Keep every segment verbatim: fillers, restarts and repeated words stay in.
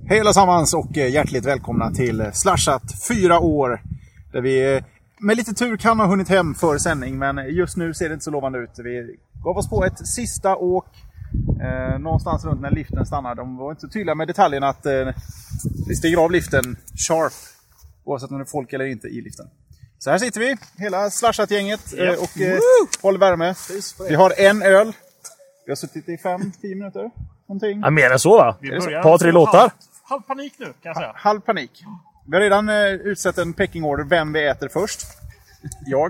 Hej allesammans och hjärtligt välkomna till Slashat fyra år. Där vi med lite tur kan ha hunnit hem för sändning, men just nu ser det inte så lovande ut. Vi gav oss på ett sista åk eh, någonstans runt när liften stannade. De var inte så tydliga med detaljerna att eh, vi stiger av liften sharp, oavsett om det är folk eller inte i liften. Så här sitter vi, hela Slashat-gänget eh, och eh, håller värme. Vi har en öl. Vi har suttit i fem, tio minuter. Någonting. Ja, mer än så va? Vi börjar Par, tre låtar. Halv, halv panik nu kan jag säga. Halv panik. Vi har redan eh, utsett en pecking order vem vi äter först. Jag.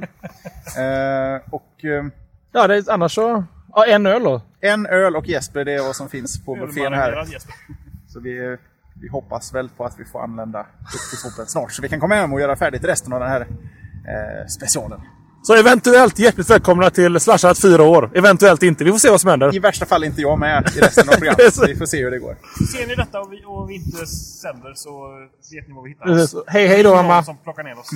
eh, och eh, Ja, det är, annars så... Ja, en öl då. En öl och Jesper, det är vad som finns på buffén här. Jesper. Så vi, vi hoppas väl på att vi får anlända upp till sopen snart. Så vi kan komma hem och göra färdigt resten av den här eh, specialen. Så eventuellt hjärtligt välkomna till Slashat fyra år. Eventuellt inte. Vi får se vad som händer. I värsta fall inte jag med i resten av programmet. Så vi får se hur det går. Ser ni detta och vi, och vi inte sänder så vet ni vad vi hittar oss. Hej, hej då, mamma. Som plockar ner oss.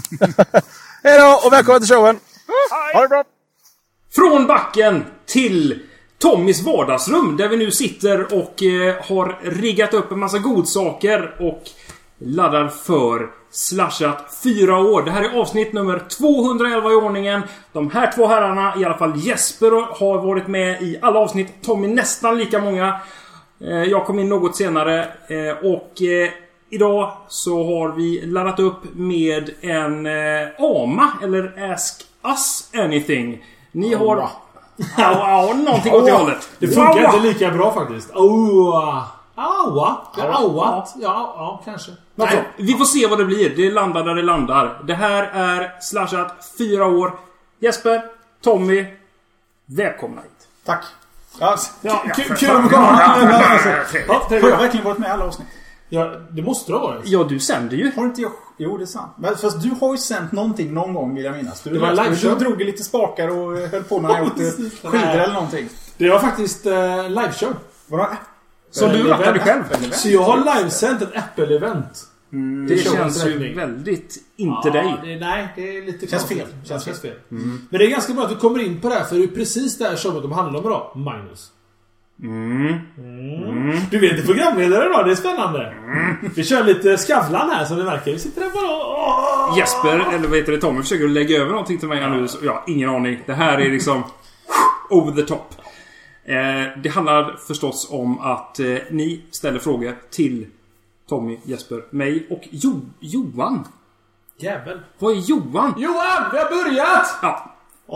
Hej då och välkommen till showen. Ha det bra! Från backen till Tommys vardagsrum där vi nu sitter och eh, har riggat upp en massa godsaker och laddar för Slashat fyra år. Det här är avsnitt nummer tvåhundraelva i ordningen. De här två herrarna, i alla fall Jesper, har varit med i alla avsnitt. Tommy nästan lika många. eh, Jag kom in något senare eh, och eh, idag så har vi laddat upp med en eh, A M A eller Ask Us Anything. Ni har... Ja, ja, någonting åt det hållet. Det funkar wow. inte lika bra faktiskt. Aua. Aua. Aua. Ja, ja, kanske. Nej, vi får se vad det blir. Det landar där det landar. Det här är Slashat fyra år. Jesper, Tommy, välkomna hit. Tack. Ja, Ja, kul ja, kul att komma. Ja, Har jag verkligen varit med i alla avsnitt? Ja, det måste det ha varit. Ja, du sänder ju. Har inte jag... Jo, det är sant. Men fast du har ju sänt någonting någon gång, vill jag minnas. Du, Det var live du show. drog lite spakar och höll på när jag åkte skidor eller någonting. Det var faktiskt uh, liveshow. Vadå? Så du rattade själv. Så jag har livesänt ett Apple-event. Mm, det känns ju väldigt inte ja, dig. Det, nej, det är lite Känns konstigt. fel. Känns, känns fel. Mm. Men det är ganska bra att vi kommer in på det här, för det är precis det här showet de handlar om idag, Magnus. Mm. Mm. Du vet, det är programledare idag, det är spännande. Mm. Vi kör lite Skavlan här, som det verkar. Vi sitter där bara... Åh! Jesper, eller vad heter det, Tommy försöker lägga över någonting till mig här nu. Så, ja, ingen aning. Det här är liksom over the top. Eh, det handlar förstås om att eh, ni ställer frågor till Tommy, Jesper, mig och jo- Johan. Jävel. Vad är Johan? Johan, vi har börjat! Ja.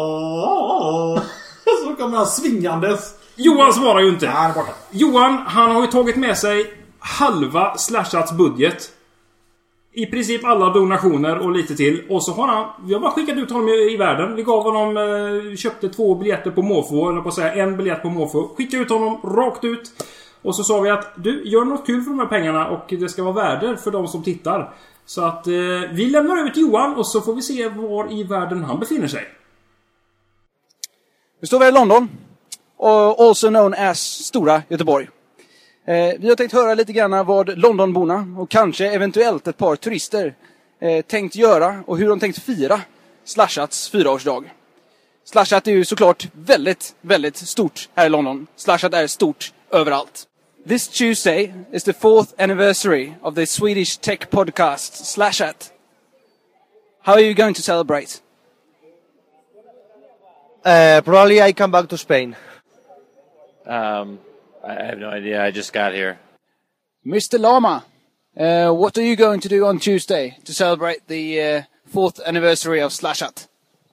Åh! Så kommer han svingandes. Johan svarar ju inte. Ja, det är borta. Johan, han har ju tagit med sig halva Slashats budget. I princip alla donationer och lite till. Och så har han, vi har bara skickat ut honom i, i världen. Vi gav honom, eh, köpte två biljetter på Måfå, eller på att säga en biljett på Måfå. Skickade ut honom rakt ut. Och så sa vi att du, gör något kul för de här pengarna och det ska vara värde för de som tittar. Så att eh, vi lämnar över till Johan och så får vi se var i världen han befinner sig. Vi står vi i London, also known as Stora Göteborg. Eh, vi har tänkt höra lite grann vad Londonborna och kanske eventuellt ett par turister eh, tänkt göra och hur de tänkt fira Slashats fyraårsdag. Slashat är ju såklart väldigt, väldigt stort här i London. Slashat är stort överallt. This Tuesday is the fourth anniversary of the Swedish tech podcast Slashat. How are you going to celebrate? Uh, probably I come back to Spain. Um, I have no idea. I just got here. Mister Lama, uh, what are you going to do on Tuesday to celebrate the uh, fourth anniversary of Slashat?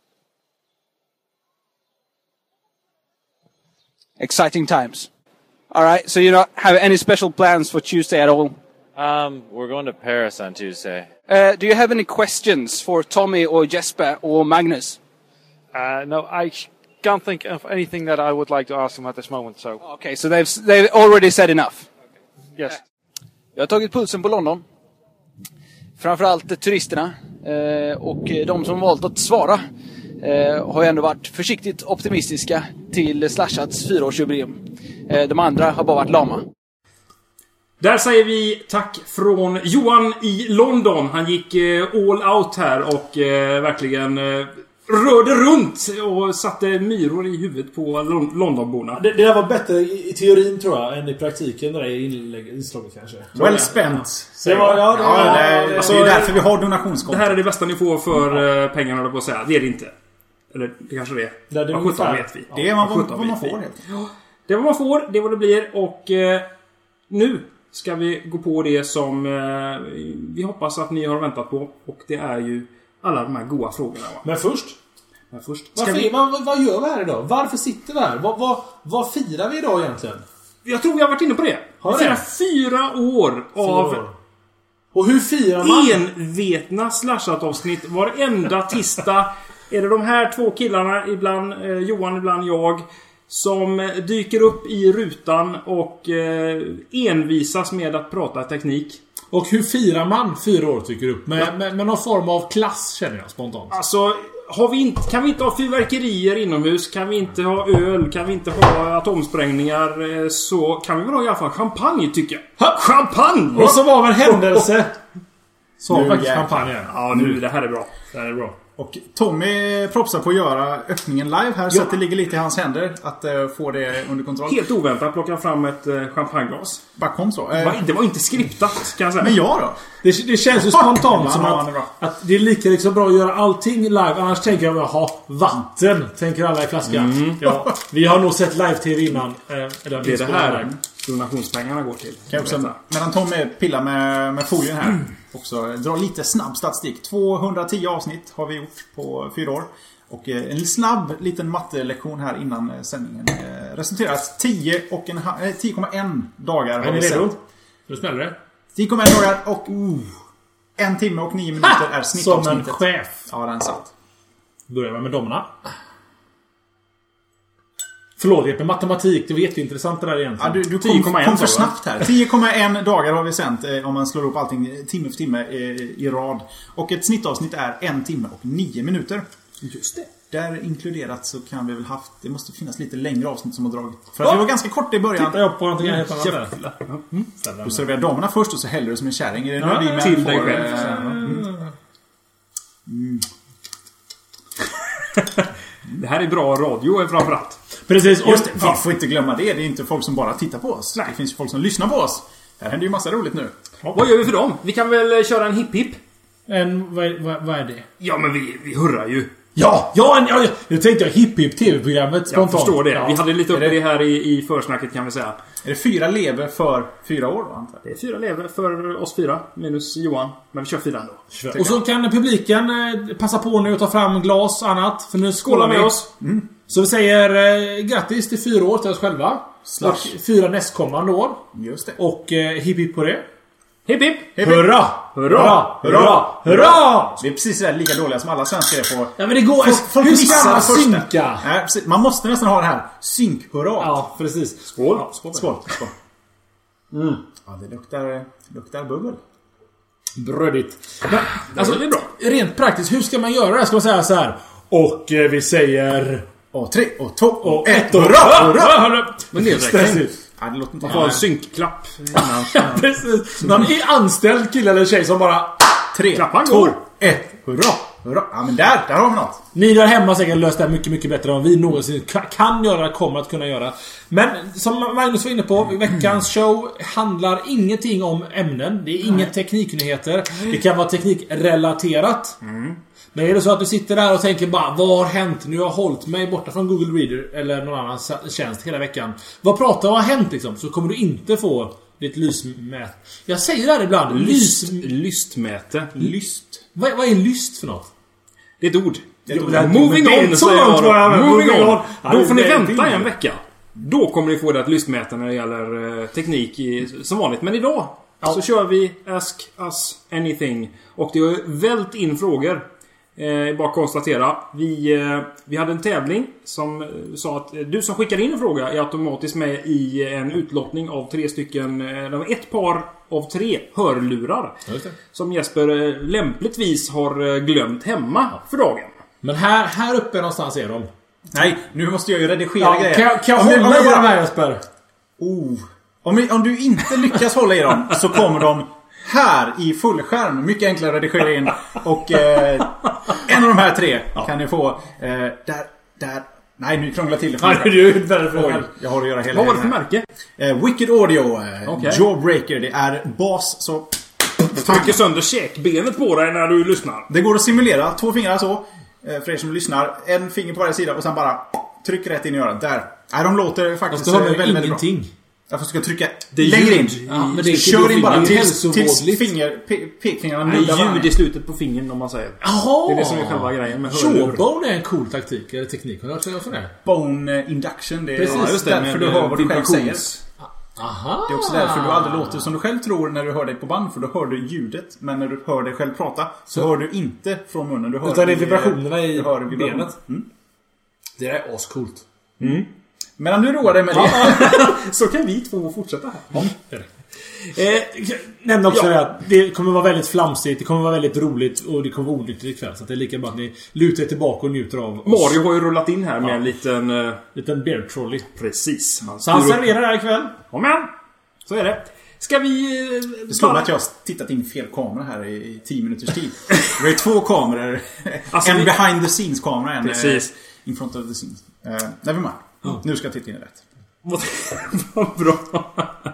Exciting times. All right, so you don't have any special plans for Tuesday at all? Um, we're going to Paris on Tuesday. Uh, do you have any questions for Tommy or Jesper or Magnus? Uh, no, I can't think of anything that I would like to ask them at this moment. So Okay, so they've they've already said enough. yes. Jag har tagit pulsen på London. Framförallt turisterna eh, och de som valt att svara eh, har ju ändå varit försiktigt optimistiska till Slashats fyraårsjubileum. Eh, de andra har bara varit lama. Där säger vi tack från Johan i London. Han gick eh, all out här och eh, verkligen eh, rörde runt och satte myror i huvudet på Lon- Londonborna. Det, det där var bättre i, i teorin tror jag än i praktiken. Det där inlägg, inslaget kanske. Well spent. Det var, ja, det, ja, det, ja, det, alltså, det är därför vi har donationskonto. Det här är det bästa ni får för eh, pengarna, eller på att säga. Det är det inte. Eller det kanske det är. Det är det ja, sjutton vet vi. Det är vad, ja, vad, vad man får helt. Ja, det är vad man får, det är vad det blir. Och eh, nu ska vi gå på det som eh, vi hoppas att ni har väntat på. Och det är ju alla de här goda frågorna. Va? Men först... Men först ska Varför, vi... vad, vad gör vi här idag? Varför sitter vi här? Vad, vad, vad firar vi idag egentligen? Jag tror vi har varit inne på det. Har vi det? firar fyra år Fyra av år. Och hur firar man? envetna slashat-avsnitt. Varenda tisdag är det de här två killarna, ibland eh, Johan, ibland jag, som eh, dyker upp i rutan och eh, envisas med att prata teknik. Och hur firar man fyra år tycker du upp? Med, med, med någon form av klass känner jag spontant. Alltså, har vi inte, kan vi inte ha fyrverkerier inomhus? Kan vi inte ha öl? Kan vi inte ha atomsprängningar? eh, Så kan vi väl ha i alla fall champagne, tycker jag. Ha, champagne! Och så var väl händelse. Så Nu faktiskt jäklar. champagne. Ja, nu, det här är bra. Det här är bra. Och Tommy propsar på att göra öppningen live här. Så att det ligger lite i hans händer att uh, få det under kontroll. Helt oväntat plockar jag fram ett uh, champagneglas. Bara kom så. Det Uh, var, det var inte skriptat, kan jag säga. men jag då? Det, det känns ju spontant som Ja, att, det är bra. att det är lika liksom bra att göra allting live. Annars tänker jag ha vatten. Tänker alla i flaskan. Ja, vi har nog sett live-tv innan. Eh, Det är det här donationspengarna går till. Kan jag också, medan Tommy pillar med, med folien här också dra lite snabb statistik. tvåhundratio avsnitt har vi gjort på fyra år. Och eh, en snabb liten mattelektion här innan eh, sändningen eh, resulterat tio komma ett dagar. Är ni redo? Nu smäller det. tio komma ett dagar och uh, en timme och nio minuter är Som en snittavsnittet. chef. Ja, den satt. Börjar vi med domarna. Förlåt, det är matematik. Det var jätteintressant det där Ja, egentligen. du, du tio kom, komma ett kom för sa du, va? snabbt här. tio komma ett dagar har vi sänt eh, om man slår upp allting timme för timme eh, i rad. Och ett snittavsnitt är en timme och nio minuter. Just det. Där inkluderat så kan vi väl haft... Det måste finnas lite längre avsnitt som har dragit. För att vi var ganska kort i början. Tittar jag på någonting helt annat där. Mm. Du serverar damerna först och så häller du som en kärring. Är det Ja, nu vi män till får, dig själv. eh, mm. Mm. Det här är bra radio framförallt. Precis. Och Just det, vi får inte glömma det. Det är inte folk som bara tittar på oss. Nej. Det finns ju folk som lyssnar på oss. Här händer ju massa roligt nu. Vad gör vi för dem? Vi kan väl köra en hipp-hipp? en, vad, är- vad, vad är det? Ja, men vi, vi hurrar ju. Ja! Ja, en, ja, nu tänkte jag hipp-hipp tv-programmet Jag spontant. förstår det. Ja. Vi hade lite uppe Är det- det här i, i försnacket, kan vi säga. Är det fyra lever för fyra år då, antar jag? Det är fyra lever för oss fyra. Minus Johan. Men vi kör fyra ändå. Och så kan publiken eh, passa på nu att ta fram glas och annat. För nu skålar Skåla vi med oss. Så vi säger eh, grattis till fyra år till oss själva. Slash. Och fyra nästkommande år. Just det. Och eh, hipp hipp på det. Hipp hipp! Hurra! Hurra! Hurra! Hurra! Vi är precis där lika dåliga som alla svenskar är på... Ja men det går... Folk, folk hur missar ska man det första. synka? Nej, precis. Man måste nästan ha det här synk-hurra. Ja, precis. Skål. Ja, skål. Skål. Skål. Mm. Ja, det luktar, luktar bubbel. Brödigt. Men, alltså, det är bra. rent praktiskt, hur ska man göra det? Ska man säga så här? Och eh, vi säger... Och tre, och två, och, Och ett, ett och och hurra! hurra! Men det är Stressigt. Ja, det låter inte... Man får en synkklapp innan. Ja, precis. Någon är anställd kille eller tjej som bara... Tre, Klappan två, går. ett, hurra! Hurra! Ja, men där, där har vi något. Ni där hemma säkert löst det här mycket, mycket bättre än vad vi någonsin ka- kan göra, kommer att kunna göra. Men som Magnus var inne på, veckans show handlar ingenting om ämnen. Det är inga tekniknyheter. Det kan vara teknikrelaterat. Men är det så att du sitter där och tänker bara, vad har hänt? Nu har jag hållit mig borta från Google Reader eller någon annan tjänst hela veckan. Vad pratar vad har hänt liksom? Så kommer du inte få ditt lysmät. Jag säger det här ibland. Lyst, Lys... lystmäte. Lyst. Vad, vad är lyst för något? Det är ett ord. Det är ett ord. Ja, Moving men det är on, så säger långt var jag jag med. då. Moving Moving on. on. Ja, Då får ni det är vänta ingenting. en vecka. Då kommer ni få det att lystmäta när det gäller eh, teknik i, som vanligt. Men idag så kör vi Ask Us Anything. Och det har vält in frågor. Eh, bara konstatera. Vi, eh, vi hade en tävling som eh, sa att eh, du som skickar in en fråga är automatiskt med i en utlottning av tre stycken, eh, det var ett par av tre hörlurar. Just det. Som Jesper eh, lämpligtvis har eh, glömt hemma för dagen. Men här, här uppe någonstans är de. Nej, nu måste jag ju redigera Ja, grejer. kan jag, kan jag Om vi- hålla om vi i bara- dem här Jesper? Oh. Om, vi, om du inte lyckas hålla i dem så kommer de här i fullskärm. Mycket enklare att redigera in. Och eh, en av de här tre ja. kan ni få. Eh, där, där. Nej, nu krånglar till det. Nej, du är för Oj, jag har att göra hela. Vad var det för märke? Eh, Wicked Audio. Eh, okay. Jawbreaker. Det är bas så... Du trycker sönder käkbenet på dig när du lyssnar. Det går att simulera. Två fingrar så. För er som lyssnar. En finger på varje sida och sen bara tryck rätt in i örat. Där. Nej, de låter faktiskt väldigt, väldigt ingenting. bra. Jag ska trycka det längre in. Ja, men det kör in bara tills, tills finger, pe pekfingrarna nuddar ljud i slutet på fingern om man säger. Jaha! Det är det som är själva grejen med Jawbone är en cool taktik. Eller teknik. Har du hört säga för det? Bone induction. Det är precis, just det, därför du hör vad du själv säger. Aha. Det är också därför du aldrig låter som du själv tror när du hör dig på band. För då hör du ljudet. Men när du hör dig själv prata så, så hör du inte från munnen. Du hör utan det är vibrationerna i hör vibrationer. benet. Mm. Det är ascoolt. Mm. Men du roar dig med det. Så kan vi två fortsätta här. Mm. Eh, nämn också ja. att det kommer vara väldigt flamsigt. Det kommer vara väldigt roligt. Och det kommer vara onyttigt ikväll. Så att det är lika bra att ni lutar tillbaka och njuter av oss. Mario har ju rullat in här med ja. en liten uh... liten bear trolley. Precis. Han så han serverar här ikväll. Ja men, så är det. Ska vi... Det slår mig att jag har tittat in fel kamera här i, i tio minuters tid. Det är två kameror. Alltså, en vi... behind the scenes kamera. En precis. in front of the scenes. Uh, never mind. Mm. Nu ska jag titta in i rätt. Vad bra.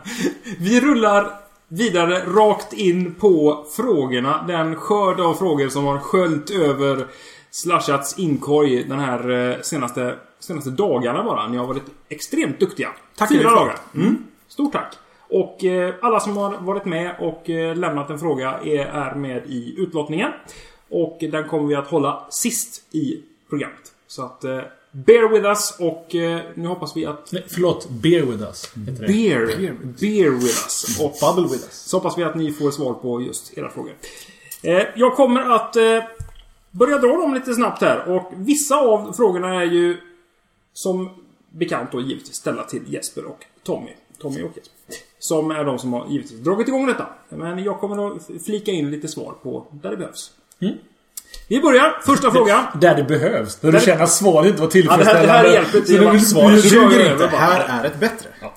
Vi rullar vidare rakt in på frågorna. Den skörd av frågor som har sköljt över Slashats inkorg den här senaste, senaste dagarna bara. Ni har varit extremt duktiga. Tack Fyra dagar. Mm. Stort tack. Och eh, alla som har varit med och eh, lämnat en fråga är, är med i utlottningen. Och den kommer vi att hålla sist i programmet. Så att... Eh, bear with us och eh, nu hoppas vi att... Nej, förlåt, bear with us. Bear, bear, bear with us. Och bubble with us. Så hoppas vi att ni får svar på just era frågor. Eh, jag kommer att eh, börja dra dem lite snabbt här. Och vissa av frågorna är ju som bekant då givetvis ställa till Jesper och Tommy. Tommy och Jesper. Som är de som har givetvis dragit igång detta. Men jag kommer att flika in lite svar på där det behövs. Mm. Vi börjar. Första frågan. Där det behövs. När du känner att svaret inte var tillfredsställande. Ja, det här, det här hjälper till. Du vill svara. Du inte. Här är ett bättre. Ja.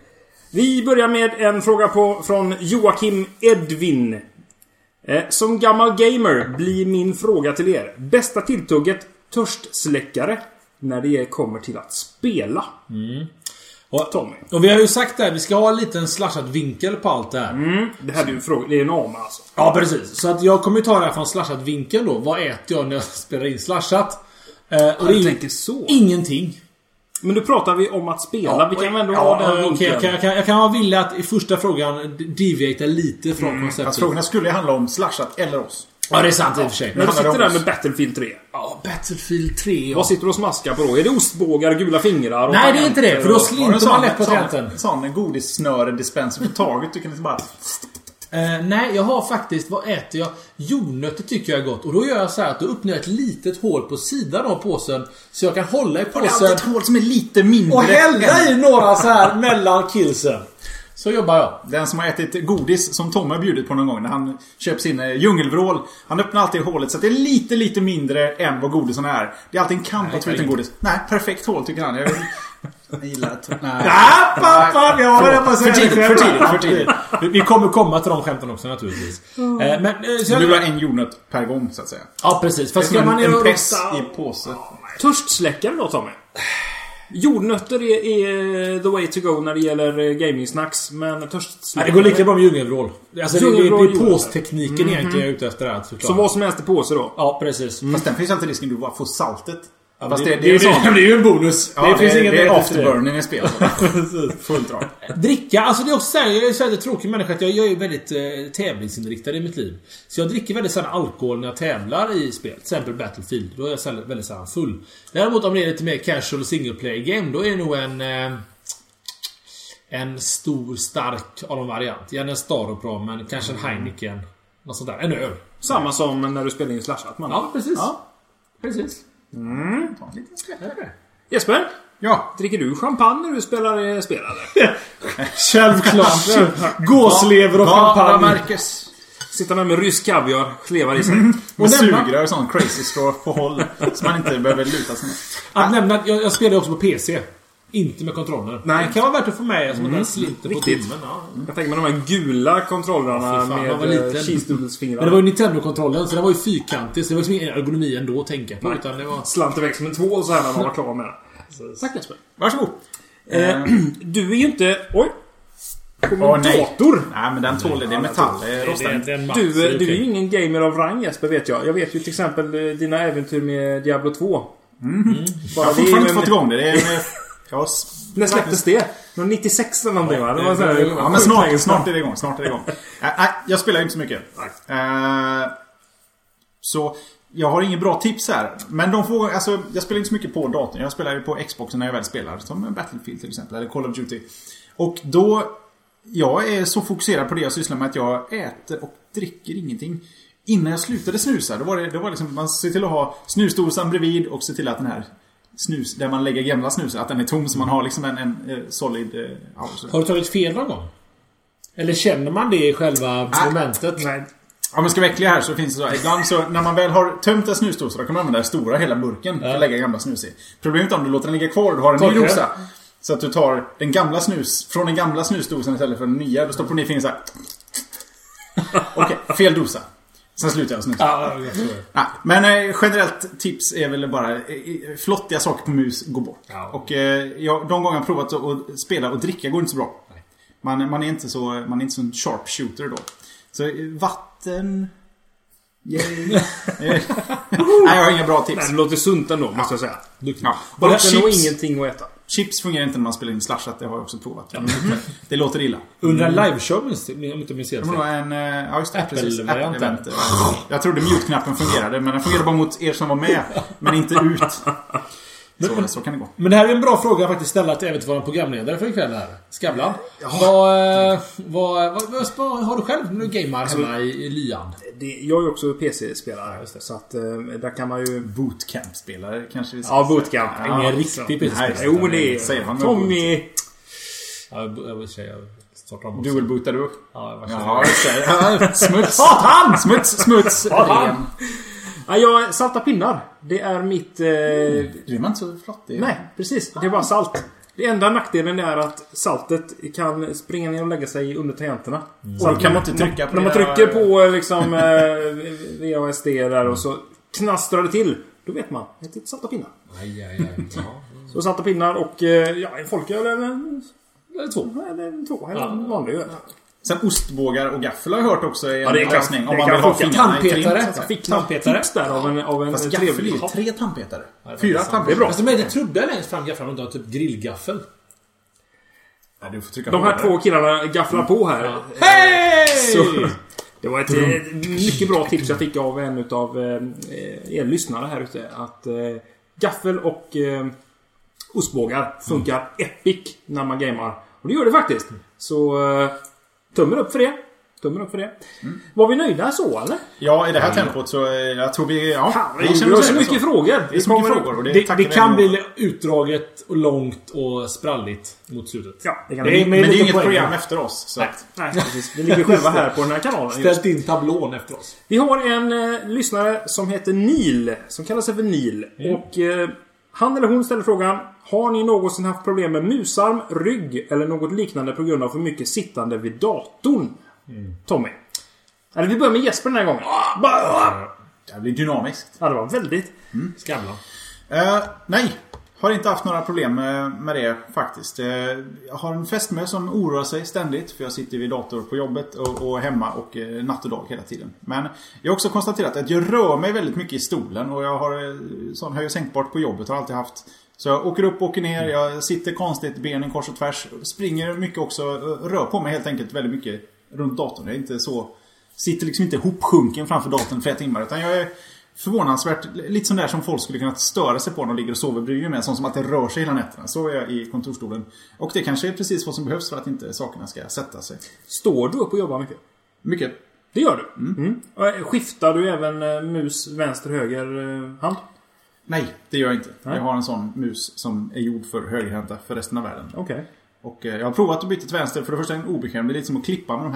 Vi börjar med en fråga på, från Joakim Edvin. Eh, som gammal gamer blir min fråga till er. Bästa tilltugget törstsläckare när det kommer till att spela. Mm. Och, Tommy. Och vi har ju sagt där, vi ska ha en liten slashad vinkel på allt det här. Mm, det här är ju fråga, det är en ama alltså. Ja, precis. Så att jag kommer ta det här från slashad vinkel då. Vad äter jag när jag spelar in slashat? Eh, och det är tänker så. Ingenting. Men nu pratar vi om att spela. Ja, vi kan väl ändå ja, ha den vinkeln. Okay, jag, kan, jag, kan, jag kan vara villig att i första frågan deviata lite från mm. konceptet. Alltså, frågorna skulle handla om slashat eller oss. Ja, det är sant i och för sig. Men du sitter där med Battlefield tre. Ja, Battlefield tre. Ja. Vad sitter du och smaskar på då? Är det ostbågar, gula fingrar? Och nej, det är inte det. För då slinter man lätt på tangenten. En sån godissnöre dispenser på taget. Du kan inte bara... Uh, nej, jag har faktiskt... Vad äter jag? Jordnötter tycker jag är gott. Och då gör jag så här att då öppnar jag ett litet hål på sidan av påsen. Så jag kan hålla i påsen. Ett hål som är lite mindre. Och hälla i några så här mellan killsen. Så jobbar jag. Den som har ätit godis som Tom har bjudit på någon gång när han köper sin djungelvrål. Han öppnar alltid hålet så att det är lite, lite mindre än vad godisen är. Det är alltid en kamp att få ut en godis. Nej, perfekt hål tycker han. Jag, vill... jag gillar att... Nej, nej pappa! Jag har det på för tidigt, för tidigt, för tidigt. Vi kommer komma till de skämten också naturligtvis. Mm. Eh, men, eh, så du har en jordnöt per gång så att säga. Ja, precis. Fast ska man en, en press i påse. Törstsläckare då, Tommy? Jordnötter är, är the way to go när det gäller gaming-snacks. Men törstsläckare... Det går lika bra med djungelvrål. Alltså det, det, det är påstekniken mm-hmm. egentligen jag är ute efter att förklara. Så vad som helst i påse då? Ja, precis. Mm. Fast den finns alltid risken du bara får saltet. Ja, Fast det, det, det, är det, det är ju en bonus. Ja, det, det finns det, ingen det är afterburning i spel. Fullt rakt. Dricka, alltså det är också så här, jag är så här tråkig människa att jag, jag är väldigt eh, tävlingsinriktad i mitt liv. Så jag dricker väldigt sällan alkohol när jag tävlar i spel. Till exempel Battlefield, då är jag sällan, väldigt sällan full. Däremot om det är lite mer casual single player game, då är det nog en eh, en stor, stark av de variant. Gärna en Staropro, men kanske en Heineken. Något sånt där, en öl. Samma som när du spelar in slashat, man. Ja, precis. Ja, precis. Mm. Jesper? Ja. Dricker du champagne när du spelar spel eller? Självklart. Gåslever och champagne. Marcus. Sitter där med rysk kaviar, slevar i sig. Mm. Och sugrör och sån crazy straw på håll. Så man inte behöver luta sig. Att nämna, jag, jag spelar också på P C. Inte med kontroller. Nej. Det kan vara värt att få med som Mm. mm. sliter på timmen. Ja. Jag tänker med de här gula kontrollerna Ja, fan, man var med liten. cheese doodles-fingrar. Men det var ju Nintendo-kontrollen, så det var ju fyrkantig. Så det var liksom ingen ergonomi ändå att tänka på. Utan det var... Slant iväg som en tvål så här när man var klar med det. Tack Jesper. Varsågod. Eh, du är ju inte... Oj! På min Åh, nej. dator. Nej, men den tål det. Det är metall. Det Det, rostar det, inte. det är en max, Du, det är du är okej. ju ingen gamer av rang Jesper, vet jag. Jag vet ju till exempel eh, dina äventyr med Diablo två. Mm. Bara Jag har det är fortfarande ju inte en- fått igång det. Det är med... Jag har... När släpptes det? Någon nittiosex eller någonting va? Det var så här, Ja, men snart, snart är det igång. Snart är det igång. Äh, nej, jag spelar inte så mycket. Uh, så jag har ingen bra tips här. Men de får, alltså, jag spelar inte så mycket på datorn. Jag spelar ju på Xboxen när jag väl spelar. Som Battlefield till exempel. Eller Call of Duty. Och då... Jag är så fokuserad på det jag sysslar med att jag äter och dricker ingenting. Innan jag slutade snusa, då var det, då var det liksom, man ser till att ha snusdosan bredvid och se till att den här snus, där man lägger gamla snus, att den är tom så man har liksom en, en, en solid... Eh, ja, så. Har du tagit fel någon gång? Eller känner man det i själva Ah, momentet? Nej. Om man ska vara äcklig här så finns det så. Ibland så, när man väl har tömt en snusdosa, då kan man använda den stora hela burken för att lägga gamla snus i. Problemet är om du låter den ligga kvar och du har en ny Torkar. dosa. Så att du tar den gamla snus, från den gamla snusdosan istället för den nya. Då stoppar du ner fingret så här. Okej, fel dosa. Sen slutar jag snusa. Ja, jag tror det. Ja, men eh, generellt tips är väl bara eh, flottiga saker på mus går bort. Ja. Och eh, jag, de gånger jag provat att, att spela och dricka går inte så bra. Man, man är inte så man är inte så en sharpshooter då. Så eh, vatten... Yay. Eh, Nej, jag har inga bra tips. Nej, det låter sunt ändå, måste jag säga. Ja. Bara Och det är nog chips, ingenting att äta. chips fungerar inte när man spelar in slashat. Det har jag också provat. Det låter illa. Under en liveshow, om jag inte minns Det helt var nog fel. en... eh, Ja, just det. Precis. Apple-varianten. Apple-event. Jag trodde mute-knappen fungerade. Men den fungerade bara mot er som var med. Men inte ut. Så, så kan det gå. Men det här är en bra fråga att faktiskt ställa till även till vår programledare för ikväll här. Skavlan. Vad, eh, vad, vad, vad, vad har du själv när du gamar hemma i, i lyan? Det, jag är ju också P C-spelare. Så att eh, där kan man ju... Bootcamp-spelare kanske vi ska Ja, bootcamp. Ja, Ingen riktig P C-spelare. Nej, Jo, det säger är man. Tommy... Ja, jag vill säga... startar om Dual bootar du? Ja, vad Ja, ja, smuts. Smuts, smuts. Ren. Ja, jag saltar pinnar. Det är mitt... Eh... Du är man inte så flott. Det är... Nej, precis. Det är bara salt. Det enda nackdelen är att saltet kan springa ner och lägga sig under tangenterna. Mm. Så Och då kan man inte trycka på När man det där- trycker på liksom eh, V H S D där och så knastrar det till. Då vet man. Det är salta pinnar. Aj, aj, aj. Ja. Så salta pinnar och eh, ja, en folköl eller en... Eller två. Eller två. Eller en vanlig öl. Sen ostbågar och gaffel har jag hört också är en Ja, det kan- lösning. det Om man kan vill ha funka. fingrarna i Tandpetare. trim. Jag fick Tandpetare. tips där av en, av en Fast gaffel är trevlig... ju tre tandpetare. Fyra Det är tandpetare. bra. Alltså, men jag trodde längst fram gafflarna och du har typ grillgaffel. Ja, du får trycka De på här det. två killarna gafflar på här. Hej! Så, det var ett eh, mycket bra tips jag fick av en utav eh, er lyssnare här ute. Att eh, gaffel och eh, ostbågar funkar epic när man gamar. Och det gör det faktiskt. Så eh, tummen upp för det. Tummen upp för det. Mm. Var vi nöjda så eller? Ja, i det här tempot så eh, jag tror vi... Ja, Vi har så mycket frågor. Det är så mycket frågor. Och det, Det, tackar det vi kan ändå. bli utdraget och långt och spralligt mot slutet. Ja, det kan Det det är bli. med Men det är lite inget poäng. program efter oss. Så Nej. att, Nej, precis. Vi ligger själva här på den här kanalen. just. Ställt in tablån efter oss. Vi har en eh, lyssnare som heter Neil. Som kallar sig för Neil. Och eh, han eller hon ställer frågan: har ni någonsin haft problem med musarm, rygg eller något liknande på grund av för mycket sittande vid datorn? Tommy. Eller vi börjar med Jesper den här gången. det blir dynamiskt. Ja, det var väldigt. Skavlan. Uh, nej, har inte haft några problem med, med det faktiskt. Uh, jag har en fästmö som oroar sig ständigt för jag sitter vid dator på jobbet och, och hemma och uh, natt och dag hela tiden. Men jag har också konstaterat att jag rör mig väldigt mycket i stolen och jag har uh, sån höj och sänkbart på jobbet, har alltid haft. Så jag åker upp och åker ner, jag sitter konstigt, benen kors och tvärs, springer mycket också, uh, rör på mig helt enkelt väldigt mycket runt datorn. Jag är inte så, sitter liksom inte hopsjunken framför datorn flera timmar, utan jag är förvånansvärt, lite sån där som folk skulle kunna störa sig på när de ligger och sover bredvid med, sån som att det rör sig hela nätterna. Så är jag i kontorstolen. Och det kanske är precis vad som behövs för att inte sakerna ska sätta sig. Står du upp och jobbar mycket? Mycket. Det gör du? Mm. Och, eh, skiftar du även eh, mus vänster höger eh, hand? Nej, det gör jag inte. Nej. Jag har en sån mus som är gjord för högerhänta för resten av världen. Okej. Och eh, jag har provat att byta till vänster. För det första är den obekväm. Det är lite som att klippa med de här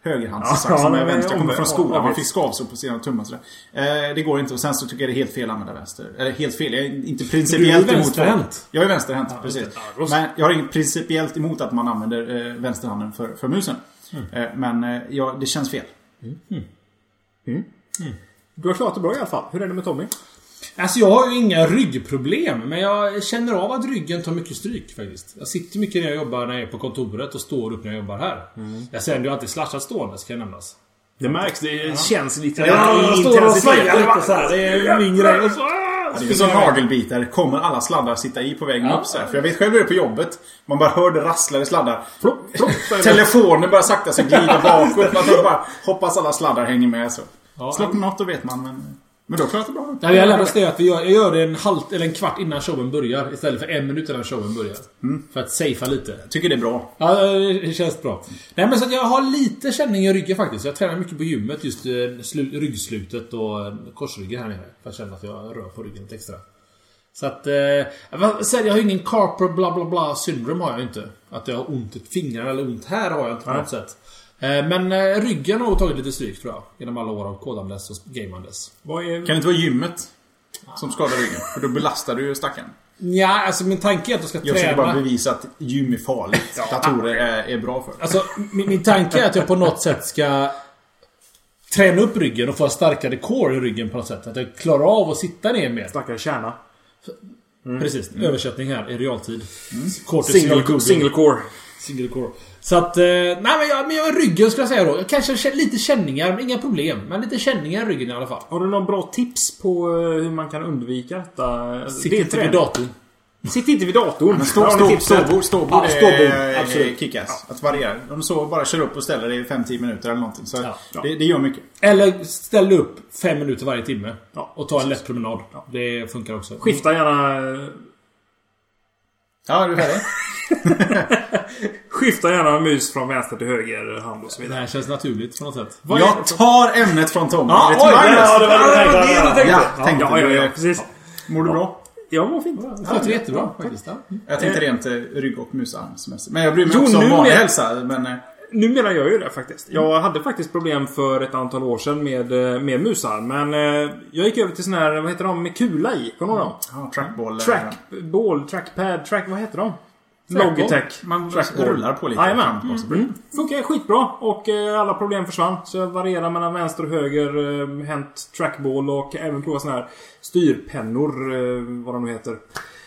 högerhandssax Ja, som ja, är vänster. ja, Kommer från skolan. ja, Man ja, fick skavsår på sina tummar. Sådär. Eh, det går inte. Och sen så tycker jag det är helt fel att använda vänster. Eller helt fel. Jag är inte principiellt Du är emot vänsterhänt. Jag är vänsterhänt, Ja, precis. ja, Men jag har inget principiellt emot att man använder eh, vänsterhanden för, för musen. Mm. Eh, men eh, ja, det känns fel. Mm. Mm. Mm. Mm. Du har klarat det bra i alla fall. Hur är det med Tommy? Alltså jag har ju inga ryggproblem, men jag känner av att ryggen tar mycket stryk faktiskt. Jag sitter mycket när jag jobbar när jag är på kontoret och står upp när jag jobbar här. Mm. Jag sänder ju alltid slashat stående, ska jag nämnas. Det märks, det ja. känns lite... Ja, jag står och svajar lite så här. Det är min grej. Och så, det är ju som nagelbitar. Kommer alla sladdar sitta i på vägen ja. upp så här. För jag vet själv hur det är på jobbet. Man bara hör det rasslar i sladdar. Flopp, flopp, telefonen börjar sakta sig glida bakåt. Man bara hoppas alla sladdar hänger med så. Ja, Släpp ja. något, då vet man. Men, men då klarar det bra. Nej, jag lärde oss det att vi gör, jag gör det en halv eller en kvart innan showen börjar. Istället för en minut innan showen börjar. Mm. För att safea lite. Jag tycker det är bra. Ja, det känns bra. Nej, men så att jag har lite känning i ryggen faktiskt. Jag tränar mycket på gymmet. Just slu, ryggslutet och korsryggen här nere. För att känna att jag rör på ryggen lite extra. Så att... Eh, jag har ju ingen carpal bla bla bla syndrom har jag inte. Att jag har ont i fingrarna eller ont här har jag inte på något sätt. Men eh, ryggen har tagit lite stryk tror jag. Genom alla år av kodandes och gamandes. Vad är... Kan det inte vara gymmet som skadar ryggen? För då belastar du ju stackaren. Ja, alltså min tanke är att du ska jag träna. Jag försöker bara bevisa att gym är farligt. Ja. Datorer är, är bra för. Alltså min, min tanke är att jag på något sätt ska träna upp ryggen och få en starkare core i ryggen på något sätt. Att jag klarar av att sitta ner med. Starkare kärna. Mm. Precis, mm. översättning här i realtid. Mm. Single, core. Single core. Single core. Så att, eh, nej men jag, men jag ryggen skulle jag säga då. Kanske lite känningar, men inga problem. Men lite känningar i ryggen i alla fall. Har du någon bra tips på hur man kan undvika detta? Sitt inte vid datorn. Sitt inte vid datorn. Men stå, stå, ståbord, ståbord ja, är, är absolut kickass. Ja. Att variera. Om du så bara kör upp och ställer dig i fem till tio minuter eller någonting. Så ja. det, det gör mycket. Eller ställ upp fem minuter varje timme. Ja. Och ta en lätt promenad. Ja. Det funkar också. Skifta gärna... Ja, är du färdig? Skifta gärna mus från vänster till höger hand och så vidare. Det här känns naturligt på något sätt. Vad jag tar ämnet från Tom. Ja, oj, ja, det var det jag tänkte. Ja, tänkte. Ja, tänkte ja, ja, ja, precis. Ja. Mår du bra? Jag mår fint. Det låter jättebra faktiskt. Jag tänkte rent rygg- och musarmsmässigt. Men jag bryr mig jo, också om vanlig med... hälsa. Men... Nu menar jag ju det faktiskt. Jag hade faktiskt problem för ett antal år sedan med, med musar. Men eh, jag gick över till sån här, vad heter de, med kula i. Kommer du ihåg dem? Ja, trackball. Trackball, trackpad, track, vad heter de? Logitech. Man rullar på lite. Mm. Mm. Funkar skitbra. Och eh, alla problem försvann. Så jag varierar mellan vänster och höger. Eh, hänt trackball och även prova såna här styrpennor. Eh, vad de nu heter.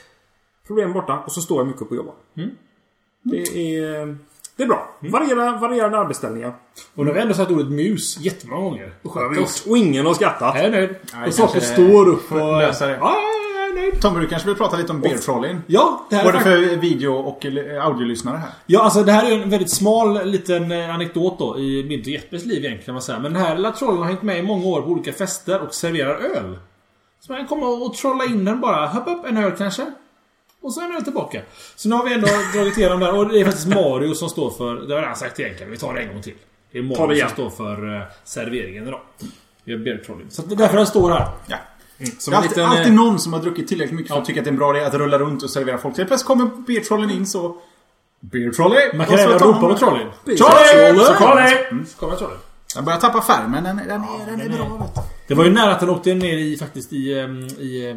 Problem borta. Och så står jag mycket upp och jobbar. Mm. Det är... Det är bra. Variera, varierande arbetsställningar. Och nu har vi ändå sagt ordet mus jättemånga gånger. Och, och ingen har skrattat. Nej, nej. Och saker står upp och... Lösa det. Ah, Tommy, du kanske vill prata lite om Beard Trolling? Ja, det här både är för video- och audiolyssnare här. Ja, alltså det här är en väldigt smal liten anekdot då i mitt och Jeppes liv egentligen kan man säga. Men den här lilla trollen har hängt med i många år på olika fester och serverar öl. Så man kommer och trolla in den bara. Hopp upp en öl kanske. Och så är den tillbaka. Så nu har vi ändå dragit igenom där. Och det är faktiskt Mario som står för... Det har jag sagt egentligen. Vi tar det en gång till. Det är Mario det som står för uh, serveringen idag. Vi har Beard Trolling. Så det är därför den står här. Ja. Mm. Det är alltid, liten, alltid någon som har druckit tillräckligt mycket ja. för att tycka att det är en bra idé att rulla runt och servera folk. Så plötsligt kommer Beard Trolling in så... Beard Trolling! Man kan även ropa på Trolling. Trolling! Så kommer mm. Trolling. Jag börjar tappa färg, men den, den, den, ja, den är, den är bra. Det var ju nära att den åkte ner i faktiskt i, i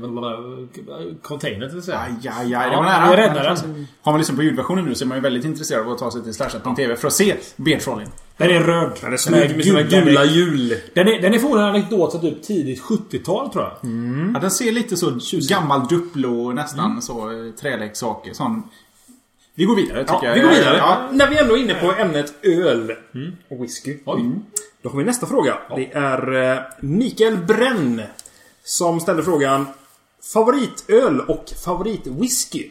containern till att säga. Aj, aj, aj. Det var nära. Jag har man lyssnat på ljudversionen nu så är man ju väldigt intresserad av att ta sig till slashat punkt tv för att se Beard Trolling. Den är röd. Den är snygg med sina gula hjul. Den är, den är från en anekdot så typ tidigt sjuttiotal tror jag. Mm. Ja, den ser lite så gammal Duplo nästan mm. så träleksaker sån. Vi går vidare tycker ja, jag. Vi går vidare. Ja. När vi ändå är inne på ämnet öl mm. och whisky. Mm. Då har vi nästa fråga. Ja. Det är eh, Mikael Brenn som ställer frågan favoritöl och favoritwhisky.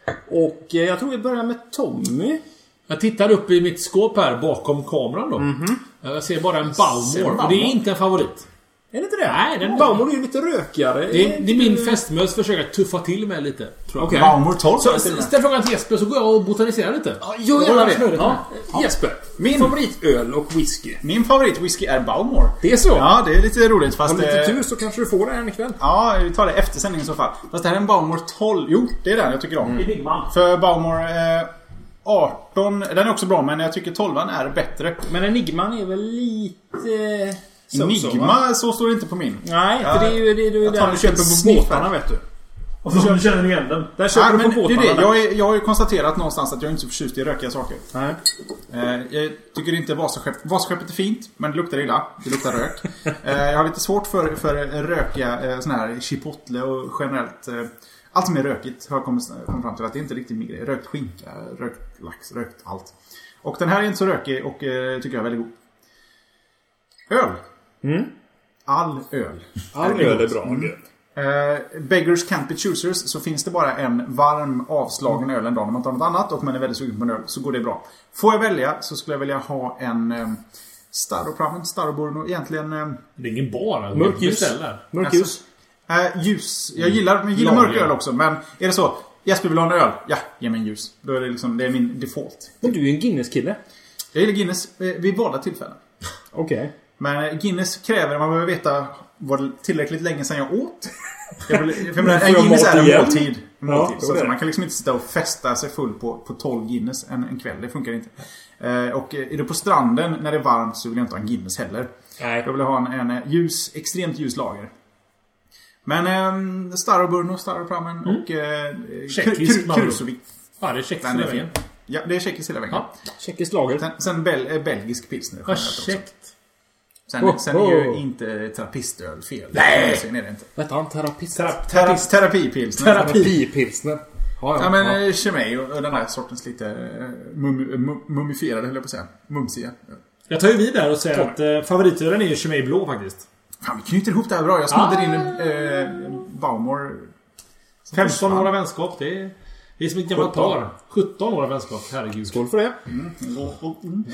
Och eh, jag tror vi börjar med Tommy. Jag tittar upp i mitt skåp här bakom kameran då. Mm-hmm. Jag ser bara en Bowmore. Och det är inte en favorit. Är det inte det? Nej, den Bowmore är ju lite rökigare. Det är, det är min fästmös försöka tuffa till mig lite. Okay. Bowmore tolv. Så ställ frågan till Jesper så går jag och botaniserar lite. Ja, jag gör det. Ja. Ja. Jesper, min favoritöl och whisky. Min favoritwhisky är Bowmore. Det är så? Ja, det är lite roligt. Fast om lite tur så kanske du får det här ikväll. Ja, vi tar det efter sändningen i så fall. Fast det här är en Bowmore tolv. Jo, det är den jag tycker om. Mm. För Bowmore... Eh, arton, den är också bra, men jag tycker tolvan är bättre. Men Enigman är väl lite... Så, Enigma, så, så står det inte på min. Nej, för det är ju det, det, jag det du köper på båtarna, vet du. Och så känner ni igen den. Där köper Nej, du på men det båtarna. är det. Jag, är, jag har ju konstaterat någonstans att jag inte är så förtjust i rökiga saker. Nej. Eh, jag tycker inte Vasaskepp, Vasaskeppet är fint, men det luktar illa. Det luktar rök. Eh, jag har lite svårt för, för rökiga eh, sån här chipotle och generellt eh, allt som är rökigt har jag kommit, kommit fram till att det inte är riktigt min grej. Rökt skinka, rökt lax, rökt allt. Och den här är inte så rökig och eh, tycker jag är väldigt god. Öl. Mm. All öl. All öl är bra. Mm. Uh, beggars can't be choosers. Så finns det bara en varm avslagen öl en dag när man tar något annat och man är väldigt sugen på en öl, så går det bra. Får jag välja så skulle jag vilja ha en um, Staropramen, Staroburno. Egentligen um, det är ingen bar eller? Mörk ljus. Mörk ljus. Alltså, uh, ljus. Jag gillar, jag gillar mörk öl också. Men är det så, Jesper vill ha en öl, ja, ge mig en ljus. Då är det liksom, det är min default. Men du är en Guinness-kille. Jag gillar Guinness vid valda tillfällen. Okej. Okay. Men Guinness kräver, man behöver veta vad tillräckligt länge sedan jag åt. Jag vill, för jag menar, en Guinness är en måltid. En måltid. Ja, så man kan liksom inte sitta och festa sig full på, på tolv Guinness en, en kväll. Det funkar inte. Eh, och är du på stranden när det är varmt så vill jag inte ha en Guinness heller. Nej. Jag vill ha en, en ljus, extremt ljus lager. Men eh, Staroburno, Staropramen mm. och eh, Krusovic. Ja, det är tjeckiskt hela vägen. Ja, det är tjeckiskt hela vägen. Ja. Tjeckiskt lager. Sen, sen bel, eh, belgisk pilsner. Ja, tjeckt. Sen, oh, sen är ju oh. inte terapistöl fel. Nej! Sen är det inte. Vad heter han? Terapist? Terap terapist. Terapipilsner. Terapipilsner. Ja, ja, ja, men ja. Chemay och, och den här sortens lite mum, mumifierade, höll jag på att säga. Mumsiga. Ja. Jag tar ju vid där och säger Tom. att eh, favoritölen är ju Chemay blå faktiskt. Fan, vi knyter ihop det här bra. Jag snodde ah. din eh, Baumor. femton år av vänskap, det är... Det är som ett gammalt par. sjutton år av vänskap, herregud. Skål för det. Mm. Mm.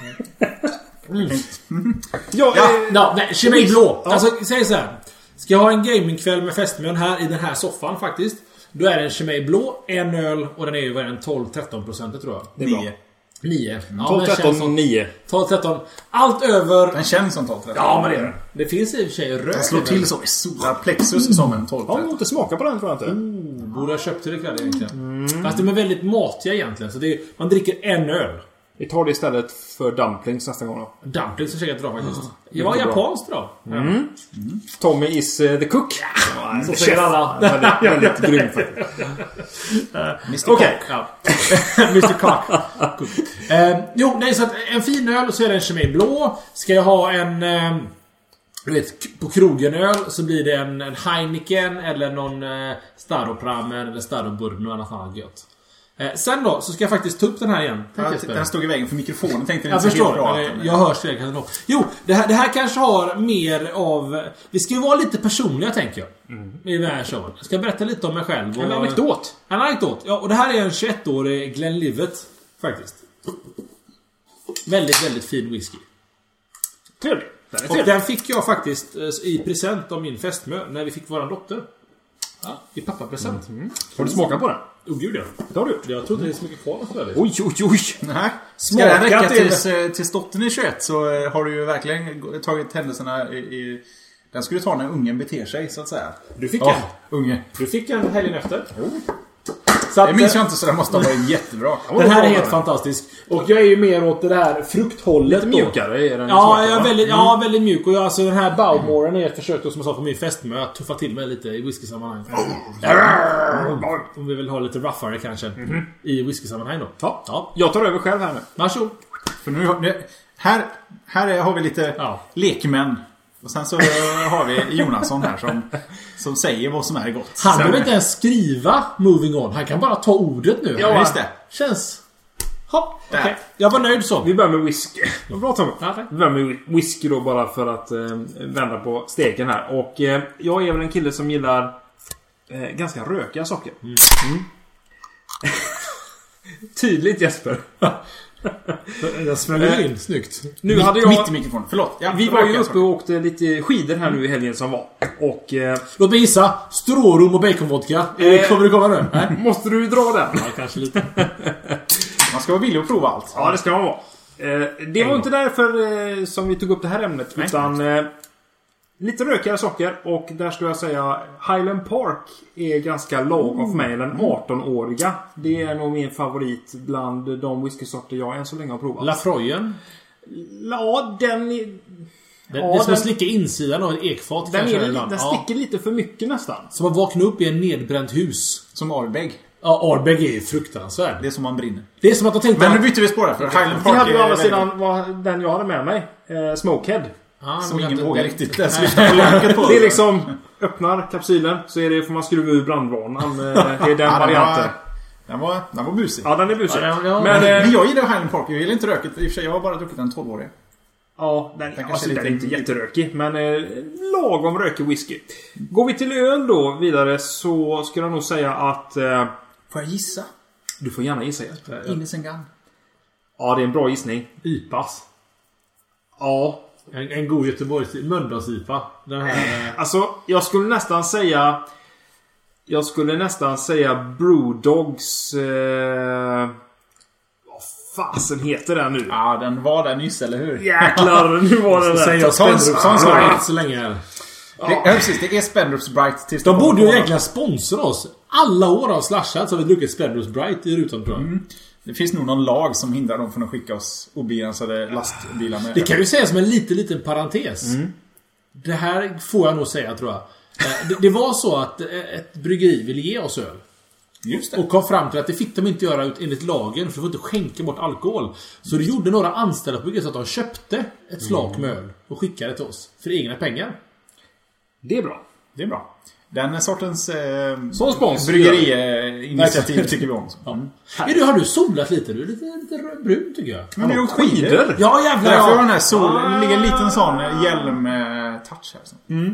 Mm. Ja, ja. Eh, no, nej, Chemay blå. Ja. Alltså, säg så här. Ska jag ha en gamingkväll med fästmön här i den här soffan faktiskt. Då är det en Chemay blå, en öl och den är ju en tolv till tretton procent tror jag. Det är nio. nio. Ja, tolv till tretton och nio. tolv till tretton. Allt över... Den känns som tolv till tretton. Ja, men det är det. Det finns i och för sig rök. Den slår till så i sola plexus mm. som en tolv till tretton. Ja, man inte smaka på den tror jag inte. Oh, borde ha köpt till det ikväll egentligen. Mm. Fast de är väldigt matiga egentligen. Så det är, man dricker en öl. Vi tar det istället för dumplings nästa gång då. Dumplings så käkat idag faktiskt. Jag var japanskt då. Mm. Mm. Tommy is uh, the cook. Ja, så säger alla. Väldigt, väldigt grym faktiskt. mister Okej. Ja. mister Cock. eh, jo, nej, så att en fin öl så är det en Chemay blå. Ska jag ha en... Eh, du vet, på krogen öl så blir det en, en Heineken eller någon eh, Staropramen eller Staroburno eller något annat gött. Eh, sen då, så ska jag faktiskt ta upp den här igen. Ja, den stod i vägen för mikrofonen. Tänkte jag förstår. Bra jag, jag hörs det kanske nog. Jo, det här, det här kanske har mer av... Vi ska ju vara lite personliga, tänker jag. Mm. I den här showen. Jag ska berätta lite om mig själv. Och, en anekdot. En anekdot. Ja, och det här är en tjugoett-årig Glenlivet. Faktiskt. Väldigt, väldigt fin whisky. Trevlig. Den, och den fick jag faktiskt i present av min fästmö när vi fick våran dotter. Ja, i pappapresent. Mm. Har du smakat på den? Oh, gud ja. Det har du gjort. Jag tror inte det är så mycket kvar. Oj, oj, oj. Nej. Ska det räcka tills, tills dottern är tjugoett så har du ju verkligen tagit händelserna i... i den skulle du ta när ungen beter sig, så att säga. Du fick oh, en. Unge. Du fick en helgen efter. Oh. Så att, det minns jag inte, så det måste ha varit jättebra. Den här är helt fantastisk. Och jag är ju mer åt det här frukthållet. Lite mjukare är den. Ja, jag är väldigt, mm. ja, väldigt mjuk. Och jag, alltså den här Bowmoren är ett försök då, som jag sa på min festmö, att tuffa till mig lite i whisky-sammanhang. Mm. Om vi vill ha lite roughare kanske. Mm. I whisky-sammanhang då. Ja. Ja. Jag tar över själv här nu. Varsågod. För nu, nu, här, här har vi lite ja. lekmän. Och sen så har vi Jonasson här som, som säger vad som är gott. Han behöver inte ens skriva moving on. Han kan bara ta ordet nu. Ja, just det. Känns... Hopp, okej. Okay. Jag var nöjd så. Vi börjar med whisky. Det var bra, Tommy. Ja, vi börjar med whisky då, bara för att eh, vända på steken här. Och eh, jag är väl en kille som gillar eh, ganska rökiga saker. Mm. Mm. Tydligt, Jesper. Jag smäller in, snyggt. Nu mitt, hade jag... mitt i mikrofonen, förlåt. Ja, vi var ju uppe och åkte lite skidor här nu i helgen som var. Och... Eh... Låt mig gissa. Strårum och baconvodka. Eh... Kommer du komma nu? Nej. Måste du dra den? Ja, kanske lite. Man ska vara villig att prova allt. Ja, det ska man vara. Eh, det var inte därför eh, som vi tog upp det här ämnet. Nej. Utan... Eh, lite rökigare saker. Och där skulle jag säga Highland Park är ganska lagom för mig. Den arton-åriga. Det är nog min favorit bland de whiskysorter jag än så länge har provat. Lafroyen? Ja, den är... Det, ja, det är som den, att slicka insidan av ett ekfat. Den, är, den ja. sticker lite för mycket nästan. Som att vakna upp i en nedbränt hus. Som Ardbeg. Ja, Ardbeg är fruktansvärd. Det är som man brinner. Det är som att de tänkte... Men nu byter vi spår här, för Highland Park. Vi hade ju å andra väldigt... sidan var den jag hade med mig. Eh, Smokehead. Ah, som ingen inte, vågar det... riktigt läsa på locket på. Det är liksom... Öppnar kapsylen så är det för man skruva ur brandvarnan. Det är den varianten. Den var, den var busig. Ja, den är busig. Ja, den, ja. Men, men, eh, men jag gillar Highland Park. Jag gillar inte röket. I och för sig, jag har bara druckit en tolv-årig. Ja, den, den alltså, är den är lite, inte jätterökig. Men eh, lagom rökig whisky. Går vi till öl då vidare så skulle jag nog säga att... Eh, får jag gissa? Du får gärna gissa. Innocent Gun. Ja, det är en bra gissning. Ipas. Ja. En, en god Göteborgs Mölndals-ipa. Den här... Alltså, jag skulle nästan säga... Jag skulle nästan säga Brewdogs... Eh, vad fasen heter den nu? Ja, den var där nyss, eller hur? Jäklar, nu var den där. Säger jag Spendrups Bright så länge här. Ja. Det, ja, precis. Det är Spendrups Bright. Tills de borde ju egentligen sponsra oss. Alla år av Slashat så har vi druckit Spendrups Bright i rutan, tror jag. Mm. Det finns nog någon lag som hindrar dem från att skicka oss obegränsade lastbilar med. Det kan ju säga som en liten, liten parentes. Mm. Det här får jag nog säga, tror jag. Det, det var så att ett bryggeri ville ge oss öl. Just det. Och kom fram till att det fick de inte göra ut enligt lagen, för de får inte skänka bort alkohol. Så det gjorde några anställda på bryggeriet så att de köpte ett flak med öl och skickade till oss för egna pengar. Det är bra. Det är bra. Den sortens eh, bryggeri-initiativ tycker vi om. Ja. Är du, har du solat lite? Du är lite, lite brun, tycker jag. Men det är skidor. Ja, jävlar. Därför har den här sol... Det ligger en liten sån hjälm-touch här. Mm.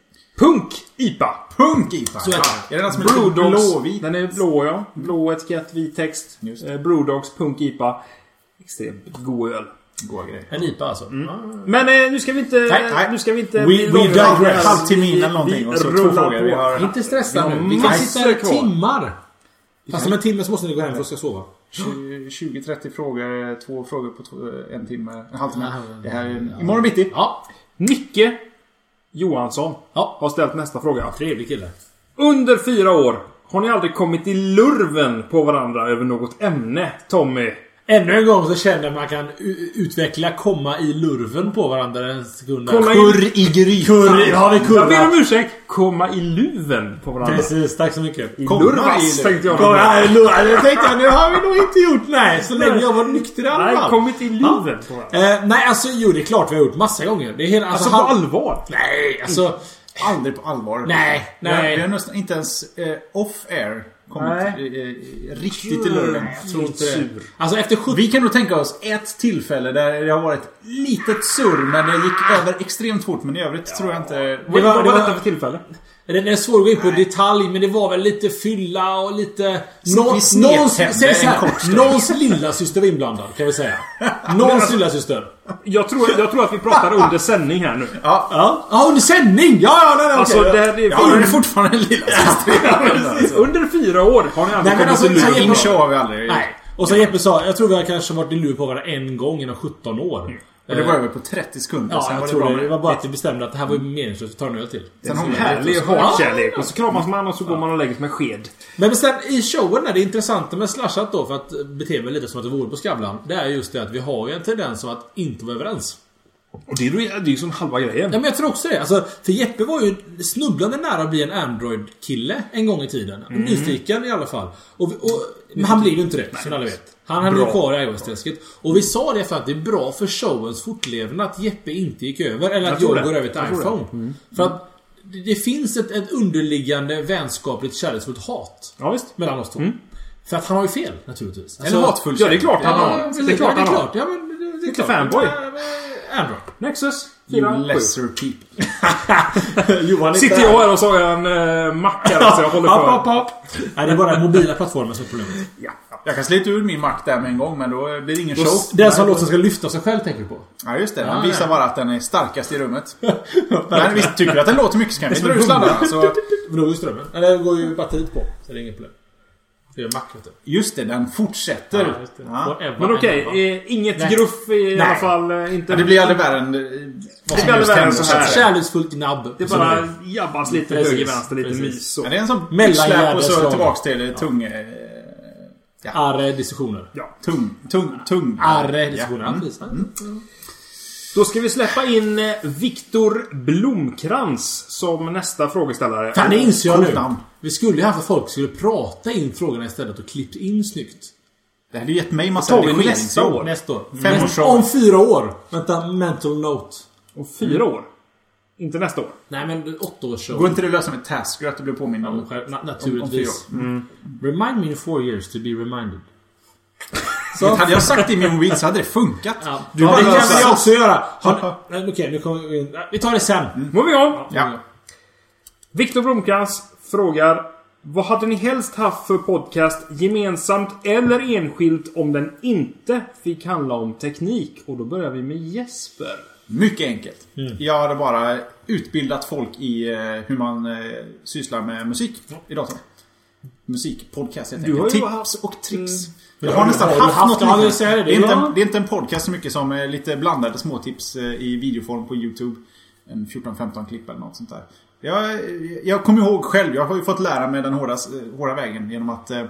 Punk I P A. Punk I P A. Så ja. Är det något som är Brewdogs, blåvit? Den är blå, ja. Blå etikett, vit text. Eh, Brewdogs Punk I P A. Extremt god öl. Goda grejer. En I P A alltså. Mm. Men eh, nu ska vi inte... Nej, nej. Nu ska vi inte... We, we digress. Halvtimme in eller någonting. Och så två frågor. Vi har... Inte stressa nu. Vi kan sitta här timmar. Fast om en timme så måste ni gå hem för att ska sova. tjugo trettio frågor. Två frågor på två, en timme. En halvtimme. Det här är imorgon bitti. Ja. Nicke Johansson ja. har ställt nästa fråga. Trevlig kille. Under fyra år har ni aldrig kommit i lurven på varandra över något ämne, Tommy? Ännu en gång så känner man kan utveckla komma i lurven på varandra en sekund. Kurr i grytan. Kurr, ja, vi kurrar. Jag ber om ursäkt. Komma i luven på varandra. Precis, tack så mycket. I lurvas tänkte jag. Komma i lurvas. Jag tänkte, nu har vi nog inte gjort, nej. Så länge jag var nykter i alla fall. Nej, kommit i luven ja. på varandra. Eh, nej, alltså, jo, det är klart vi har gjort massa gånger. Det är hela, alltså, alltså på allvar? Nej, alltså... Aldrig på allvar. Nej, nej. Vi har nästan inte ens eh, off-air kommit eh, riktigt i lurven. Tror inte det. Alltså efter sjuttio... Vi kan nog tänka oss ett tillfälle där det har varit litet surr men det gick över extremt fort. Men i övrigt ja. tror jag inte... Det var, vad var detta för tillfälle? Det är svårt att gå in på nej. detalj, men det var väl lite fylla och lite... Någons, någons, någons lilla syster var inblandad, kan vi säga. Någons lilla syster. Jag tror, jag tror att vi pratar under sändning här nu. Ja, ja. ja under sändning! Ja, ja, nej, nej, alltså, okay. det är, det är ja, det är fortfarande en lilla syster. ja, under fyra år har ni aldrig nej, kommit alltså, till in show har vi aldrig. Nej. Och så Jeppe sa, jag tror vi har kanske varit i lur på varandra en gång inom sjutton år. Mm. Och det var över på trettio sekunder. Ja, sen jag var det, tror bra det. Det var bara att vi bestämde att det här var meningslöst att ta en öl till. Sen har vi härlig hatkärlek. Och så kramas man och så går man och lägger sig med sked. Men sen i showen är det intressanta med Slashat då, för att bete mig lite som att det vore på Skavlan. Det är just det att vi har ju en tendens att inte vara överens. Och det är ju det är som halva grejen. Ja, men jag tror också det. Alltså, för Jeppe var ju snubblande nära att bli en Android-kille en gång i tiden. Mm. Nyfiken i alla fall. Och, och, men han blev ju inte det, Nej. som alla vet. Han hade ju kvar i iOS-träsket. Och vi sa det för att det är bra för showens fortlevnad att Jeppe inte gick över. Eller att jag, jag går över till jag iPhone. Mm. För att det, det finns ett, ett underliggande vänskapligt kärleksfullt hat ja, visst. mellan oss två. Mm. För att han har ju fel, naturligtvis. Eller alltså, hatfull. Ja, det är klart han har. Ja, det är klart han har. Ja, men det, det är lite fanboy. Android. Nexus. You lesser people. Johan sitter jag här och så har jag en uh, mackare så jag håller för. Hopp, hopp, hopp. Nej, det är bara mobila plattformar som är problemet. Ja. Jag kan slita ur min mack där med en gång, men då blir det ingen show. Den som låter ska lyfta sig själv, tänker du på? Ja, just det. Den ja, visar bara att den är starkast i rummet. Men visst tycker du att den låter mycket så kan vi dra ur sladdarna. Så... Det går ju strömmen. Eller det går ju batteriet på, så det är inget problem. Det är Mac, vet du. Just det, den fortsätter. Ja, just det. Ja. Men okej, okay, eh, inget Nej. gruff i Nej. alla fall. Eh, inte... Ja, det blir aldrig värre än... Det blir aldrig värre än så här. Kärleksfullt gnabb. Det bara jabbas lite Precis. höger, vänster, lite Precis. mys. Så. Ja, det är en sån Mellangärde släp och så slag. tillbaks till det tung... Ja. Arre diskussioner. Ja. Tung, tung, tung. Arre diskussioner. Ja. Ja. Mm. Mm. Då ska vi släppa in eh, Viktor Blomkrans som nästa frågeställare. Fan, det inser jag nu. Coolt namn. Vi skulle ju haft att folk skulle prata in frågorna istället och klippt in snyggt. Det hade gett mig massa tar vi nästa år. Nästa år. Fem Nästa, års show. om fyra år. Vänta, mental note. Om fyra år. Inte nästa år. Nej, men åtta års show. Går inte det lösa med tasker att du blir påmind om? Ja, na- om- naturligtvis. om fyra år. Mm. Remind me in four years to be reminded. Så hade jag sagt det i min mobil så hade det funkat. Ja, Du ja, bara det kan löser- vi också göra. Har, nej, okej, nu kommer vi in. Vi tar det sen. Mm. Moving on. Ja. Viktor Blomkrans frågar: vad hade ni helst haft för podcast gemensamt eller enskilt om den inte fick handla om teknik? Och då börjar vi med Jesper. Mycket enkelt. Mm. Jag hade bara utbildat folk i eh, hur man eh, sysslar med musik i datorn. Musikpodcast helt Du har enkelt. ju Tips haft, och tricks. Mm. Jag har nästan har du haft, haft något det? Ja, liknande. jag säger det. Det är, inte Ja. en, det är inte en podcast så mycket som eh, lite blandade småtips eh, i videoform på YouTube. En fjorton femton klipp eller något sånt där. Jag, jag kommer ihåg själv, jag har ju fått lära mig den hårda, hårda vägen genom att eh,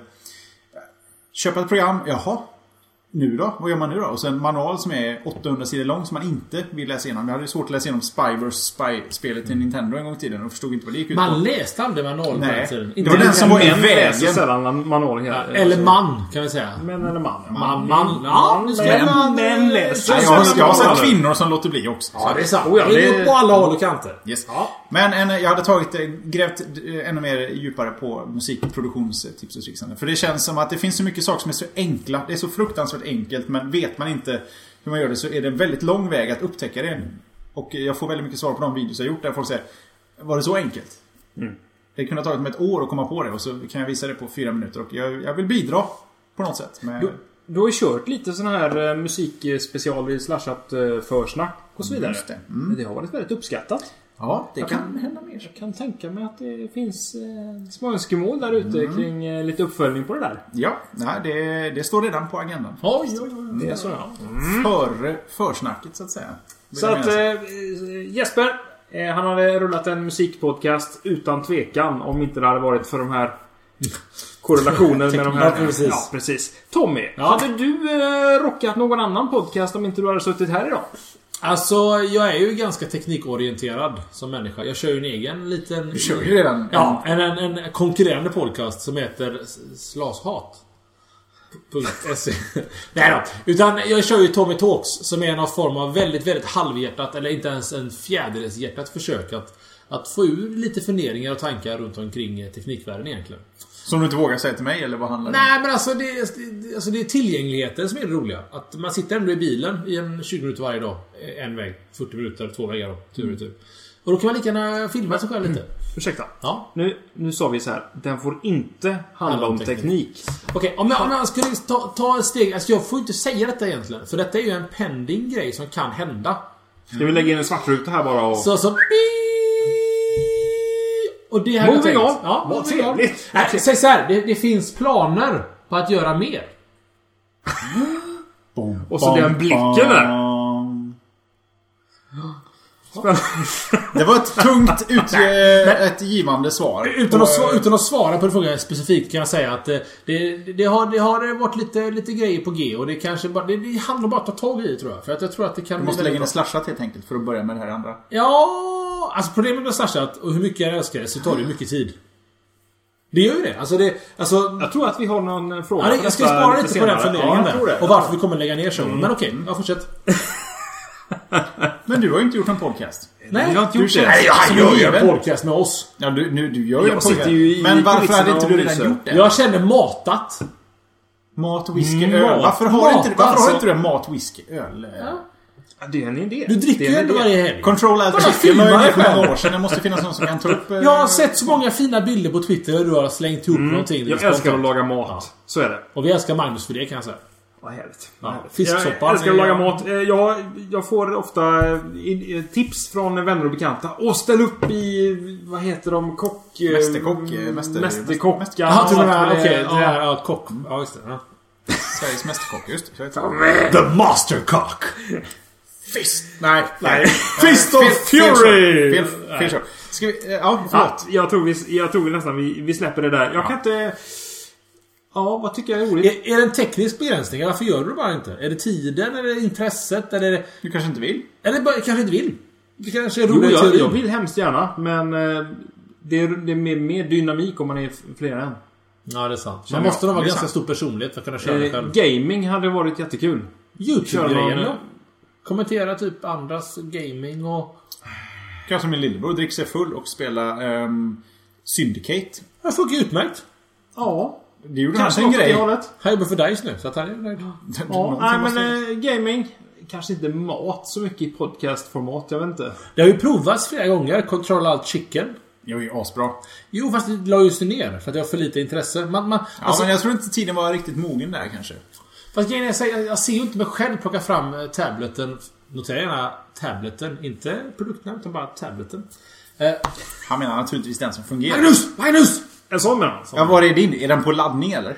köpa ett program. Jaha, nu då? Vad gör man nu då? Och sen en manual som är åttahundra sidor lång som man inte vill läsa igenom. Jag hade ju svårt att läsa igenom Spyverse Spy-spelet till Nintendo en gång i tiden och förstod inte vad det gick ut på. Man läste aldrig manualen på Nej. den tiden. Det var den som var i Män läser vägen. sällan manualen Ja, här. eller man, kan vi säga. Män eller man. Man, man. Ja, nu ska Män. man... Män läser. Nej, jag, har- jag har sett Manualen. kvinnor som låter bli också. Ja, det är sant. Oh ja, det det- är på alla håll och kanter. Yes. Men en, jag hade tagit, eh, grävt eh, ännu mer djupare på musikproduktionstips och trixande. För det känns som att det finns så mycket saker som är så enkla. Det är så fruktansvärt enkelt, men vet man inte hur man gör det så är det en väldigt lång väg att upptäcka det. Och jag får väldigt mycket svar på de videos jag gjort där folk säger: var det så enkelt? Mm. Det kunde ha tagit mig ett år att komma på det och så kan jag visa det på fyra minuter. Och jag, jag vill bidra på något sätt med... Du, du har ju kört lite sån här eh, musikspecial vid slashat eh, försnack och så vidare. Just det. Men Mm. det har varit väldigt uppskattat. Ja, det Jag kan, kan- hända mer. Jag kan tänka mig att det finns eh, små önskemål där ute Mm. kring eh, lite uppföljning på det där. Ja, nej, det, det står redan på agendan. Oj, oj, oj. Det är så, ja. Före försnacket så att säga. Vill Så jag att mena. eh, Jesper, eh, han hade rullat en musikpodcast utan tvekan om inte det hade varit för de här korrelationen med de här. Ja, precis. Ja, precis. Tommy, Ja. hade du eh, rockat någon annan podcast om inte du hade suttit här idag? Alltså, jag är ju ganska teknikorienterad som människa. Jag kör ju en egen liten... Du kör ju redan. Ja, en, en, en konkurrerande podcast som heter Slashat. .se. Nej då. Utan jag kör ju Tommy Talks som är någon form av väldigt, väldigt halvhjärtat eller inte ens en fjädershjärtat försök att, att få ur lite funderingar och tankar runt omkring teknikvärlden egentligen. Som du inte vågar säga till mig eller vad handlar det om? Nej, men alltså det, det, alltså det är tillgängligheten som är det roliga. Att man sitter ändå i bilen i en tjugo minuter varje dag. En väg. fyrtio minuter, två vägar då. Tur och tur. Och då kan man lika gärna filma sig själv lite. Ursäkta. Ja. Nu, nu sa vi så här. Den får inte handla om teknik. Okej, om jag, om jag skulle ta, ta ett steg. Alltså jag får inte säga detta egentligen. För detta är ju en pending grej som kan hända. Ska vi lägga in en svartruta här bara och... Så som... Och det här Moving on. Ja, Vad moving on. trevligt. Nej, säg så här. Det, det finns planer på att göra mer. Bom, Och så den blicken där. Det var ett tungt ut, eh, ett givande svar. Utan att, svara, utan att svara på frågan specifikt kan jag säga att eh, det, det, har, det har varit lite, lite grejer på G. Och det kanske bara... Det, det handlar bara om att ta tag i, tror jag. För att jag tror att det kan Du bli måste väldigt lägga in bra. en slashat helt enkelt för att börja med det här andra. Ja, alltså problemet med slashat och hur mycket jag älskar det så tar det mycket tid. Det gör ju det. Alltså det... Alltså, Jag tror att vi har någon fråga. ja, det, på jag ska detta spara lite lite på den senare. funderingen Ja, jag tror där. det. Och varför vi kommer lägga ner showen. Men okej, jag fortsätter. Men du har ju inte gjort en podcast. Nej, jag har inte Du gjort känns- det. Nej, jag som gör ju given. en podcast med oss. Ja, du, nu, du gör ju Jag en sitter podcast. ju i Men varför kulisserna hade inte du och redan myser. gjort det? Jag känner matat. Mat, whisky, Mat. öl. Varför har, Mat, inte, varför alltså. har inte du en mat, whisky, öl? Ja, det är en idé. Du dricker Det är ju en ändå idé. varje helg. Control Alt Bara Chicken filma var ju dig det för själv. några år sedan. Det måste finnas någon som kan ta upp... eh, Jag har sett så många fina bilder på Twitter där du har slängt ihop någonting. Jag älskar att laga mat. Så är det. Och vi älskar Magnus för det kan jag säga. Vad härligt. Ja, fisksoppa. Jag älskar att laga mat. Jag, jag får ofta tips från vänner och bekanta. Och ställ upp i, vad heter de? Kock... Mästerkock. Mäster, Mästerkock. mäster, Jaha, till och med. Okej, Okej, ja. det här, ja, kock. Ja, just det. Ja. Sveriges mästerkock, just det. The Mastercock. Fist! Nej, nej. Fist of Fury! Fel, fel, fel, fel. Ska vi... Ja, förlåt. Ja, jag tror vi, jag tror vi nästan vi, vi släpper det där. Jag kan inte... Ja, vad tycker jag är roligt? Är, är det en teknisk begränsning? Varför gör du det bara inte? Är det tiden? Är det intresset? Eller är det... Du kanske inte vill? Eller bara, kanske inte vill? Det kanske är Jo, roligt. jag, jag vill hemskt gärna. Men eh, det är, det är mer, mer dynamik om man är flera än. Ja, det är sant. Känner Man måste nog jag. vara Det är ganska sant. stor personlighet för att kunna köra Eh, själv. gaming hade varit jättekul. YouTube-grejen då? Kommentera typ andras gaming och... Jag som min lillebror dricker sig full och spela um, Syndicate. Det funkar utmärkt. Ja. Det gjorde Kanske han en grej. Han jobbar för Dice nu, så att han är nöjd. Ja, nej, men äh, gaming. Kanske inte mat så mycket i podcastformat, jag vet inte. Det har ju provats flera gånger. Control Alt Chicken. Det var ju asbra. Jo, fast det la ju sig ner för att jag har för lite intresse. Man, man, Ja, alltså, men jag tror inte tiden var riktigt mogen där kanske. fast grejen är, jag, säger, jag ser ju inte mig själv plocka fram eh, tableten. Notera gärna tableten. Inte produktnamn, utan bara tableten. Eh, Han menar naturligtvis den som fungerar. Magnus! Magnus! En sån menar han. Ja, var är din? Är den på laddning eller?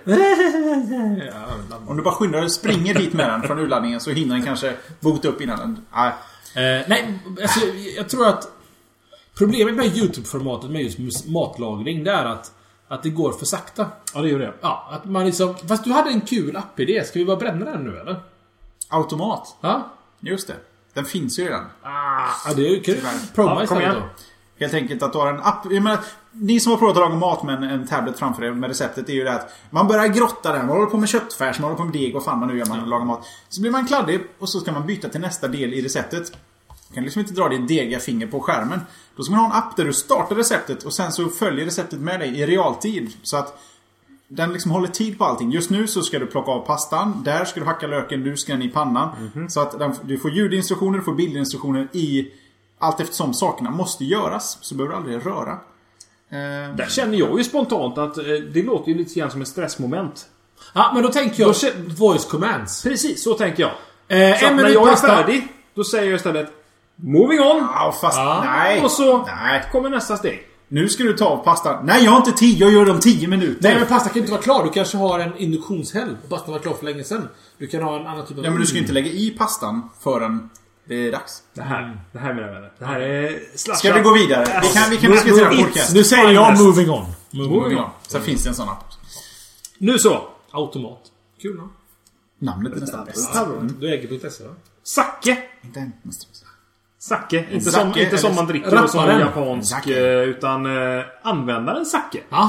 Ja, Om du bara skyndar och springer dit med den från urladdningen så hinner den kanske bota upp innan den... Nej. Eh, nej, alltså, jag tror att problemet med YouTube-formatet med just matlagring, det är att, att det går för sakta. Ja, det gör det. Ja, att man liksom... Fast du hade en kul app-idé. Ska vi bara bränna den nu, eller? Automat. Ja? Just det. Den finns ju redan. Ah, ja, det är ju kul. Prova Ja, kom istället igen. då. Helt enkelt att du har en app. Jag menar, ni som har provat att laga mat med en, en tablet framför er med receptet är ju det att man börjar grotta där. Man håller på med köttfärs, man håller på med deg och fan man nu gör man och lagar mat. Så blir man kladdig och så ska man byta till nästa del i receptet. Du kan liksom inte dra ditt degiga finger på skärmen. Då ska man ha en app där du startar receptet och sen så följer receptet med dig i realtid. Så att den liksom håller tid på allting. Just nu så ska du plocka av pastan. Där ska du hacka löken, nu ska den i pannan. Mm-hmm. Så att den, du får ljudinstruktioner, du får bildinstruktioner i... Allt eftersom sakerna måste göras så behöver du aldrig röra. Eh, Där känner jag ju spontant att eh, det låter ju lite grann som ett stressmoment. Ja, men då tänker jag... Då kä- voice commands. Precis, så tänker jag. Eh, Så en att när minut jag är pasta. färdig, då säger jag istället moving on. ja, fast Ja. nej. Och så Nej. kommer nästa steg. Nu ska du ta av pastan. Nej, jag har inte tid. Jag gör det om tio minuter. Nej, men pasta kan inte vara klar. Du kanske har en induktionshäll. Pastan var klar för länge sedan. Du kan ha en annan typ av... Ja, men du ska inte lägga i pastan förrän det är dags. Det här, det här mina vänner. Det här är slashat. Ska vi gå vidare? Vi kan, vi kan diskutera podcast. Nu säger jag moving on. Moving on. Sen finns det en sån app. Nu så. Automat. Kul namn. Namnet är nästan bäst. Du äger punkt se, va? Sacke. Inte en nästan. Sacke. Inte, Sake, som, inte som eller man dricker och som rapparen. japansk. Sake. eh, Utan eh, användaren Sacke. Ja,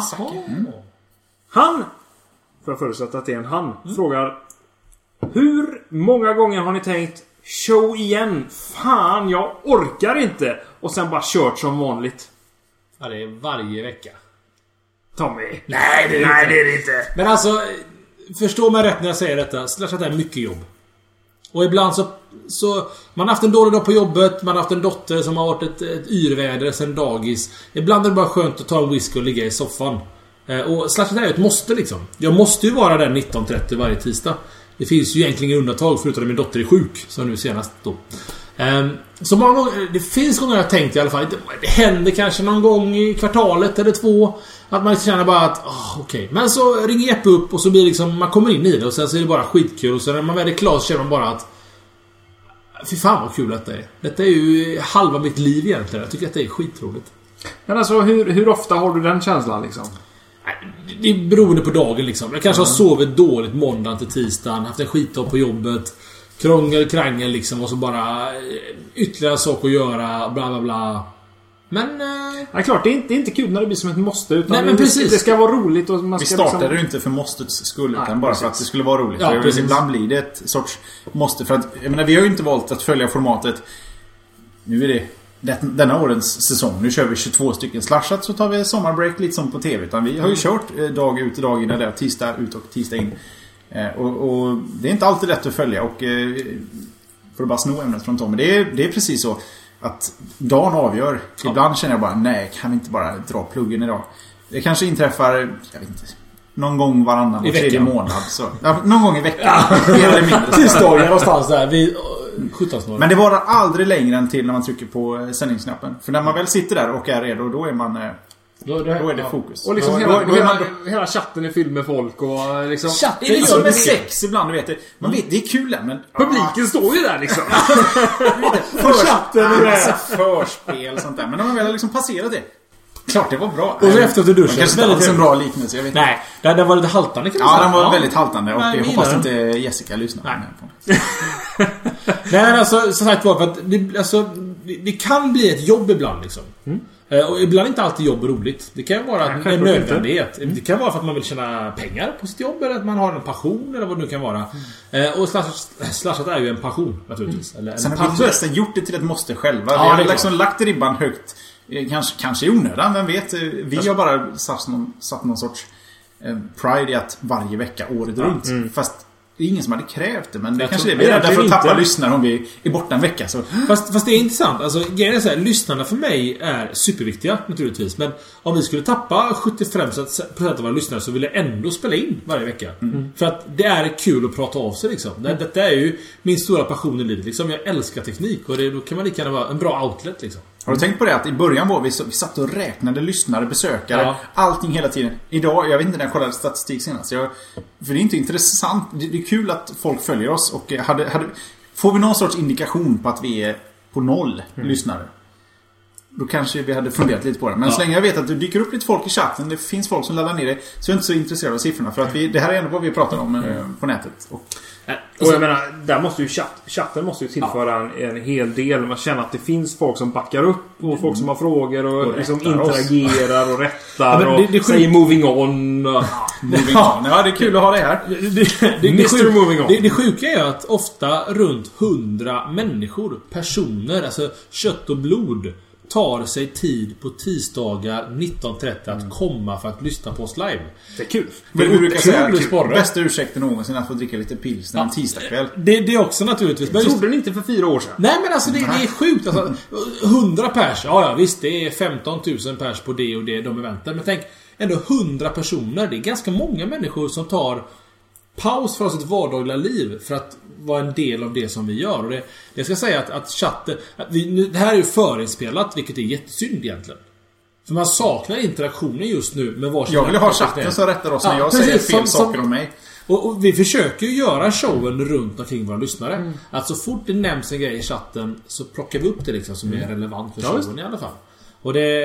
Han, för att förutsätta att det är en han, frågar: hur många gånger har ni tänkt show igen? Fan, jag orkar inte. Och sen bara kört som vanligt. Ja, det är varje vecka. Tommy. Nej, det är Nej, inte. det är det inte. Men alltså, förstå mig rätt när jag säger detta. Slashat är mycket jobb. Och ibland så, så... Man har haft en dålig dag på jobbet. Man har haft en dotter som har varit ett, ett yrväder sen dagis. Ibland är det bara skönt att ta en whisky och ligga i soffan. Eh, och Slashat är ju ett måste liksom. Jag måste ju vara där nitton trettio varje tisdag. Det finns ju egentligen undantag förutom att min dotter är sjuk. Som nu senast då. Eh, så många gånger... Det finns gånger jag har tänkt i alla fall. Det, det händer kanske någon gång i kvartalet eller två. Att man känner bara att, oh, okej. Okay. Men så ringer Jeppe upp och så blir liksom, man kommer in i det och sen så är det bara skitkul. Och så när man väl är klar så känner man bara att, fy fan vad kul detta är. Detta är ju halva mitt liv egentligen. Jag tycker att det är skitroligt. Men alltså, hur, hur ofta har du den känslan liksom? Det är beroende på dagen liksom. Jag kanske har sovit dåligt måndag till tisdagen. Haft en skitdag på jobbet. Krångel, krangel liksom. Och så bara ytterligare saker att göra. Bla bla bla. Men... Eh... Ja, klart, det är, inte, det är inte kul när det blir som ett måste. Utan Nej, men det, precis. det ska vara roligt. Och man Vi ska startade liksom... ju inte för måstets skull utan Nej, bara precis. för att det skulle vara roligt. Ja, för precis. ibland blir det ett sorts måste. För att, jag menar, vi har ju inte valt att följa formatet. Nu är det det, denna årens säsong. Nu kör vi tjugotvå stycken slashat, så tar vi sommarbreak lite som på tv. Utan vi har ju kört eh, dag ut och dag in, där tisdag ut och tisdag in. Eh, och, och det är inte alltid lätt att följa. Och eh, för att bara sno ämnet från Tom. Det är, det är precis så att dagen avgör. Ibland känner jag bara, nej, kan vi inte bara dra pluggen idag? Det kanske inträffar, jag vet inte, någon gång varannan I och tredje veckan. månad. Så. Ja, någon gång i veckan. Mer eller mindre. Tisdagar någonstans där vid sjutton snart. Men det var aldrig längre än till när man trycker på sändningsknappen. För när man väl sitter där och är redo, då är man... eh, Då, det, Då är det ja. fokus. Och liksom då, hela, då, då är man, hela, hela chatten är fylld med folk och liksom... det är lite som med sex ibland, du vet det. Man vet, det är kul där, men... Publiken står ju där liksom. För chatten och massa förspel och sånt där. Men när man väl har liksom passerat det. Klart det var bra. Och så efter att du duschade. Det kanske inte alls en bra liknelse, jag vet inte. Nej, den, den var lite haltande kan man Ja, säga. den var Ja. väldigt haltande. Och Nej, jag jag hoppas gillar inte Jessica lyssnar på Nej. den här. Nej men alltså, som sagt var, för att det, alltså, det, det kan bli ett jobb ibland liksom. Mm. Eh, och ibland inte alltid jobb roligt. Det kan vara Nej, en nödvändighet. Mm. Det kan vara för att man vill tjäna pengar på sitt jobb, eller att man har en passion, eller vad det nu kan vara. Mm. Eh, och slashat, slashat är ju en passion naturligtvis. Mm. Eller en Sen har vi nästan gjort det till ett måste själva. Ja, vi har det är liksom klart. lagt ribban högt. Eh, Kanske, kanske i onödan, vem vet. Eh, Vi har bara satt någon, satt någon sorts eh, pride i att varje vecka, året runt. Mm. Fast det är ingen som hade krävt det. Men det Jag kanske tror- det är. Vi är rädda för att egentligen tappa inte. lyssnare om vi är borta en vecka. Så. Fast, fast det är intressant. Alltså, grejen är så här, lyssnarna för mig är superviktiga naturligtvis. Men om vi skulle tappa sjuttiofem procent av våra lyssnare så vill jag ändå spela in varje vecka. Mm. För att det är kul att prata av sig liksom. Det, detta är ju min stora passion i livet liksom. Jag älskar teknik och det, då kan man lika gärna vara en bra outlet liksom. Har du tänkt på det att i början var vi, så, vi satt och räknade lyssnare, besökare, Ja. allting hela tiden. Idag, jag vet inte när jag kollade statistik senast. Jag, för det är inte intressant. Det, det är kul att folk följer oss. Och hade, hade, får vi någon sorts indikation på att vi är på noll Mm. lyssnare, då kanske vi hade funderat lite på det. Men Ja. så länge jag vet att det dyker upp lite folk i chatten, det finns folk som laddar ner det, så är jag inte så intresserad av siffrorna. För att vi, det här är ändå vad vi pratar om eh, på nätet. Och, Och jag menar, där måste ju chatt, chatten måste ju tillföra en, en hel del. Man känner att det finns folk som backar upp och folk som har frågor och, Och liksom rättar oss. interagerar och rättar Ja, men det- och det är sjukt. säger moving on. Och, moving on. Ja, det är kul att ha det här. Det, det, det, det, Mister sjuk- Moving On. det, det sjuka är att ofta runt hundra människor, personer, alltså kött och blod, tar sig tid på tisdagar nitton trettio att komma för att lyssna på oss live. det är kul. Men du brukar säga otrolig kul. sporre. Bästa ursäkten någonsin att få dricka lite pilsner en tisdagkväll. Det, det är också naturligtvis. Men just, Trodde ni inte för fyra år sedan? nej men alltså det, det är sjukt alltså, hundra pers, ja ja visst det är femton tusen pers på det och det de eventen. Men tänk ändå hundra personer. Det är ganska många människor som tar paus från sitt vardagliga liv för att vara en del av det som vi gör. Och det, det ska säga att, att chatten att vi, nu, det här är ju förinspelat, vilket är jättesynd egentligen. För man saknar interaktionen just nu med varsin. Jag vill ha chatten som rättar oss när Ja, jag precis, säger fel som- saker som- om mig. Och, och vi försöker ju göra showen runt omkring våra lyssnare. Mm. Att så fort det nämns en grej i chatten så plockar vi upp det liksom som är relevant för Ja, showen visst. i alla fall. Och det...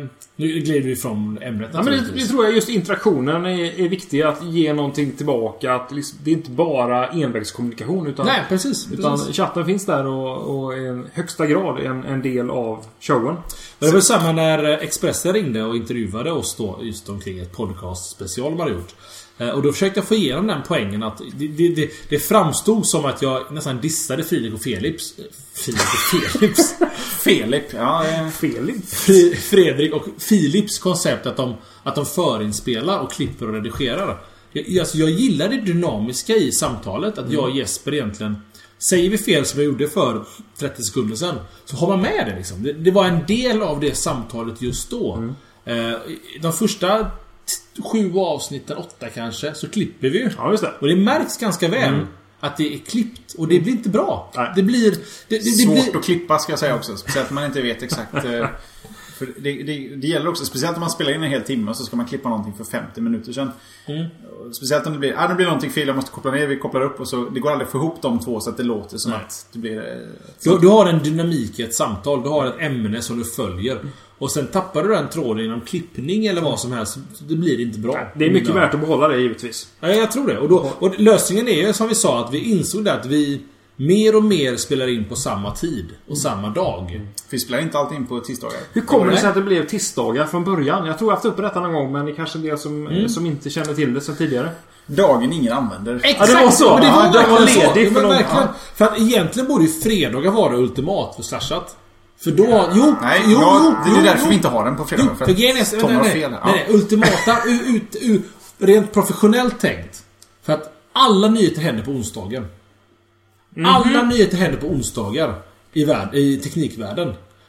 Nu glider vi från ämnet Ja, men det, naturligtvis. det tror jag just interaktionen är, är viktig. Att ge någonting tillbaka. Att liksom, det är inte bara envägskommunikation. Utan, Nej, precis. utan precis. chatten finns där och, och är i högsta grad en, en del av showen. Det var väl samma när Expressen ringde och intervjuade oss då just omkring ett podcast special de hade gjort. Eh, Och då försökte jag få igenom den poängen att det, det, det, det framstod som att jag nästan dissade Fredrik och Philips. Filip och Philips. Filip, ja. eh, Felix. Fri- Fredrik och Philips koncept att de, att de förinspelar och klipper och redigerar. Jag, alltså jag gillar det dynamiska i samtalet. Att jag och Jesper egentligen... Säger vi fel som jag gjorde för trettio sekunder sedan, så har man med det liksom. Det, det var en del av det samtalet just då. Mm. Eh, De första t- sju avsnitten, åtta kanske, så klipper vi ju. Ja, just det. Och det märks ganska väl Mm. att det är klippt. Och det blir inte bra. Nej. Det blir... Det, det, det Svårt blir, att klippa ska jag säga också. Speciellt om man inte vet exakt. eh, För det, det, det gäller också, speciellt om man spelar in en hel timme och så ska man klippa någonting för femtio minuter sedan. Mm. Och speciellt om det blir, ah, det blir någonting fel, jag måste koppla ner, vi kopplar upp och så, det går aldrig att få ihop de två så att det låter som Nej. att det blir... eh, Du, du har en dynamik i ett samtal. Du har ett ämne som du följer. Och sen tappar du den tråden genom klippning eller vad som helst. Så det blir inte bra. Det är mycket Ja. värt att behålla det givetvis. Ja, jag tror det. Och, då, och lösningen är ju som vi sa att vi insåg det att vi mer och mer spelar in på samma tid och samma dag. Vi spelar inte alltid in på tisdagar. Hur kommer det Nej. sig att det blev tisdagar från början? Jag tror jag har haft uppe detta någon gång, men det är kanske det som, Mm. som inte känner till det sedan tidigare. Dagen ingen använder. Exakt! Ja, det var så. Men det var Ja, den var verkligen så. ledig Det för var någon- verkligen. ja. För att egentligen borde ju fredagar vara ultimat för slashat. För då... Jo, Nej, jo, ja, jo, det är jo, därför jo. vi inte har den på fredag. Jo, För för att grejen är... Tom Nej, har nej, fel nej, här. nej, ultimata... u- ut, u, rent professionellt tänkt. För att alla nyheter händer på onsdagen. Alla nyheter händer på onsdagar i, värld, i teknikvärlden.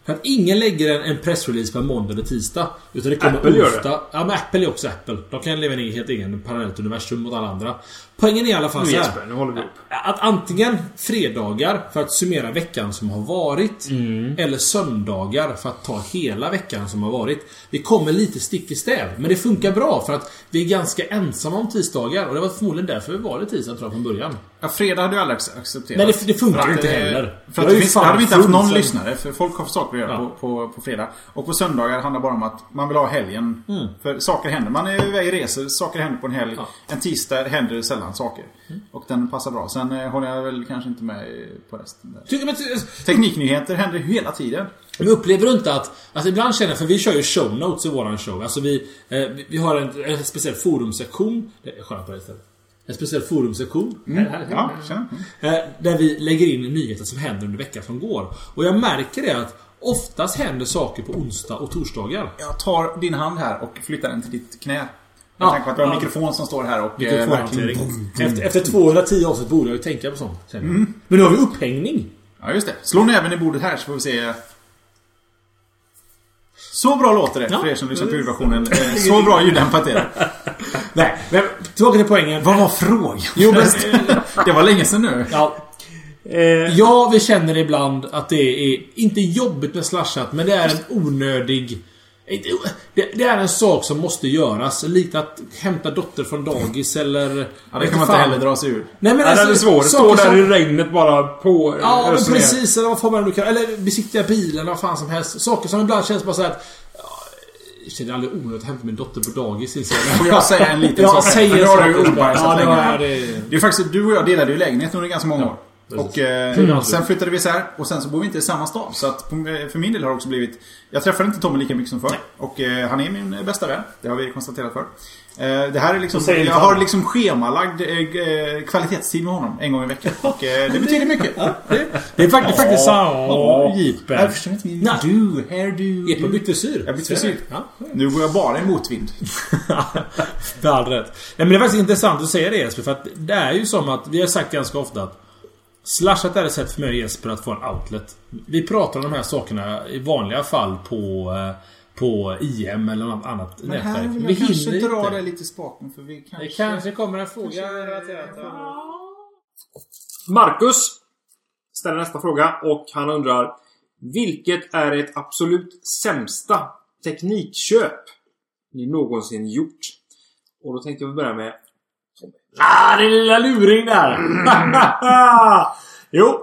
För att ingen lägger en, en pressrelease på måndag eller tisdag. Utan det kommer Apple gör onsdag. det. Ja, men Apple är också Apple. De kan leva i helt egen parallellt universum mot alla andra. Poängen är i alla fall Nu så här, Jesper, nu håller vi upp. att antingen fredagar för att summera veckan som har varit Mm. eller söndagar för att ta hela veckan som har varit. Vi kommer lite stick i stäv, men det funkar bra för att vi är ganska ensamma om tisdagar och det var förmodligen därför vi var det tisdag tror jag från början. Ja, fredag hade ju aldrig accepterat. Men det, det funkar För att, inte eh, heller. För att Jag är det ju finns, fan hade vi inte haft full någon sen. lyssnare. För folk har saker att göra Ja. på, på, på fredag. Och på söndagar handlar bara om att man vill ha helgen. Mm. För saker händer. Man är iväg i resor. Saker händer på en helg. Ja. En tisdag händer det sällan saker. Mm. Och den passar bra. Sen eh, håller jag väl kanske inte med på resten där. Tycker, men, Tekniknyheter händer ju hela tiden. Men upplever du inte att... Alltså ibland känner jag, för vi kör ju show notes i våran show. Alltså vi, eh, vi- vi har en, en speciell forumsektion. Det är skönt på det istället. En speciell forumsektion. Mm. Här, här, här. Ja, känner. Eh, Där vi lägger in nyheter som händer under veckan som går. Och jag märker det att oftast händer saker på onsdag och torsdagar. Jag tar din hand här och flyttar den till ditt knä. Jag Ja, tänker på att du har en ja. mikrofon som står här och... eh, Mikrofonhantering. verkligen- Efter, efter tvåhundratio avsnitt borde jag ju tänka på sånt. känner jag. Men nu har vi upphängning. Ja, just det. Slå näven i bordet här så får vi se... Så bra låter det Ja. för er som lyssnar på urversionen. Eh, Så bra ljuddämpat är det. Nej, men tillbaka till poängen. Vad var frågan? Jo, men, Det var länge sedan nu. ja, Eh, ja, vi känner ibland att det är inte jobbigt med slashat, men det är en onödig... Det, det är en sak som måste göras. Lite att hämta dotter från dagis eller... Ja, det kan man inte heller dra sig ur. Nej, men ja, det är svårt. Stå saker där som- i regnet bara på... Ja, men öser ner. precis. Eller vad får man nu kan... Eller besiktiga bilen, vad fan som helst. Saker som ibland känns bara så här att... ja, jag känner aldrig onödigt att hämta min dotter på dagis. Får jag säga en liten Ja, sak? säg För en nu har sak. du ju ordbajsat Ja, det länge. var det. Det är faktiskt, du och jag delade ju lägenhet under ganska många år. precis. Och eh, Mm. sen flyttade vi isär och sen så bor vi inte i samma stad. Så att på- för min del har det också blivit... Jag träffar inte Tommy lika mycket som förr. Och eh, han är min eh, bästa vän. Det har vi konstaterat för. Eh, det här är liksom... Så säger Jag inte har han. liksom schemalagd eh, eh, kvalitetstid med honom en gång i veckan. Och eh, det betyder mycket. Det är faktiskt, faktiskt så. Jag Jeepen. förstår inte min... Nej. Du, här du... Epa bytte syr. Jag bytte frisyr. Ja. Nu går jag bara i motvind. Det är all rätt. Nej, men det är faktiskt intressant att säga det, Jesper. För att det är ju som att vi har sagt ganska ofta att slashat är ett sätt för mig och Jesper att få en outlet. Vi pratar om de här sakerna i vanliga fall på, eh, på I M eller något annat Men här nätverk. vill Vi jag kanske hinner dra inte. det lite spaken för vi kanske... Det kanske kommer en fråga relaterat till... Marcus ställer nästa fråga och han undrar: vilket är ett absolut sämsta teknikköp ni någonsin gjort? Och då tänkte jag börja med ah, den lilla luring där. Jo.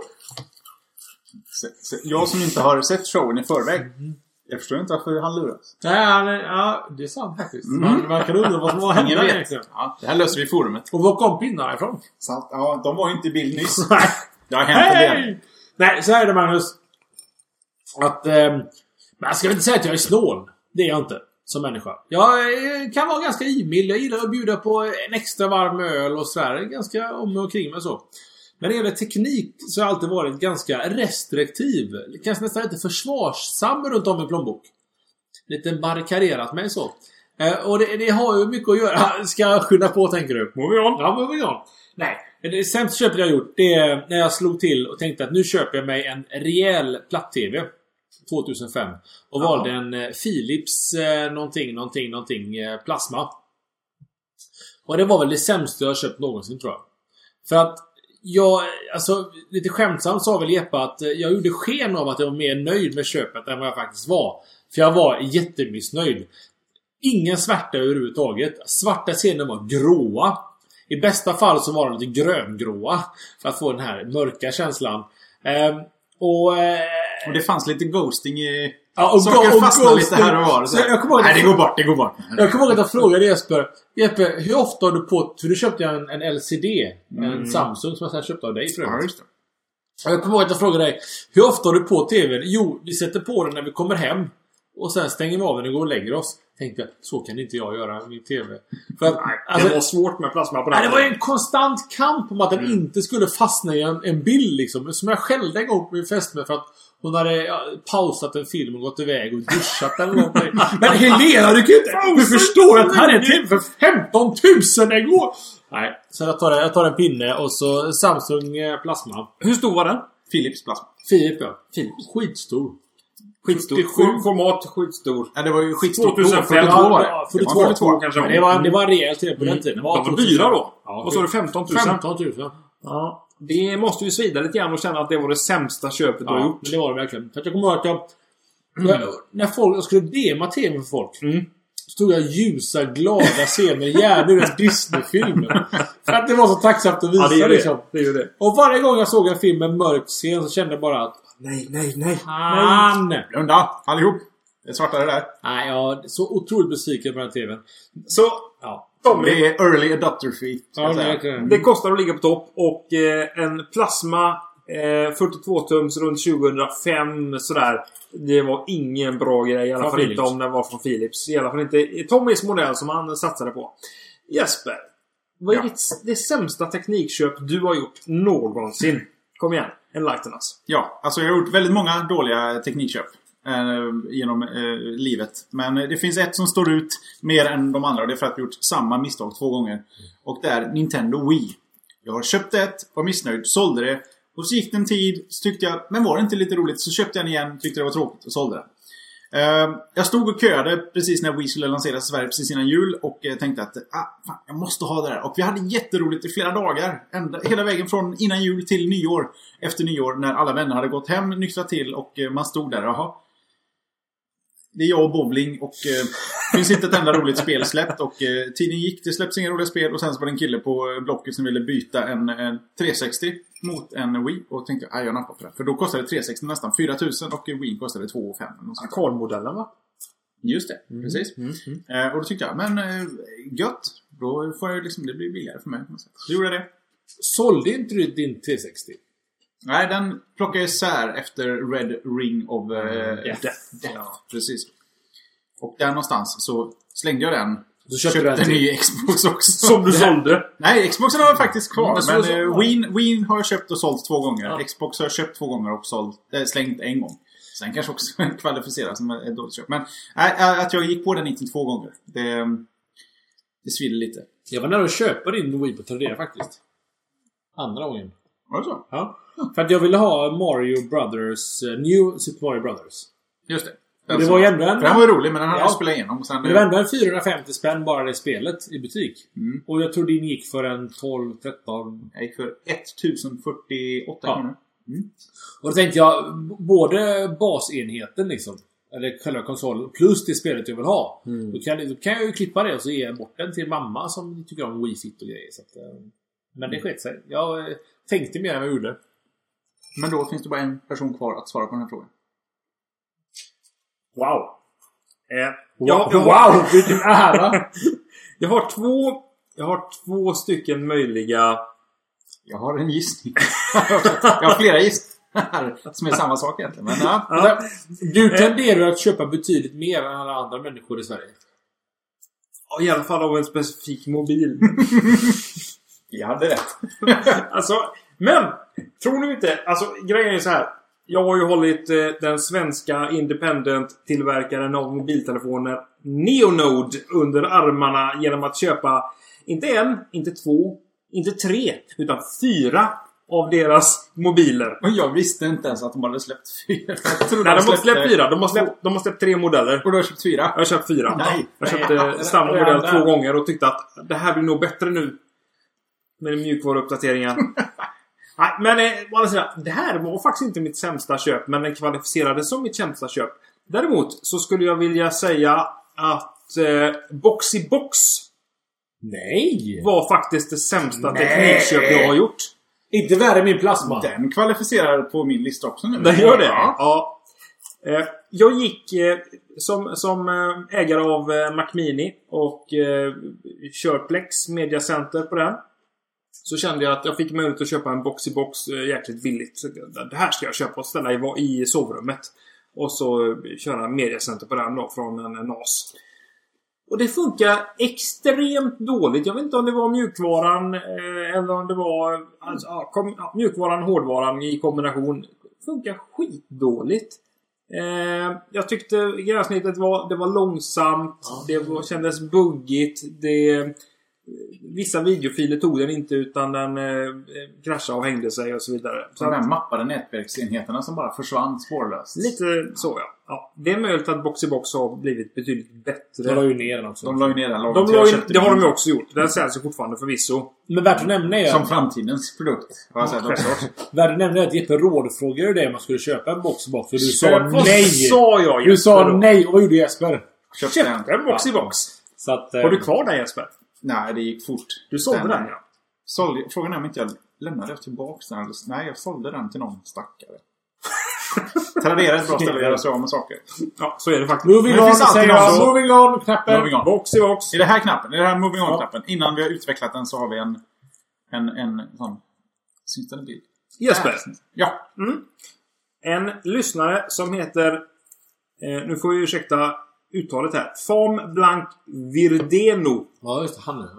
Se- se- Jag som inte har sett showen i förväg. Jag förstår inte varför han luras. Nej, han är- ja, det är sant faktiskt. Man, man kan undra vad som var hända Ingen vet. egentligen. Ja, det här löser vi i forumet. Och var kom pinnarna ifrån? Sant. Ja, de var ju inte i bild nyss. Nej. Det har hänt en del. Hej! Nej, så här är det, Magnus. Att... Eh, men jag ska väl inte säga att jag är snål. Det är jag inte. Som människa. Jag eh, kan vara ganska givmild. Jag gillar att bjuda på en extra varm öl och sådär. Ganska om och kring mig så. Men när det gäller teknik så har jag alltid varit ganska restriktiv. Kanske nästan lite försvarsam runt om i plånbok. Lite barrikaderat mig så. Eh, och det, det har ju mycket att göra. Ska jag skynda på, tänker du? Moving on. Ja, moving on. Nej, det sämsta köpet jag har gjort, det är när jag slog till och tänkte att nu köper jag mig en rejäl platt-tv tjugohundrafem. Och Ja. valde en eh, Philips eh, någonting, någonting, någonting eh, plasma. Och det var väl det sämsta jag har köpt någonsin, tror jag. För att jag, alltså lite skämtsamt sa väl Jeppe att eh, jag gjorde sken av att jag var mer nöjd med köpet än vad jag faktiskt var. För jag var jättemissnöjd. Ingen svärta överhuvudtaget. Svarta scener var gråa. I bästa fall så var de lite gröngråa. För att få den här mörka känslan. Ehm, och... Eh, Och det fanns lite ghosting i... ja, och Saker go- och fastnar lite ghosting. här och var. Så jag, jag kommer ihåg att Nej, det jag, går bort, det går bort. jag kommer ihåg att jag frågade Jesper. Jeppe, hur ofta har du på... För du köpte jag en, en L C D. En Samsung som jag sedan köpte av dig, tror jag. Ja, just det. Jag kommer ihåg att jag frågade dig: hur ofta har du på tvn? Jo, vi sätter på den när vi kommer hem. Och sen stänger vi av den och går och lägger oss. Tänkte jag, så kan inte jag göra med min tv. För att, Nej, alltså, det var svårt med plasma på den. nej, det var ju en konstant kamp om att den inte skulle fastna i en, en bild liksom. Som jag skällde en gång på min fästmö för att hon hade ja, pausat en film och gått iväg och duschat eller någonting. Men Helena, du kan inte... Du förstår att här är en tv för femton tusen det går. Nej, så jag tar, jag tar en pinne och så Samsung eh, plasma. Hur stor var den? Philips plasma. Filip, ja. Filip. Skitstor. Skitstor. fyrtiosju. Format skitstor. Ja, det var ju skitstort. tvåtusenfem. fyrtiotvå var det. Ja, Det var fyrtiotvå fyrtiotvå kanske. Men det var, det var rejält på den tiden. Det var De var dyra då. Ja, Och så är det femton tusen. femton tusen. Ja. Det måste ju svida lite grann och känna att det var det sämsta köpet du har Ja, gjort. men det var det verkligen. För att jag kommer ihåg att jag... jag när folk, jag skulle dema tv för folk. Mm. Så tog jag ljusa, glada scener. Gärna ur en Disney-film. För att det var så tacksamt att visa. Ja, det är liksom. det. Det är ju det. Och varje gång jag såg en film med en mörk scen så kände jag bara att... Nej, nej, nej. Han! Blunda, allihop. Det är svartare där. Nej, jag är så otroligt besviken på den tvn. Så, Ja. Tommy. Det är early adopter fee. ska Ja, jag det säga. är det. Det kostar att ligga på topp. Och eh, en plasma eh, fyrtiotvå tums runt tjugohundrafem sådär. Det var ingen bra grej. I alla Från fall Philips. inte om den var från Philips. I alla fall inte Tommys modell som han satsade på. Jesper. Vad är Ja. ditt, det sämsta teknikköp du har gjort någonsin? Kom igen. Enlighten us. Ja, alltså jag har gjort väldigt många dåliga teknikköp eh, genom eh, livet. Men eh, det finns ett som står ut mer än de andra. Och det är för att jag har gjort samma misstag två gånger. Och det är Nintendo Wii. Jag har köpt ett, var missnöjd, sålde det. Och så gick det en tid, så tyckte jag, men var det inte lite roligt? Så köpte jag den igen, tyckte det var tråkigt och sålde den. Uh, jag stod och köade precis när Wii skulle lanseras i Sverige precis innan jul. Och uh, tänkte att ah, fan, jag måste ha det där. Och vi hade jätteroligt i flera dagar. Ända, hela vägen från innan jul till nyår. Efter nyår när alla vänner hade gått hem, nyktrat till. Och uh, man stod där, jaha. Det är jag och bowling. Och uh, finns inte ett enda roligt spel släppt. Och uh, tiden gick, det släpptes inga roliga spel. Och sen så var det en kille på uh, Blocket som ville byta en, en trehundrasextio mot en Wii. Och tänkte, ah, jag nappar på det. För då kostade trehundrasextio nästan fyra tusen. Och uh, Wii kostade två fem. Arkadmodellen, va? Just det, precis. Mm, mm. Eh, och då tyckte jag, men eh, gött. Då får jag liksom, det blir billigare för mig. Så gjorde jag det. Sålde inte du din trehundrasextio? Nej, den plockade jag isär efter Red Ring of eh, Death. Death. Ja, precis. Och där någonstans så slängde jag den. Så köpte köpte du en en ny Xbox också. Som du sålde. Nej, Xboxen har jag faktiskt kvar. Mm, men så- så- eh, Wii, Wii har jag köpt och sålt två gånger. Ja. Xbox har jag köpt två gånger och sålt, eh, slängt en gång. Sen kanske också kvalificeras som ett dåligt köp. Men äh, att jag gick på den nitton två gånger. Det, det svider lite. Jag var nära att köpa din Wii på Tradera faktiskt. Andra gången. Var det så? Ja. För att jag ville ha Mario Brothers, uh, New Super Mario Brothers. Just det. Och det var ju ändå en... För den var ju rolig, men den hade Ja. jag spelat igenom. Och sen, Men det var ändå en fyrahundrafemtio spänn bara det spelet i butik. Mm. Och jag tror din gick för en tolv tretton. Jag gick för tusen fyrtioåtta Ja. kronor. Och då tänkte jag, b- både basenheten liksom, eller själva konsolen, plus det spelet jag vill ha. Mm. Då, kan, då kan jag ju klippa det och så ge bort den till mamma som tycker om Wii Fit och grejer. Så att, eh, men det sket sig. Jag eh, tänkte mer än vad jag gjorde. Men då finns det bara en person kvar att svara på den här frågan. Wow. Eh, Wow, jag, jag, wow, vilken ära! jag har två Jag har två stycken möjliga. Jag har en gissning. Jag har flera gissningar som är samma sak egentligen. Men, ja. Ja. Du tenderar att köpa betydligt mer än alla andra människor i Sverige. Ja, i alla fall av en specifik mobil. Jag hade rätt. Alltså, men tror ni inte, alltså grejen är så här. Jag har ju hållit eh, den svenska independent-tillverkaren av mobiltelefoner Neonode under armarna genom att köpa inte en, inte två, inte tre, utan fyra av deras mobiler. Och jag visste inte ens att de hade släppt fyra. Jag trodde Nej, de har släppte- släppt fyra. De har släppt, de har släppt tre modeller. Och du har köpt fyra? Jag har köpt fyra. Nej. Jag köpte samma modell två gånger och tyckte att det här blir nog bättre nu med mjukvaruuppdateringar. Nej, men eh, å andra sidan, det här var faktiskt inte mitt sämsta köp, men den kvalificerade som mitt sämsta köp. Däremot så skulle jag vilja säga att eh, Boxy Box Nej! var faktiskt det sämsta Nej. teknikköp jag har gjort. Inte värre min plasma. Den kvalificerar på min lista också nu. Den gör det? Ja. Ja. Eh, jag gick eh, som, som eh, ägare av eh, Mac Mini och eh, Körplex Media Center på den. Så kände jag att jag fick möjlighet att köpa en Boxy Box eh, jäkligt billigt. Så det här ska jag köpa och ställa i, i sovrummet. Och så eh, köra Media Center på den då från en, en N A S. Och det funkar extremt dåligt. Jag vet inte om det var mjukvaran eh, eller om det var alltså, ja, kom, ja, mjukvaran och hårdvaran i kombination. Det funkar skitdåligt. Eh, jag tyckte gränssnittet var, det var långsamt. Det var, kändes buggigt. Det, vissa videofiler tog den inte utan den eh, kraschade och hängde sig och så vidare. Så de här mappade nätverksenheterna som bara försvann spårlöst. Lite så ja. ja. Det är möjligt att Boxybox har blivit betydligt bättre. De la ju ner den också. De la ju ner den. De la ju, det har de ju också gjort. Den säljs ju fortfarande förvisso. Men värt att nämna är... Som framtidens produkt. Har jag sett också. Värt att nämna är att Jeppe rådfrågade det man skulle köpa en Boxybox. Och du sa Köp, nej. Sa jag, du sa nej. Och vad gjorde Jesper? Köpte, Köpte en Boxybox. Så att, har du kvar den Jesper? Nej, det gick fort. Du sålde den, den ja. Sålde, frågan är om inte jag lämnade jag tillbaka den. Nej, jag sålde den till någon stackare. Tradera ett bra ställe att göra sig av med saker. Ja, så är det faktiskt. Moving on, säger jag. Moving on, knappen. Moving on. Boxybox. I det här knappen, i det här moving on-knappen. Ja. Innan vi har utvecklat den så har vi en en, en sån syntande bild. Jesper. Ja. Mm. En lyssnare som heter eh, nu får vi ursäkta uttalet här. Fam Blank Virdeno. Ja, just det. Han är.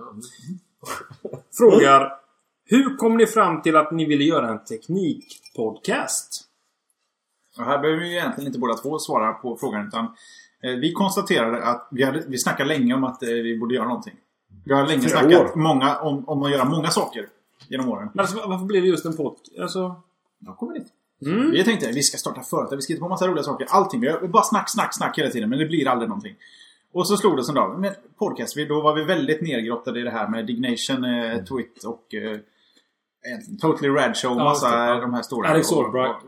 Frågar: hur kom ni fram till att ni ville göra en teknikpodcast? Och här behöver vi egentligen inte båda två svara på frågan, utan eh, vi konstaterade att vi, hade, vi snackade länge om att eh, vi borde göra någonting. Vi har länge Flera snackat år. många, om, om att göra många saker genom åren. Men alltså, varför blev det just en podd? Alltså... Jag kommer dit. Mm. Vi tänkte vi ska starta företag, vi ska hitta på massa roliga saker. Allting, vi har bara snack, snack, snack hela tiden, men det blir aldrig någonting. Och så slog det som dag. Men podcast, då var vi väldigt nergrottade i det här med Dignation, eh, Twit och eh, Totally Rad Show. Massa ja, de här stora. Alex Allbright.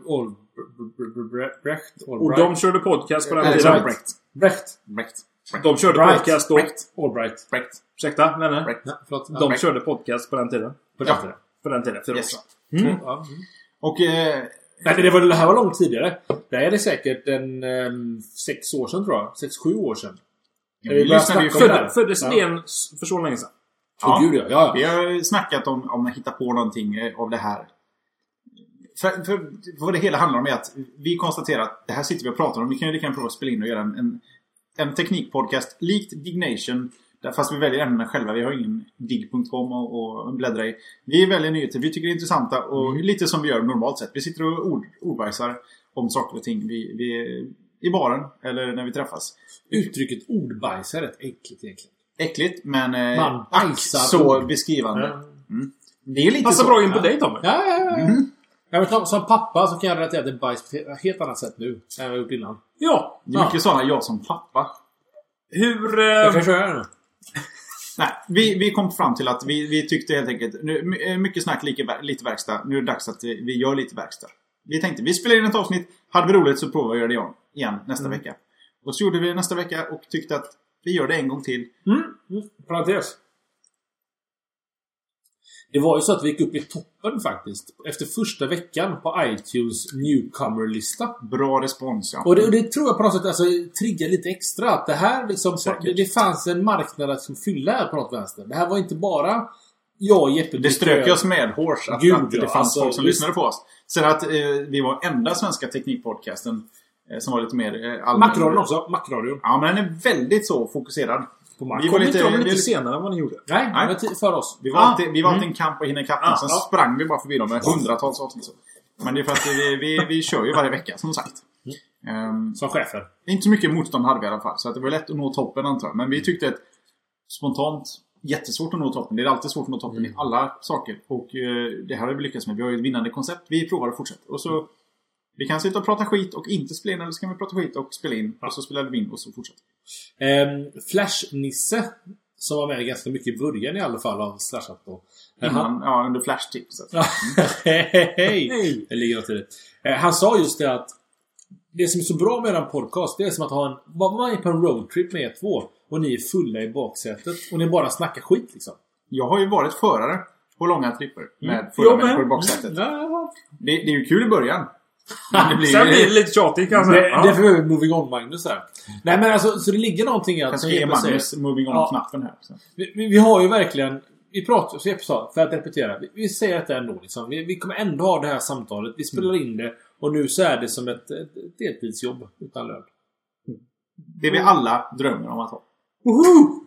Brecht. Och de körde podcast på den Alex tiden. Brecht. Brecht. Brecht. De körde Bright. podcast då. Brecht. Allbright. Brecht. Ursäkta, vänner. Brecht. Ja, förlåt. De Brecht. körde podcast på den tiden. På den Ja. tiden. På den tiden, för Yes. oss. Mm. Mm. Ja. Och... Eh, Nej, men det, var, det här var långt tidigare. Det här är det säkert en um, sex år sedan tror jag. Sex, sju år sedan. Ja, vi lyssnade ju Födde, föddes idén för så länge sedan? Ja. Gud, ja. Ja. Vi har snackat om, om att hitta på någonting av det här. För, för vad det hela handlar om är att vi konstaterar att det här sitter vi och pratar om. Vi kan ju lika gärna prova att spela in och göra en, en, en teknikpodcast likt Dignation. Där, fast vi väljer ämnen själva. Vi har ingen dig punkt com och, och bläddra i. Vi väljer nyheter. Vi tycker det är intressanta. Och mm. lite som vi gör normalt sett. Vi sitter och ord, ordbajsar om saker och ting. Vi, vi, i baren eller när vi träffas. Uttrycket ordbajs är rätt äckligt egentligen. Äckligt, men Man bajsar så ord. beskrivande. Ja. Mm. Det är lite Passar så. bra in på dig, Tommy. Ja, ja, ja. Mm. Jag vet, som pappa så kan jag relatera till bajs på ett helt annat sätt nu än jag har gjort innan. Ja. Det är mycket sådana jag som pappa. Hur... Eh... Jag kan köra nu. Nej, vi, vi kom fram till att vi, vi tyckte helt enkelt nu, mycket snack, lika, lite verkstad. Nu är det dags att vi, vi gör lite verkstad. Vi tänkte, vi spelar in ett avsnitt. Hade vi roligt så provar vi att göra det igen nästa mm. vecka. Och så gjorde vi det nästa vecka och tyckte att vi gör det en gång till. Mm. Mm. Parentes. Det var ju så att vi gick upp i toppen faktiskt. Efter första veckan på iTunes Newcomer-lista. Bra respons, ja. Och det, och det tror jag på något sätt alltså, triggar lite extra. Att det här liksom, det, det fanns en marknad att fylla här på något vänster. Det här var inte bara jag och Jeppe. Det strök oss med hårs att, Gud, att det ja, fanns alltså, folk som visst. lyssnade på oss. Sen att eh, vi var enda svenska teknikpodcasten eh, som var lite mer eh, allmän. Macradion också. Macradion. Ja, men den är väldigt så fokuserad. På Mac. Vi var lite, lite, lite senare än vad ni gjorde. Nej, Nej. Det var för oss. Vi var, ah. alltid, vi var alltid en kamp och hinna ikapp. Ah, Sen ah. sprang vi bara förbi dem med hundratals avsnitt. Så. Men det är för att vi, vi, vi kör ju varje vecka, som sagt. Mm. Um, som chefer. Inte så mycket motstånd hade vi i alla fall. Så att det var lätt att nå toppen, antar jag. Men vi tyckte att spontant jättesvårt att nå toppen. Det är alltid svårt att nå toppen mm. i alla saker. Och uh, det här har vi lyckats med. Vi har ju ett vinnande koncept. Vi provar och fortsätter. Och så vi kan sitta och prata skit och inte spela in. Eller så kan vi prata skit och spela in. Ja. Och så spelar vi in och så fortsätter vi. Um, Flash-Nisse. Som var med ganska mycket i början i alla fall av Slashat på. Innan, han, ja, under Flash-tipset. Mm. Hej, hej! Det ligger till det. Han sa just det att det som är så bra med en podcast, det är som att ha en... Vad man är på en roadtrip med er två och ni är fulla i baksätet och ni bara snackar skit liksom. Jag har ju varit förare på långa tripper med mm. fulla människor i baksätet. Mm. Ja. Det, det är ju kul i början. Det blir, Sen blir det lite tjatigt kanske. Det, ja. det är för moving on Magnus här. Nej men alltså, så det ligger någonting i att... Kanske är Magnus moving on-knappen här. Så. Vi, vi, vi har ju verkligen... Vi pratar, så jag sa, för att repetera. Vi, vi säger att det är ändå liksom. Vi, vi kommer ändå ha det här samtalet. Vi spelar in det. Och nu så är det som ett, ett, ett deltidsjobb utan lön. Mm. Det vi alla drömmer om att ha. Woho!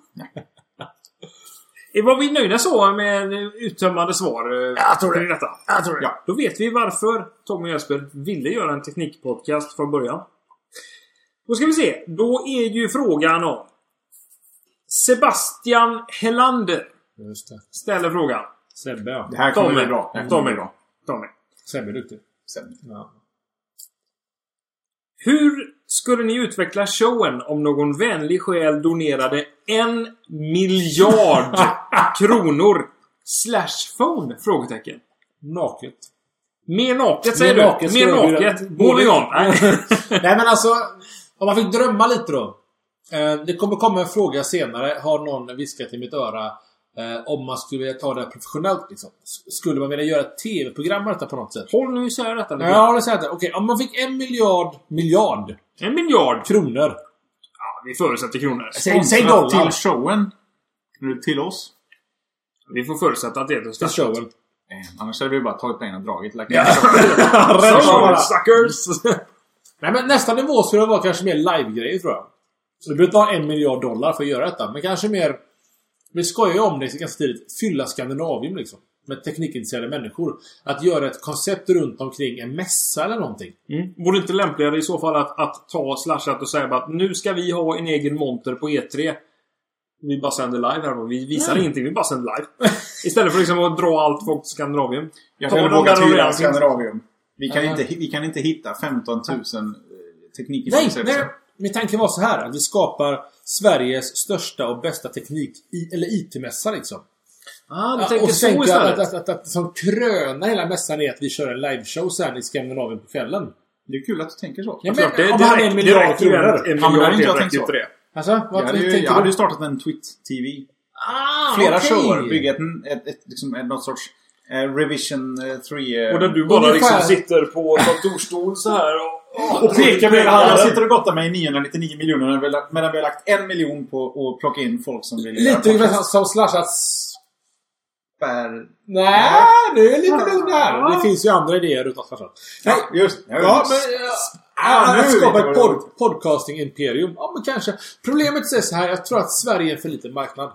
Var vi nöjda så med uttömmande svar? Jag tror det. Detta? Jag tror det. Ja. Då vet vi varför Tom och Jesper ville göra en teknikpodcast från början. Då ska vi se. Då är ju frågan om Sebastian Hellander Just det. ställer frågan. Sebbe, ja. Det här kommer Tommy. bli bra. Det här kommer Tommy. bli bra. Tommy. Sebbe är duktig. Sen. Ja. Hur skulle ni utveckla showen om någon vänlig själ donerade en miljard kronor slash phone? Frågetecken. Naket. Mer naket säger Mer du? naket, Mer ska jag naket. bjuda- Mål igång. Nej. Nej, men alltså, om man fick drömma lite då. Eh, det kommer komma en fråga senare. Har någon viskat i mitt öra eh, om man skulle vilja ta det professionellt liksom. S- Skulle man vilja göra ett tv-program med detta på något sätt? Håll nu isär detta lite. Ja, det säger jag. Okej, om man fick en miljard miljard En miljard. kronor. Ja, vi förutsätter kronor. Säg, säg dollar Till showen. Till oss. Vi får förutsätta att det är det till största. showen. Eh, Annars hade vi bara tagit pengarna och dragit. Like Social suckers! Nej, men nästa nivå skulle det vara kanske mer live-grejer, tror jag. Så det behöver inte ha en miljard dollar för att göra detta. Men kanske mer... Vi skojar ju om det ganska tidigt. Fylla Skandinavium liksom. Med teknikintresserade människor. Att göra ett koncept runt omkring en mässa eller någonting. Mm. Vore inte lämpligare i så fall att, att ta slashat och säga att nu ska vi ha en egen monter på E tre. Vi bara sänder live här. Vi visar Mm. ingenting, vi bara sänder live. Istället för liksom att dra allt folk till Skandinavium. Jag Ta hade de vågat där hyra och- Skandinavium. Vi kan, Aha. inte, vi kan inte hitta femton tusen Nej, teknikintresserade. nej. Min tanke var så här. Att vi skapar Sveriges största och bästa teknik i, eller I T-mässa liksom. Ah, du Ja, tänker och så tänka istället. att, att, att, att som kröna hela mässan är att vi kör en liveshow sen i Skandinavien på kvällen. Det är kul att du tänker så. Ja, Klart, det, men, om det, han är räcker- en det miljard räcker ju kronor. en, en Ja, men det hade miljard inte jag till tänkt räcker så. för det. Alltså, Jag vad hade, ju, tänker jag hade du? ju startat en Twit-T V. Ah, Flera okej. shower. Bygga ett, ett, ett, liksom, ett, något sorts eh, Revision tre. Eh, Och där du bara Ungefär. liksom sitter på kontorstol så här och, och pekar med hela Jag sitter och gottar mig i niohundranittionio miljoner medan vi har lagt en miljon på att plocka in folk som vill Lite ungefär som slashats. Bär. Nej, det är lite lugnare. Det finns ju andra idéer utan slashat. Nej, Just ja, ja, men... Ja, Ja, nu skapa vet jag ett vad pod, podcasting-imperium. Ja, men kanske. Problemet är så här. Jag tror att Sverige är en för liten marknad.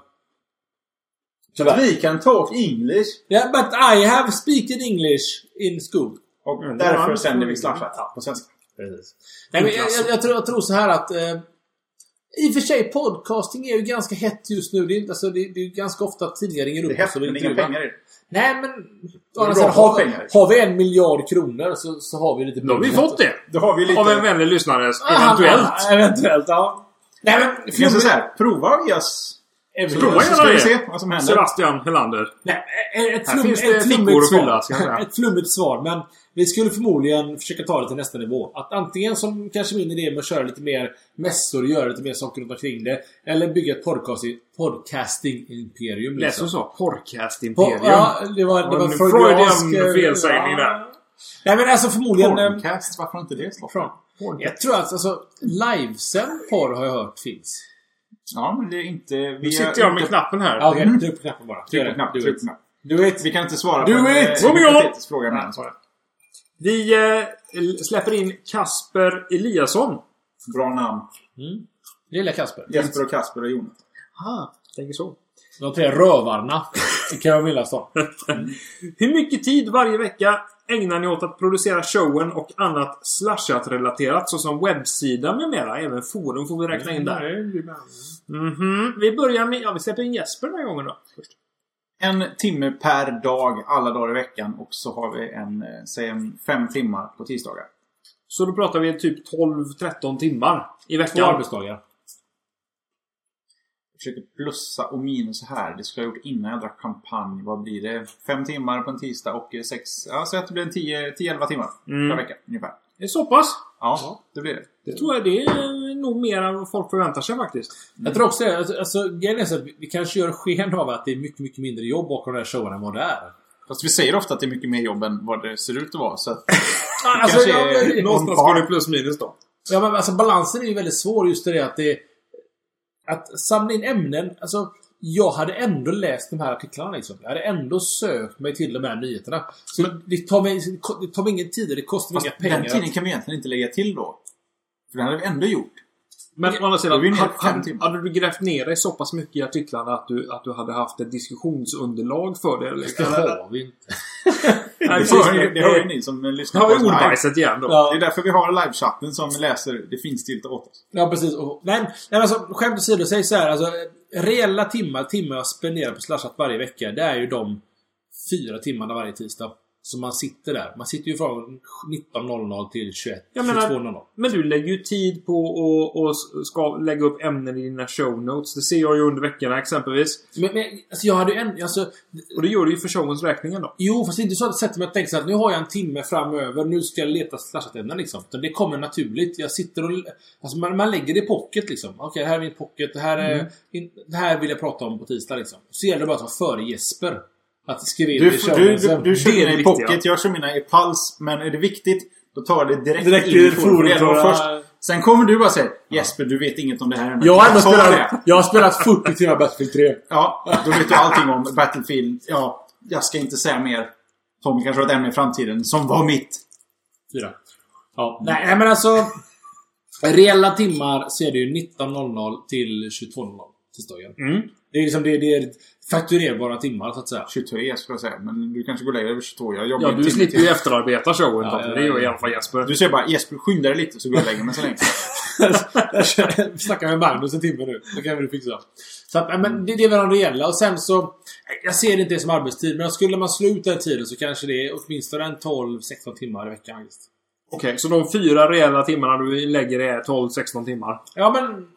Så att vi kan talk English. Yeah, but I have speaken English in school. Och Mm, därför ja, sänder vi det- slashat på svenska. Precis. Nej, men jag, jag, jag, tror, jag tror så här att... Eh, I och för sig, podcasting är ju ganska hett just nu. Det är, inte, alltså, det, det är ju ganska ofta att tidningar ringer upp. Det är och så häftigt, vill men inga intervjua. pengar i det. Nej, men... Det är Alltså, bra har, pengar. har vi en miljard kronor så, så har vi lite... då har vi fått det. Då har vi lite... Av en vänlig lyssnare. Ah, Eventuellt. ah, eventuellt, ja. Nej, men... Vi kan säga så här, prova och ge oss. Så, Prova så gärna ska vi det. se vad som händer. Sebastian Helander. Nej, ett, Här flum, finns det ett fickor flummigt att fylla, svar. ska jag säga. Ett flummigt svar, men vi skulle förmodligen försöka ta det till nästa nivå. Att antingen som kanske min idé med att köra lite mer mässor och göra lite mer saker runt omkring det. Eller bygga ett podcasting, podcasting-imperium. Läs och Liksom. så. Podcast-imperium. Ja, det var, det var En freudiansk, Freudian felsägning ja. där. Nej, men alltså förmodligen... eh, Podcast, varför inte det slå från. Jag tror att alltså, livesänd porr har jag hört finns. Ja, men det är inte... Vi Nu sitter jag med inte, knappen här. Ja, okej, okay, tryck på knappen bara. Tryck på knapp, Du tryck vet. på knapp. Du vet. Vi kan inte svara Du på vet. en Kom eh, igen. hypotetisk fråga. Men, Vi eh, släpper in Kasper Eliasson. bra namn. Mm. Det gillar Kasper. Jesper och Kasper och Jonas. Aha, tänker så. De tre rövarna. Det kan jag minnas då. Hur mycket tid varje vecka ägnar ni åt att producera showen och annat slashat-relaterat såsom webbsida med mera? Även forum får vi räkna in där. Mhm. Vi börjar med... Ja, vi släpper in Jesper den här gången då. Först. En timme per dag, alla dagar i veckan. Och så har vi en, eh, säg en fem timmar på tisdagar. Så då pratar vi typ tolv tretton timmar i Två veckan. arbetsdagar. Jag försöker plussa och minus här. Det skulle jag ha gjort innan jag drack champagne. Vad blir det? Fem timmar på en tisdag och eh, sex... Ja, så att det blir en tio till elva timmar Mm. per vecka ungefär. Det är så pass. Ja, det blir det. Det tror jag det är nog mer än vad folk förväntar sig faktiskt. Jag tror också det. Alltså, alltså, grejen är så att vi, vi kanske gör sken av att det är mycket, mycket mindre jobb bakom den här showen än vad det är. Fast vi säger ofta att det är mycket mer jobb än vad det ser ut att vara. Så att Alltså, kanske ja, är men- Någonstans går det plus minus då. Ja, men alltså balansen är ju väldigt svår just det att det... Att samla in ämnen... Alltså, jag hade ändå läst de här artiklarna liksom. Jag hade ändå sökt mig till de här nyheterna. Så det tar mig, det tar mig ingen tid och det kostar mig Fast inga pengar. den tiden kan vi egentligen inte lägga till då. För det hade vi ändå gjort. Men å andra Då sidan, är vi ner hade, på fem hade, timmar. hade du grävt ner dig så pass mycket i artiklarna att du, att du hade haft ett diskussionsunderlag för det? Eller? Det har vi inte. Nej, Det precis, har, ju- det har ju det ni som har lyssnar vi på oss live. ordbajset igen då. Ja. Det är därför vi har livechatten som läser det finstilta åt oss. Ja, precis. Och, nej, nej, men alltså, skämt åsido, säg så här. Alltså, reella timmar, timmar jag spenderar på Slashat varje vecka, det är ju de fyra timmarna varje tisdag. Så man sitter där. Man sitter ju från nitton noll noll till tjugoett, tjugotvå noll noll. Men du lägger ju tid på att och ska lägga upp ämnen i dina show notes. Det ser jag ju under veckorna exempelvis. Men, men alltså jag hade ju en... Alltså, och det gör du ju för showens räkningen då. Jo, fast det är inte så att jag sätter mig och tänker så att nu har jag en timme framöver. Nu ska jag leta Slashat-ämnen liksom. Det kommer naturligt. Jag sitter och... Alltså man, man lägger det i pocket liksom. Okej, okay, här är min pocket. Det här, är, mm. in, det här vill jag prata om på tisdag liksom. Så gäller det bara att vara före Jesper. Att skriva du, det du, du, du kör mina i pocket, jag kör mina i pals. Men är det viktigt, då tar det direkt, direkt in i forumet först. Sen kommer du bara säga Jesper, du vet inget om det här. Jag har, spelat, jag har spelat fyrtio timmar Battlefield tre. Ja, då vet du allting om Battlefield. Ja, jag ska inte säga mer. Tommy kanske har ett ämne i framtiden som var mitt. Fyra. Ja, nej men alltså reella timmar så är det ju nitton noll noll till tjugotvå noll noll tisdagen. Mm. Det är liksom det, det är fakturerbara timmar så att säga. tjugotre skulle jag säga, men du kanske går längre över tjugotvå. Jag jobbar ja, du slipper ju efterarbeta showen. Ja, ja, ja, det är ju i alla fall Jesper. Du säger bara Jesper, skynda dig lite så går jag längre men så länge. Jag snackar med Magnus en timme nu. Det kan vi fixa. Så att, men det, det är väl det gäller. Och sen så jag ser det inte som arbetstid, men skulle man slå ut den tiden så kanske det är åtminstone en tolv sexton timmar i veckan. Okej, okay, så de fyra reella timmarna du lägger är tolv sexton timmar. Ja, men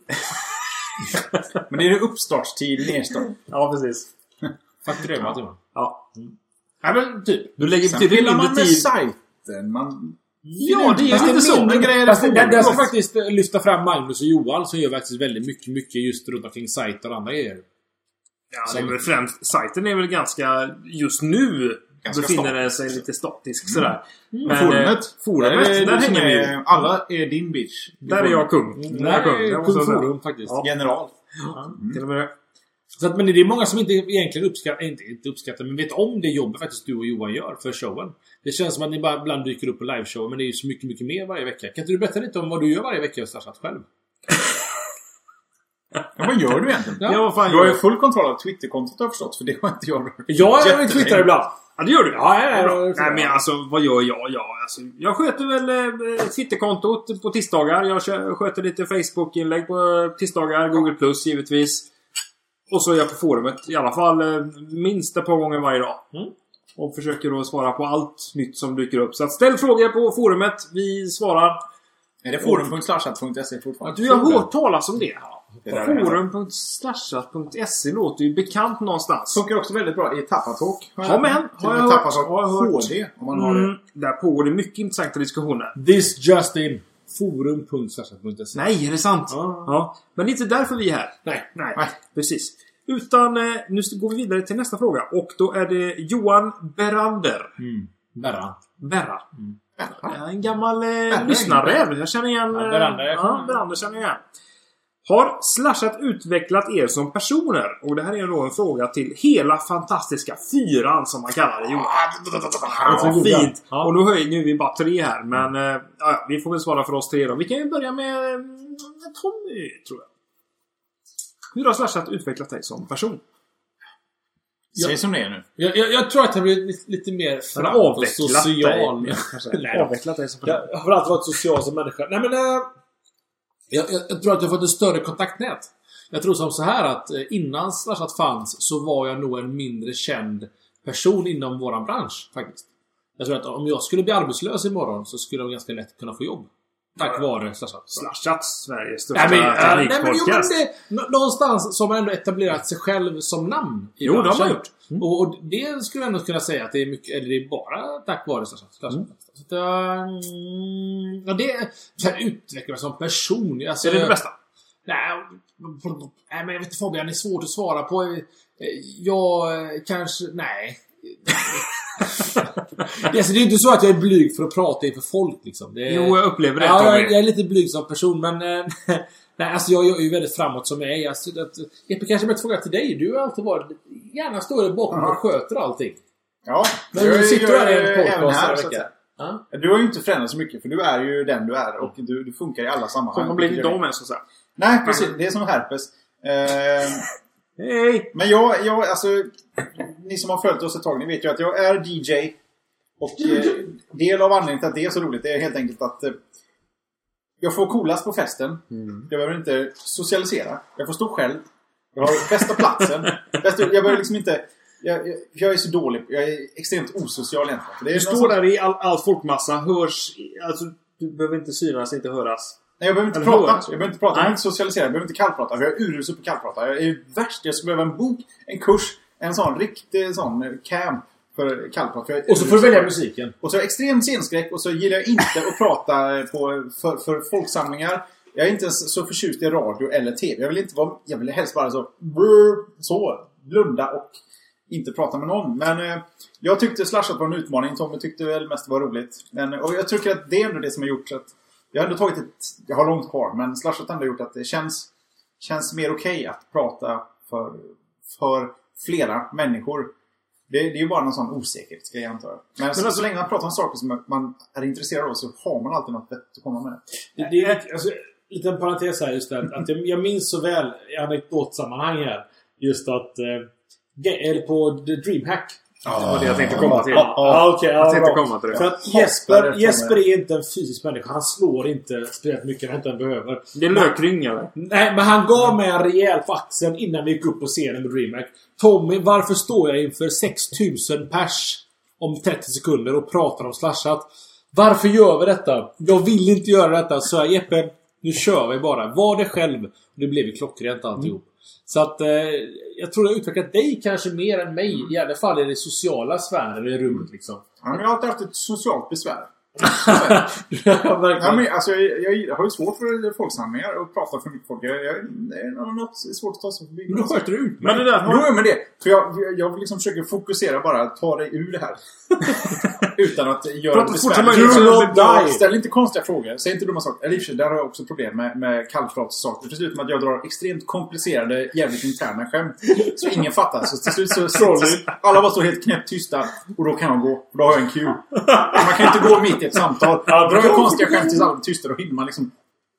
men det är det uppstartstid nedstart. Ja, precis. Fakturerbara timmar. Ja. Mm. Ja, men typ. Du lägger till mindre man tid. Sajten. Man... Ja, det är lite så. Jag ska faktiskt lyfta fram Magnus och Johan som gör faktiskt väldigt mycket, mycket just runt omkring sajter och andra grejer. Ja, det är väl främst. Sajten är väl ganska, just nu ganska befinner det sig lite statisk mm. sådär. Mm. Men forumet, forumet där, där hänger vi ju. Alla är din bitch. Där är jag kung. Mm. Där är jag kung. Kung forum faktiskt. Ja. General. Ja, mm. Till och med. Så att, men det är många som inte egentligen uppskattar, inte, inte uppskattar, men vet om det jobbet faktiskt du och Johan gör för showen. Det känns som att ni bara ibland dyker upp på liveshow, men det är ju så mycket, mycket mer varje vecka. Kan inte du berätta lite om vad du gör varje vecka och Slashat själv? Ja, vad gör du egentligen? Ja, ja, vad fan du har ju full kontroll av Twitterkontot har jag förstått, för det har inte jag rört. Jag är med Twitter ibland. Ja, det gör du. Ja, ja, ja, ja. Nej, men alltså, vad gör jag? Ja, alltså, jag sköter väl eh, Twitterkontot på tisdagar. Jag sköter lite Facebook-inlägg på tisdagar. Google Plus, givetvis. Och så är jag på forumet i alla fall eh, minst ett par gånger varje dag. Mm. Och försöker då svara på allt nytt som dyker upp. Så att ställ frågor på forumet. Vi svarar. Är det forum punkt slashat punkt se fortfarande? Du har hört talas om det. Ja, forum punkt slashat punkt se låter ju bekant någonstans. Funkar också väldigt bra i Tappatalk. Ja, men har jag hört. Har jag hört. H D, om man har mm, det. Där pågår det mycket intressanta diskussioner. This just in. forum punkt slashat punkt se. Nej, är det sant? Ja. Ja. Men det är inte därför vi är här. Nej. Nej, Nej. Precis. Utan eh, nu går vi vidare till nästa fråga. Och då är det Johan Berander. Mm. Berra. Berra. Mm. Berra. En gammal eh, lyssnare. Jag känner igen... Ja, Berander. Eh, ja, Berander känner jag igen. Har Slashat utvecklat er som personer? Och det här är då en fråga till hela fantastiska fyran som man kallar det. Johan. Ja, fint. Ja. Och nu höjer nu vi bara tre här. Men eh, ja, vi får väl svara för oss tre då. Vi kan ju börja med, med Tommy, tror jag. Hur har Slashat utvecklat dig som person? Säg som det är nu. Jag, jag, jag tror att jag blir lite, lite mer framåt och social. Dig, Nej, avvecklat dig som person. Jag har alltid varit social som människa. Nej, men... Äh, jag, jag, jag tror att jag har fått ett större kontaktnät. Jag tror som så här att innan Slashat fanns så var jag nog en mindre känd person inom våran bransch faktiskt. Jag tror att om jag skulle bli arbetslös imorgon så skulle jag ganska lätt kunna få jobb. Tack vare Slashat. Slashat, Sveriges största nej, men, teknikpodcast. Nej, men det, någonstans som har ändå etablerat sig själv som namn i jo, branschen. De har gjort. Mm. Och, och det skulle jag ändå kunna säga att det är mycket, eller det är bara tack vare Slashat. Mm. Så att, mm, ja, det är utveckla som person. Alltså, är det det bästa? Nej, nej, men jag vet inte, Fabian, det är svårt att svara på. Jag kanske, nej. det, alltså, det är inte så att jag är blyg för att prata inför folk liksom. Det är, jo, jag upplever det. Ja, jag, jag är lite blyg som person, men nej, alltså jag, jag är ju väldigt framåt som jag är. Alltså, det, Jeppe, kanske med ett fråga till dig. Du har alltid varit gärna står där bakom och sköter allting. Ja, men du sitter där i en podcast här, så att ja. Du har ju inte förändrats så mycket, för du är ju den du är och du, du funkar i alla sammanhang. Så man blir inte de med så att säga. Nej, precis. Det är som herpes. Eh, Hej! Men jag, jag, alltså, ni som har följt oss ett tag, ni vet ju att jag är D J. Och eh, del av anledningen till att det är så roligt är helt enkelt att eh, jag får coolast på festen. Mm. Jag behöver inte socialisera. Jag får stå själv. Jag har bästa platsen. Bästa, jag börjar liksom inte... Jag, jag, jag är så dålig. Jag är extremt osocial egentligen. Det är du står där i all, all folkmassa. Hörs... Alltså, du behöver inte synas, inte höras. Nej, jag behöver inte Eller prata. höras. Jag behöver inte prata. Jag behöver inte socialisera. Jag behöver inte kallprata. Jag är urusel på kallprata. Jag är värst. Jag skulle behöva en bok, en kurs, en sån riktig sån camp för kallprat. För och så får du välja musiken. Och så är jag extrem scenskräck. Och så gillar jag inte att prata på, för, för folksamlingar. Jag är inte så förtjust i radio eller tv. Jag vill inte vara... Jag vill helst bara så... Brr, så. Blunda och inte prata med någon. Men eh, jag tyckte Slashat var en utmaning. Tommy tyckte väl mest det var roligt. Men, och jag tycker att det är ändå det som har gjort att... Jag har ändå tagit ett... Jag har långt kvar. Men Slashat har ändå gjort att det känns... Känns mer okej okay att prata för... För flera människor. Det, det är ju bara någon sån osäkerhetsgrej, antar jag. Men, men så, alltså, så länge man pratar om saker som man är intresserad av, så har man alltid något vett att komma med. Det, det är alltså, liten parentes här just där. Att jag, jag minns så väl i anekdotsammanhang här. Just att eh, eller på The Dreamhack. Ja, det var det jag tänkte komma till. Ja, ja, okej. Jag ja, tänkte bra. komma till det. För att Jesper, Jesper är inte en fysisk människa. Han slår inte speciellt mycket när han inte behöver. Det är lökring, eller? Nej, men han gav mig en rejäl på axeln innan vi gick upp på scenen med DreamHack. Tommy, varför står jag inför sex tusen pers om trettio sekunder och pratar om Slashat? Varför gör vi detta? Jag vill inte göra detta. Så jag, Jeppe, nu kör vi bara. Var det själv. Det blev ju klockrent alltihop. Mm. Så att eh, jag tror jag har utvecklat dig kanske mer än mig. Mm. I alla fall i det sociala sfären i rummet liksom. Ja, men jag har alltid haft ett socialt besvär. Ja, ja, men, alltså, jag, jag har ju svårt för folksamlingar och prata för mycket folk. Jag, jag, det är något svårt att ta sig förbi. Men då sköter du ut. Men det där, jo, men det. För jag, jag vill liksom försöka fokusera bara, ta dig ur det här. Utan att göra det besvär. Ställ inte konstiga frågor. Säg inte dumma saker. Eller där har jag också problem med, med kallpratssaker. Till slut med att jag drar extremt komplicerade, jävligt interna skämt. Så ingen fattar. Så till slut så sitter alla bara står helt knäppt tysta. Och då kan jag gå. Då har jag en cue. Man kan inte gå mitt i ett samtal. Ja, drar jag konstiga skämt tills alla tysta. Då hinner man liksom...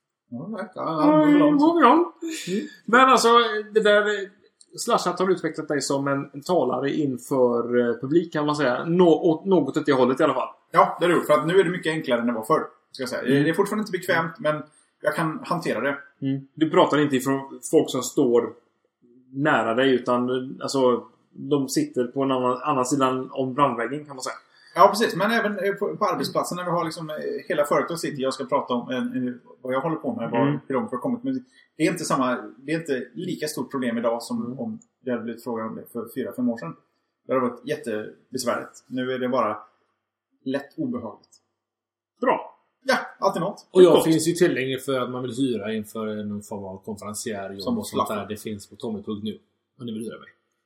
Men alltså, det där... Slashat har utvecklat dig som en, en talare inför uh, publik, kan man säga. Nå, något åt det hållet i alla fall. Ja, det är det. För att nu är det mycket enklare än det var förr, ska jag säga. Mm. Det är fortfarande inte bekvämt, men jag kan hantera det. Mm. Du pratar inte ifrån folk som står nära dig, utan alltså, de sitter på en annan, annan sidan om brandväggen, kan man säga. Ja, precis. Men även på, på arbetsplatsen när vi har liksom hela företaget sitter, jag ska prata om en, vad jag håller på med, vad, mm. hur långt vi har kommit. Men det är inte samma, det är inte lika stort problem idag som mm. om det hade blivit frågan om det för fyra, fem år sedan. Det har varit jättebesvärligt. Nu är det bara lätt obehagligt. Bra. Ja, alltid något. Och jag finns ju tillgänglig för att man vill hyra inför någon form av konferencier som och sånt där. Det finns på Tommy punkt nu. Om ni vill hyra mig.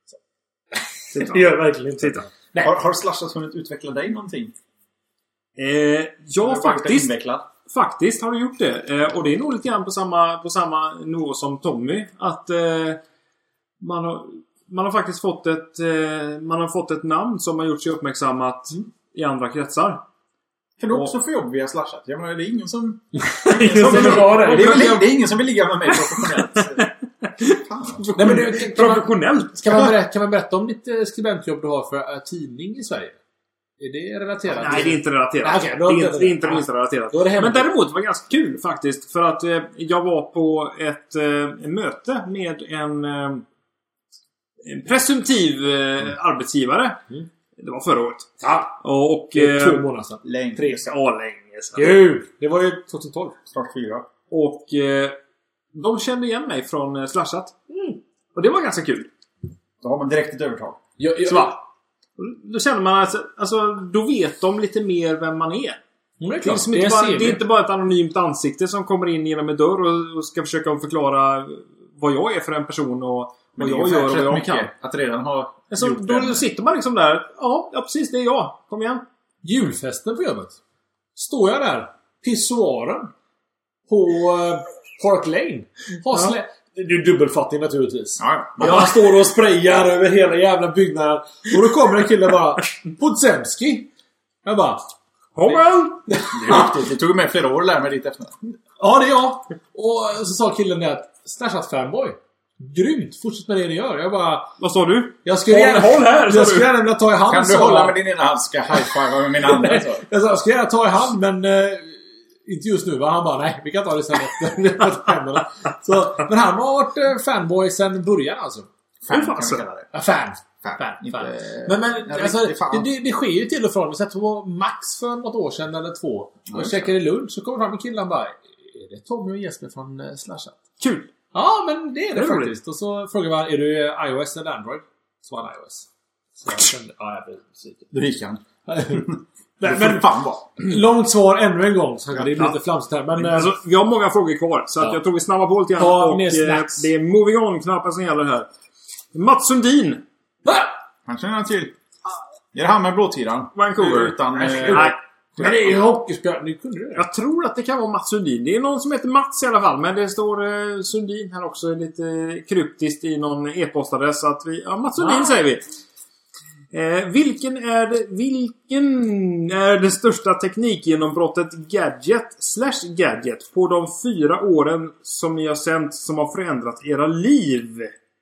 Det gör verkligen inte. Titta. Har, har Slashat hunnit utveckla dig någonting? Eh, ja, faktiskt. Faktiskt har du gjort det. Eh, och det är nog lite grann på samma, på samma nivå som Tommy. Att eh, man, har, man har faktiskt fått ett, eh, man har fått ett namn som har gjort sig uppmärksammat mm. i andra kretsar. Kan du också och, få jobb via Slashat? Jag menar, det är ingen som... ingen som vill ha det. Det är, det är ingen som vill ligga med mig professionellt. Nej, men det, kan professionellt. Man, kan, man berätta, kan man berätta om ditt eh, skribentjobb du har för uh, tidning i Sverige? Är det relaterat? Nej, det är inte relaterat. Nej, okay, det, är inte, det är inte minst relaterat. Det men däremot var det ganska kul faktiskt. För att eh, jag var på ett eh, möte med en, eh, en presumtiv eh, mm. arbetsgivare. Mm. Det var förra året. Ja. Och, och, det är två månader sedan. Länge. Tre, ja, länge sedan. Gud, det var ju tjugotolv. Snart fyra. Och eh, de kände igen mig från eh, Slashat. Mm. Och det var ganska kul. Då har man direkt ett övertag. Jag, jag, Så va? Då känner man alltså, alltså, då vet de lite mer vem man är. Mm, det, är det, är det, är bara, det är inte bara ett anonymt ansikte som kommer in genom en dörr och, och ska försöka förklara vad jag är för en person och vad jag gör och vad jag kan. Att redan ha alltså, då en... sitter man liksom där. Ja, ja, precis, det är jag. Kom igen. Julfesten på jobbet. Står jag där, pissoaren på uh, Park Lane. Har slä... Det är dubbelfattig naturligtvis. Ja, ja. Jag står och sprayar över hela jävla byggnaden. Och då kommer en kille bara, Podsemski. Jag bara, Homen! Det är viktigt. Det tog med flera år att lära mig ditt efter. Ja, det är jag. Och så sa killen det att Slashat fanboy. Grymt, fortsätt med det ni gör. Jag bara, vad sa du? Jag skulle gärna, håll här, jag skulle gärna vilja ta i hand. Kan du hålla med din ena hand, ska high-five med min andra? Så. Jag sa, jag skulle gärna ta i hand, men eh, Inte just nu, va? Han bara, nej, vi kan ta det sen efter. Så, men han har varit eh, fanboy sen början alltså. Fan kan man kalla det. Ja, fan. Fan. fan, Inte, fan. Men, men ja, alltså, fan. det, det sker ju till och från. Vi satt på Max för något år sedan eller två. Och Mm. käkade lunch. Så kommer fram en kille och bara, är det Tommy och Jesper från uh, Slashat? Kul! Ja, men det är det, Det är faktiskt. roligt. Och så frågade man, är du uh, iOS eller Android? Så var han iOS. Så jag kände, ja, jag blev besviken. Det gick han. Men, men fan vad. Långt svar ännu en gång. Så det blir Ja. lite flamsigt här. Men, Alltså, vi har många frågor kvar, så att Ja. jag tror vi snabbar på lite grann. Ta Och ner eh, snacks. det är moving on-knappen som gäller här. Mats Sundin. Han känner till. Är det han med blåtiran? Vancouver. Utan... Eh, Nej. men det är ju hockeyspel. Ni kunde det. Jag tror att det kan vara Mats Sundin. Det är någon som heter Mats i alla fall. Men det står eh, Sundin här också lite kryptiskt i någon e-postadress. Så att vi, ja, Mats Sundin Ah. säger vi. Eh, vilken är det, vilken är det största teknikgenombrottet gadget slash gadget på de fyra åren som ni har sänt som har förändrat era liv?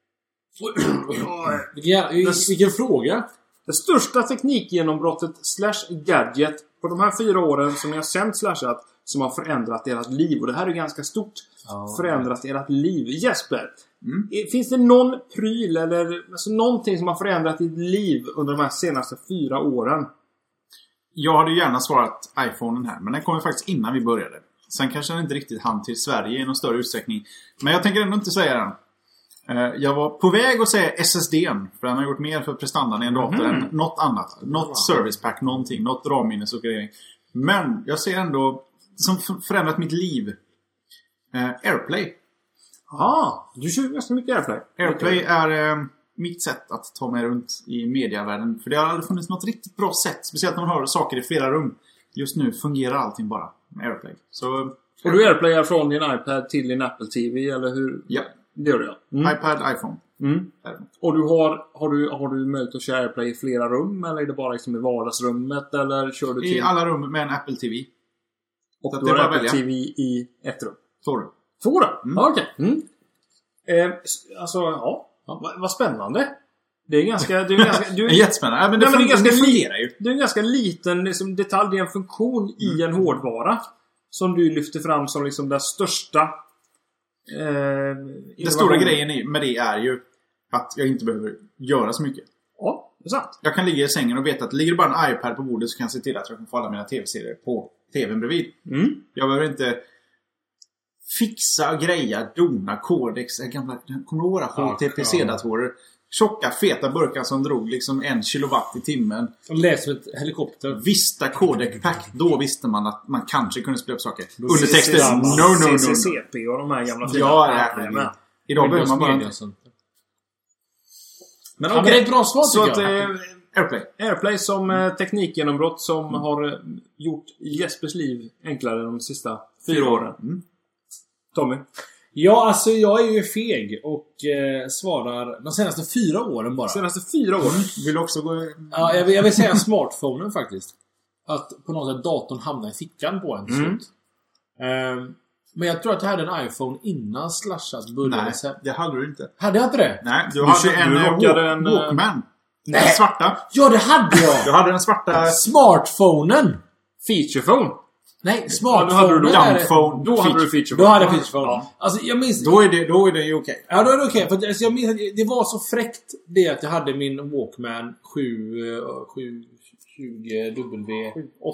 Ja, vilken fråga. Det största teknikgenombrottet slash gadget på de här fyra åren som ni har sänt slashat som har förändrat ert liv. Och det här är ganska stort. Ja. Förändrat ert liv. Jesper, Mm. eh, finns det någon pryl eller alltså, någonting som har förändrat ditt liv under de här senaste fyra åren? Jag hade gärna svarat iPhonen här, men den kom ju faktiskt innan vi började. Sen kanske den inte riktigt hann till Sverige i någon större utsträckning. Men jag tänker ändå inte säga den. Eh, Jag var på väg att säga S S D:n, för den har gjort mer för prestandan i en dator än något annat. Något service pack, någonting, något RAM-minnesuppgradering. Men jag ser ändå, som f- förändrat mitt liv, eh, AirPlay. Ja, du kör ganska mycket AirPlay. AirPlay är eh, mitt sätt att ta mig runt i mediavärlden. För det har aldrig funnits något riktigt bra sätt. Speciellt när man har saker i flera rum. Just nu fungerar allting bara med AirPlay. Så, Och du AirPlayar från din iPad till din Apple T V, eller hur? ja. Det gör du, ja. Mm. iPad, iPhone. Mm. Och du har, har, du, har du möjlighet att köra AirPlay i flera rum? Eller är det bara liksom i vardagsrummet? Eller kör du till... I alla rum med en Apple T V. Och Så du det är har bara Apple välja. T V i ett rum? Två rum. Två rum? Mm. Ja, okej. Mm. Eh, s- alltså, ja. ja vad, vad spännande. Det är ganska... Du är ganska du, Det är jättespännande. Ja, men det, Nej, men det är fun- ganska det li- fungerar ju. det är en ganska liten liksom, detalj, det är en funktion i en hårdvara. Som du lyfter fram som liksom den största... Eh, Den stora grejen i- med det är ju att jag inte behöver göra så mycket. Ja, det är sant. Jag kan ligga i sängen och veta att ligger det bara en iPad på bordet så kan jag se till att jag kan få alla mina tv-serier på tvn bredvid. Mm. Jag behöver inte fixa, greja, dona, kodex, gamla, kommer du ihåg våra H T P C-datorer? Tjocka, feta burkar som drog liksom en kilowatt i timmen. Som läser ett helikopter. Vista codec pack. Då visste man att man kanske kunde spela upp saker. Undertexter. No, no, no, no. C C C P och de här gamla fina. Ja, Ja, ja, men. Idag behöver man bara... Men Ja, men det är ett bra svar Så tycker att jag. eh, AirPlay. AirPlay som eh, teknikgenombrott som har eh, gjort Jespers liv enklare de sista fyra åren. Mm. Tommy? Ja, alltså jag är ju feg och eh, svarar de senaste fyra åren bara. Senaste fyra åren. Vill du också gå... Ja, jag, vill, jag vill säga smartphonen faktiskt. Att på något sätt datorn hamnar i fickan på en till Mm. slut. Ehm, men jag tror att jag hade en iPhone innan Slashat började. Nej, Sen. det hade du inte. Hade jag inte det? Nej, du, Du hade kö- en, du eh, råkade walk, en, eh, Walkman. Nej. Den svarta. Ja, det hade Du jag! hade den svarta... Smartphonen! Featurephone. Nej, Ja, då smartphonen hade du är det- Dumbphone. Då hade du featurephone. Då hade jag featurephone. Ja. Alltså jag minns... Då är det, då är det ju okej. Ja, då är det okej. För att, alltså, jag minns att det var så fräckt det att jag hade min Walkman sju tjugo W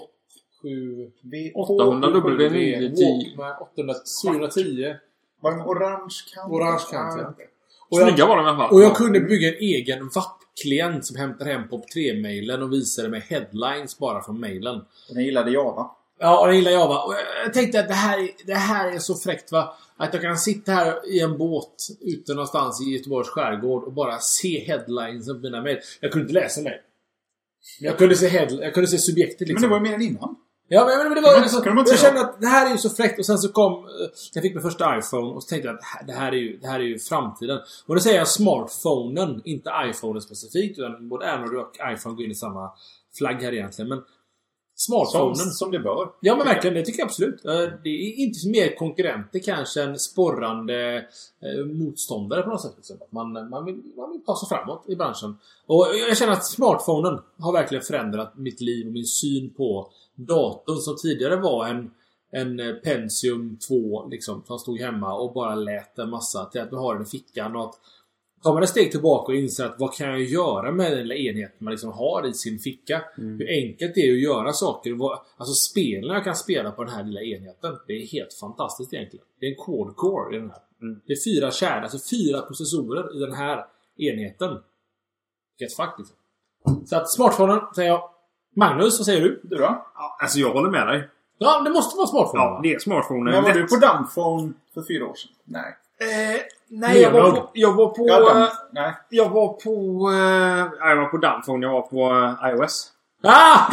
åttahundra W nio tio. Walkman åttahundratio. Var den orange kant? Orange kant, ja. Och jag, Snygga var de i alla fall. och jag kunde bygga en egen V A P-klient som hämtar hem Pop tre-mailen och visade mig headlines bara från mailen. Den gillade Java. Ja, och det gillar jag va. Och jag tänkte att det här, är- det här är så fräckt va. Att jag kan sitta här i en båt ute någonstans i Göteborgs skärgård och bara se headlines på mina mejl. Jag kunde inte läsa mig. Men jag kunde se head, jag kunde se subjektet liksom. Men det var ju mer än innan. Ja, men, men det var Kan alltså, man- kan man inte jag säga? kände att det här är ju så fräckt. Och sen så kom eh, jag fick min första iPhone och så tänkte jag att det här, det här är ju det här är ju framtiden. Och då säger jag smartphonen, inte iPhone specifikt, utan både Android och iPhone går in i samma flagg här egentligen, men smartphonen Som, som det bör. Ja, men verkligen, det tycker jag absolut. Eh, Det är inte så mer konkurrenter kanske än sporrande eh, motståndare på något sätt. Liksom. Man, man, vill, man vill ta sig framåt i branschen. Och jag känner att smartphonen har verkligen förändrat mitt liv och min syn på datorn som tidigare var en, en Pentium två liksom, som stod hemma och bara lät en massa till att du har den i fickan och att tar man ett steg tillbaka och inser att vad kan jag göra med den lilla enheten man liksom har i sin ficka. Mm. Hur enkelt det är att göra saker. Alltså spelen jag kan spela på den här lilla enheten. Det är helt fantastiskt egentligen. Det är en quad core i den här. Mm. Det är fyra kärnor, alltså fyra processorer i den här enheten. Vilket faktiskt. Så att smartphonen säger jag. Magnus, vad säger du? Du då? Ja, alltså jag håller med dig. Ja, det måste vara smartphone. Ja, det är smartphone. Men var du på Dumbphone för fyra år sedan? Nej. Eh, nej, jag var på... Jag var på... Ja, uh, nej. Jag var på... Uh, jag var på Dumbphone. Jag var på uh, iOS. Ah!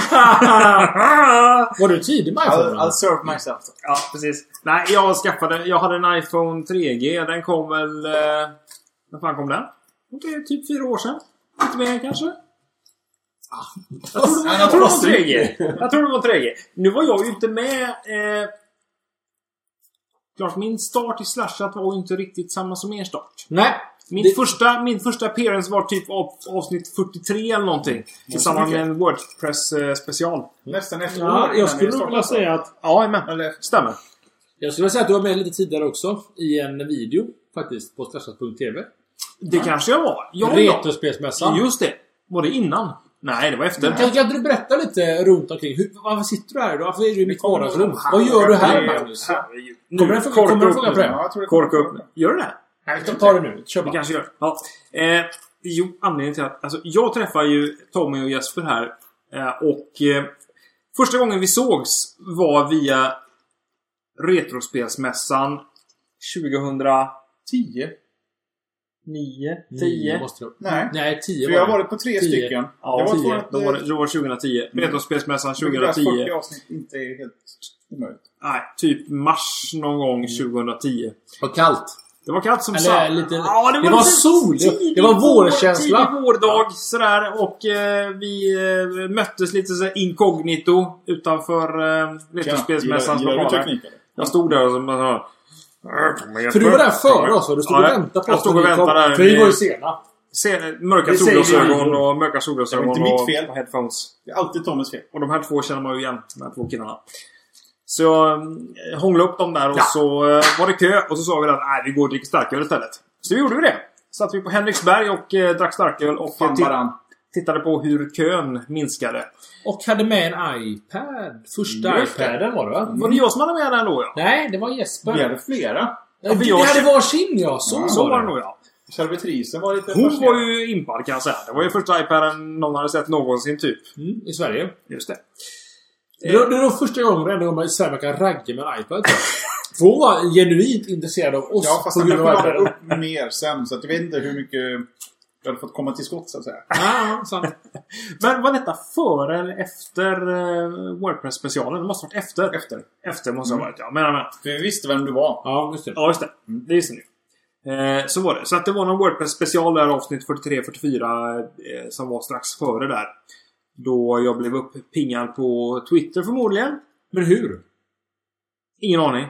Var du tidig med iPhone? I'll, I'll serve myself. Ja, precis. Nej, jag skaffade... Jag hade en iPhone tre G. Den kom väl... Uh, när fan kom den? Det är typ fyra år sedan. Lite mer kanske. Jag tror det var, jag tror det var tre G. Jag tror det var tre G. Nu var jag ju inte med... Eh, klart, min start i Slashat var ju inte riktigt samma som er start. Nej. Min, det... första, min första appearance var typ av, avsnitt fyrtiotre eller någonting. Tillsammans med en WordPress eh, special. Nästan ett ja, år. Jag skulle nog vilja säga att... Ja, men eller stämmer. Jag skulle vilja säga att du var med lite tidigare också. I en video faktiskt på slashat punkt tv. Det ja. kanske jag var. Ja, Retrospelsmässan. Just det. Var det innan? Nej, det var efter. Kan, kan du berätta lite runt omkring? Hur, varför sitter du här då? Varför är du i mitt vardagsrum? Vad gör du här, Magnus? Kommer det en fråga på det? Ja, kork upp. Gör du det? Nej, vi tar det nu. Kör bara. Vi kanske gör. Ja. Eh, jo, anledningen till att... Alltså, jag träffar ju Tommy och Jesper här. Eh, och... Eh, första gången vi sågs var via Retrospelsmässan tjugohundratio. nio, tio. Nej, Nej tio. För jag har varit på tre tio. Stycken. Ja, det var tio. Då var det, då var det tjugohundratio. Mm. Retrospelsmässan tjugohundratio. fyrtio avsnitt inte är helt omöjligt. Nej, typ mars någon gång mm. tjugohundratio. Var kallt. Det var kallt som sa. Lite... Ja, det var, det var sol. Tidig, det var vårkänsla. Tidig vårdag ja. sådär. Och eh, vi eh, möttes lite så inkognito utanför eh, Retrospelsmässans lokaler. Jag stod där och så bara... För du var där före oss, du stod och väntade på oss. Jag stod och väntade där. För vi var ju sena. Se, mörka solglasögon och mörka solglasögon och, mitt fel. och headphones. Det är alltid Tommys fel. Och de här två känner man ju igen, de här två killarna. Så jag äh, hånglade upp dem där och ja. så äh, var det kö. Och så sa vi att nej, vi går och dricker starköl istället. Så vi gjorde vi det. Satt vi på Henriksberg och äh, drack starköl och titt- tittade på hur kön minskade. Och hade med en iPad. Första Just iPaden var det va? Var det jag som hade med den då? Ja? Nej, det var Jesper. Vi hade flera. Ja, vi jag hade varsin ja. Så, ja, så var det nog ja. Servitrisen var lite... Hon var ju impad kan jag säga. Det var ju första iPaden någon hade sett någonsin typ. Mm, i Sverige. Just det. Det var, det var första gången enda gången man i Sverige kan ragga med en iPad. För hon var genuint intresserad av oss. Ja, fast den får upp mer sen. Så att jag vet inte hur mycket... Jag hade fått komma till skott så att säga. Ja, sant. Men var detta före eller efter uh, WordPress-specialen? Det måste ha varit efter. Efter. Efter måste ha varit, ja. Men, men. För vi visste vem du var. Ja, just det. Ja, just det. Mm. Det visste ni. Eh, så var det. Så att det var någon WordPress-special där, avsnitt fyrtiotre fyrtiofyra, eh, som var strax före där. Då jag blev uppingad på Twitter förmodligen. Men hur? Ingen aning.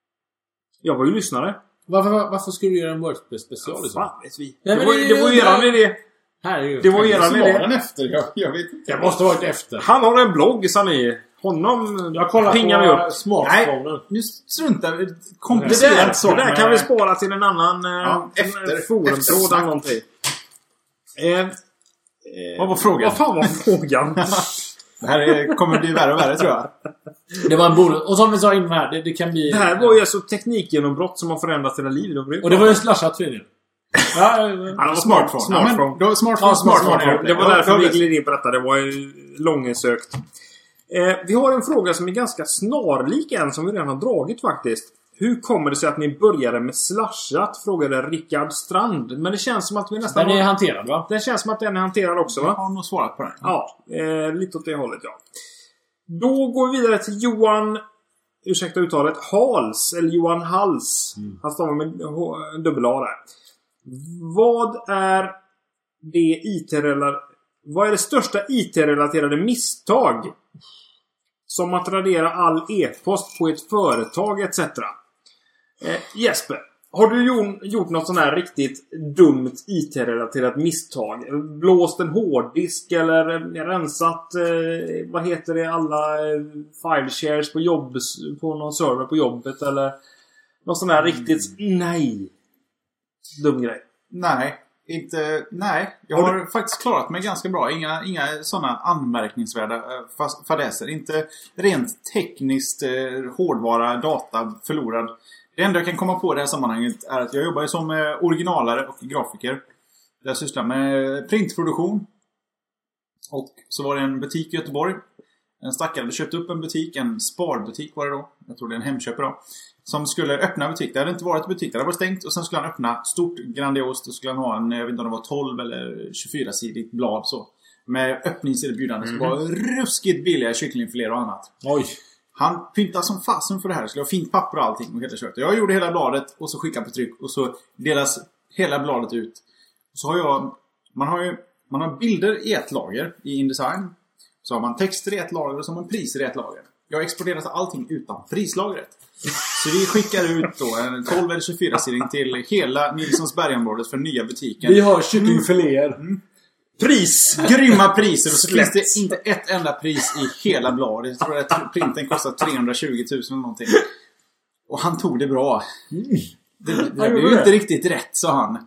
Jag var ju lyssnare. Varför, varför skulle du göra en WordPress-special? Ja, fan vet vi. Nej, det, var, det, det var ju eran idé. Här är ju. Det var ju eran idé. Den efter, jag, jag vet inte. Det måste ha varit efter. Han har en blogg, sa ni. Honom jag kollar pingar vi upp. Smartphone. Nu struntar vi. Komplicerat så. Det där kan vi spara till en annan ja, efter, forumtråd eller någonting. Eh, eh, vad var frågan? Vad fan var frågan? Det här är, kommer bli värre och värre tror jag. Det var en bonus. Och som vi sa innan här, det, det kan bli... Det här var ju alltså teknikgenombrott som har förändrat hela livet. Och det var ju slashat tydligen. Ja, ja, smartphone. Smartphone. Ja, smartphone. Ja, smartphone. Det var därför vi gled in på detta. Det var ju långsökt. Eh, vi har en fråga som är ganska snarlik en som vi redan har dragit faktiskt. Hur kommer det sig att ni började med slashat? Frågade Rickard Strand. Men det känns som att vi nästan... Den är har... hanterad va? Det känns som att den är hanterad också va? Jag har nog svarat på den. Ja, eh, lite åt det hållet ja. Då går vi vidare till Johan... Ursäkta uttalet. Hals. Eller Johan Hals. Mm. Han stavar med dubbel A där. Vad är det I T-relaterade... Vad är det största I T-relaterade misstag? Som att radera all e-post på ett företag et cetera. Eh, Jesper, Har du gjort något sån här riktigt dumt I T-relaterat misstag? Blåst en hårddisk eller rensat, eh, vad heter det, alla eh, file shares på jobb, på någon server på jobbet eller något sån här riktigt, nej, dum grej? Nej, inte, nej. Jag har, har faktiskt klarat mig ganska bra. Inga, inga sådana anmärkningsvärda äh, fadäser. Inte rent tekniskt äh, hårdvara, data förlorad. Det enda jag kan komma på i det här sammanhanget är att jag jobbar som äh, originalare och grafiker. Jag sysslar med printproduktion. Och så var det en butik i Göteborg. En stackare hade köpt upp en butik, en sparbutik var det då. Jag tror det är en Hemköp då. Som skulle öppna butik. Det hade inte varit butik, det hade varit stängt. Och sen skulle han öppna stort, grandiost. Och skulle han ha en, jag vet inte om det var tolv eller tjugofyra-sidigt blad så. Med öppningserbjudande. Mm. Så var ruskigt billiga kycklingfiléer och annat. Oj. Han pyntade som fasen för det här. Det skulle ha fint papper och allting. Och hela köttet. Jag gjorde hela bladet och så skickade på tryck. Och så delas hela bladet ut. Och så har jag, man har ju, man har bilder i ett lager i InDesign. Så har man texter i ett lager och så har man priser i ett lager. Jag exporterar allting utan prislagret. Så vi skickar ut då en tolv eller tjugofyra-sidning till hela Nilssons bergområdet för nya butiken. Vi har kycklingfiléer. Mm. Pris! Grymma priser. Och så finns det inte ett enda pris i hela bladet. Jag tror att printen kostar trehundratjugo tusen eller någonting. Och han tog det bra. Det, det, det blev ju inte riktigt rätt, sa han.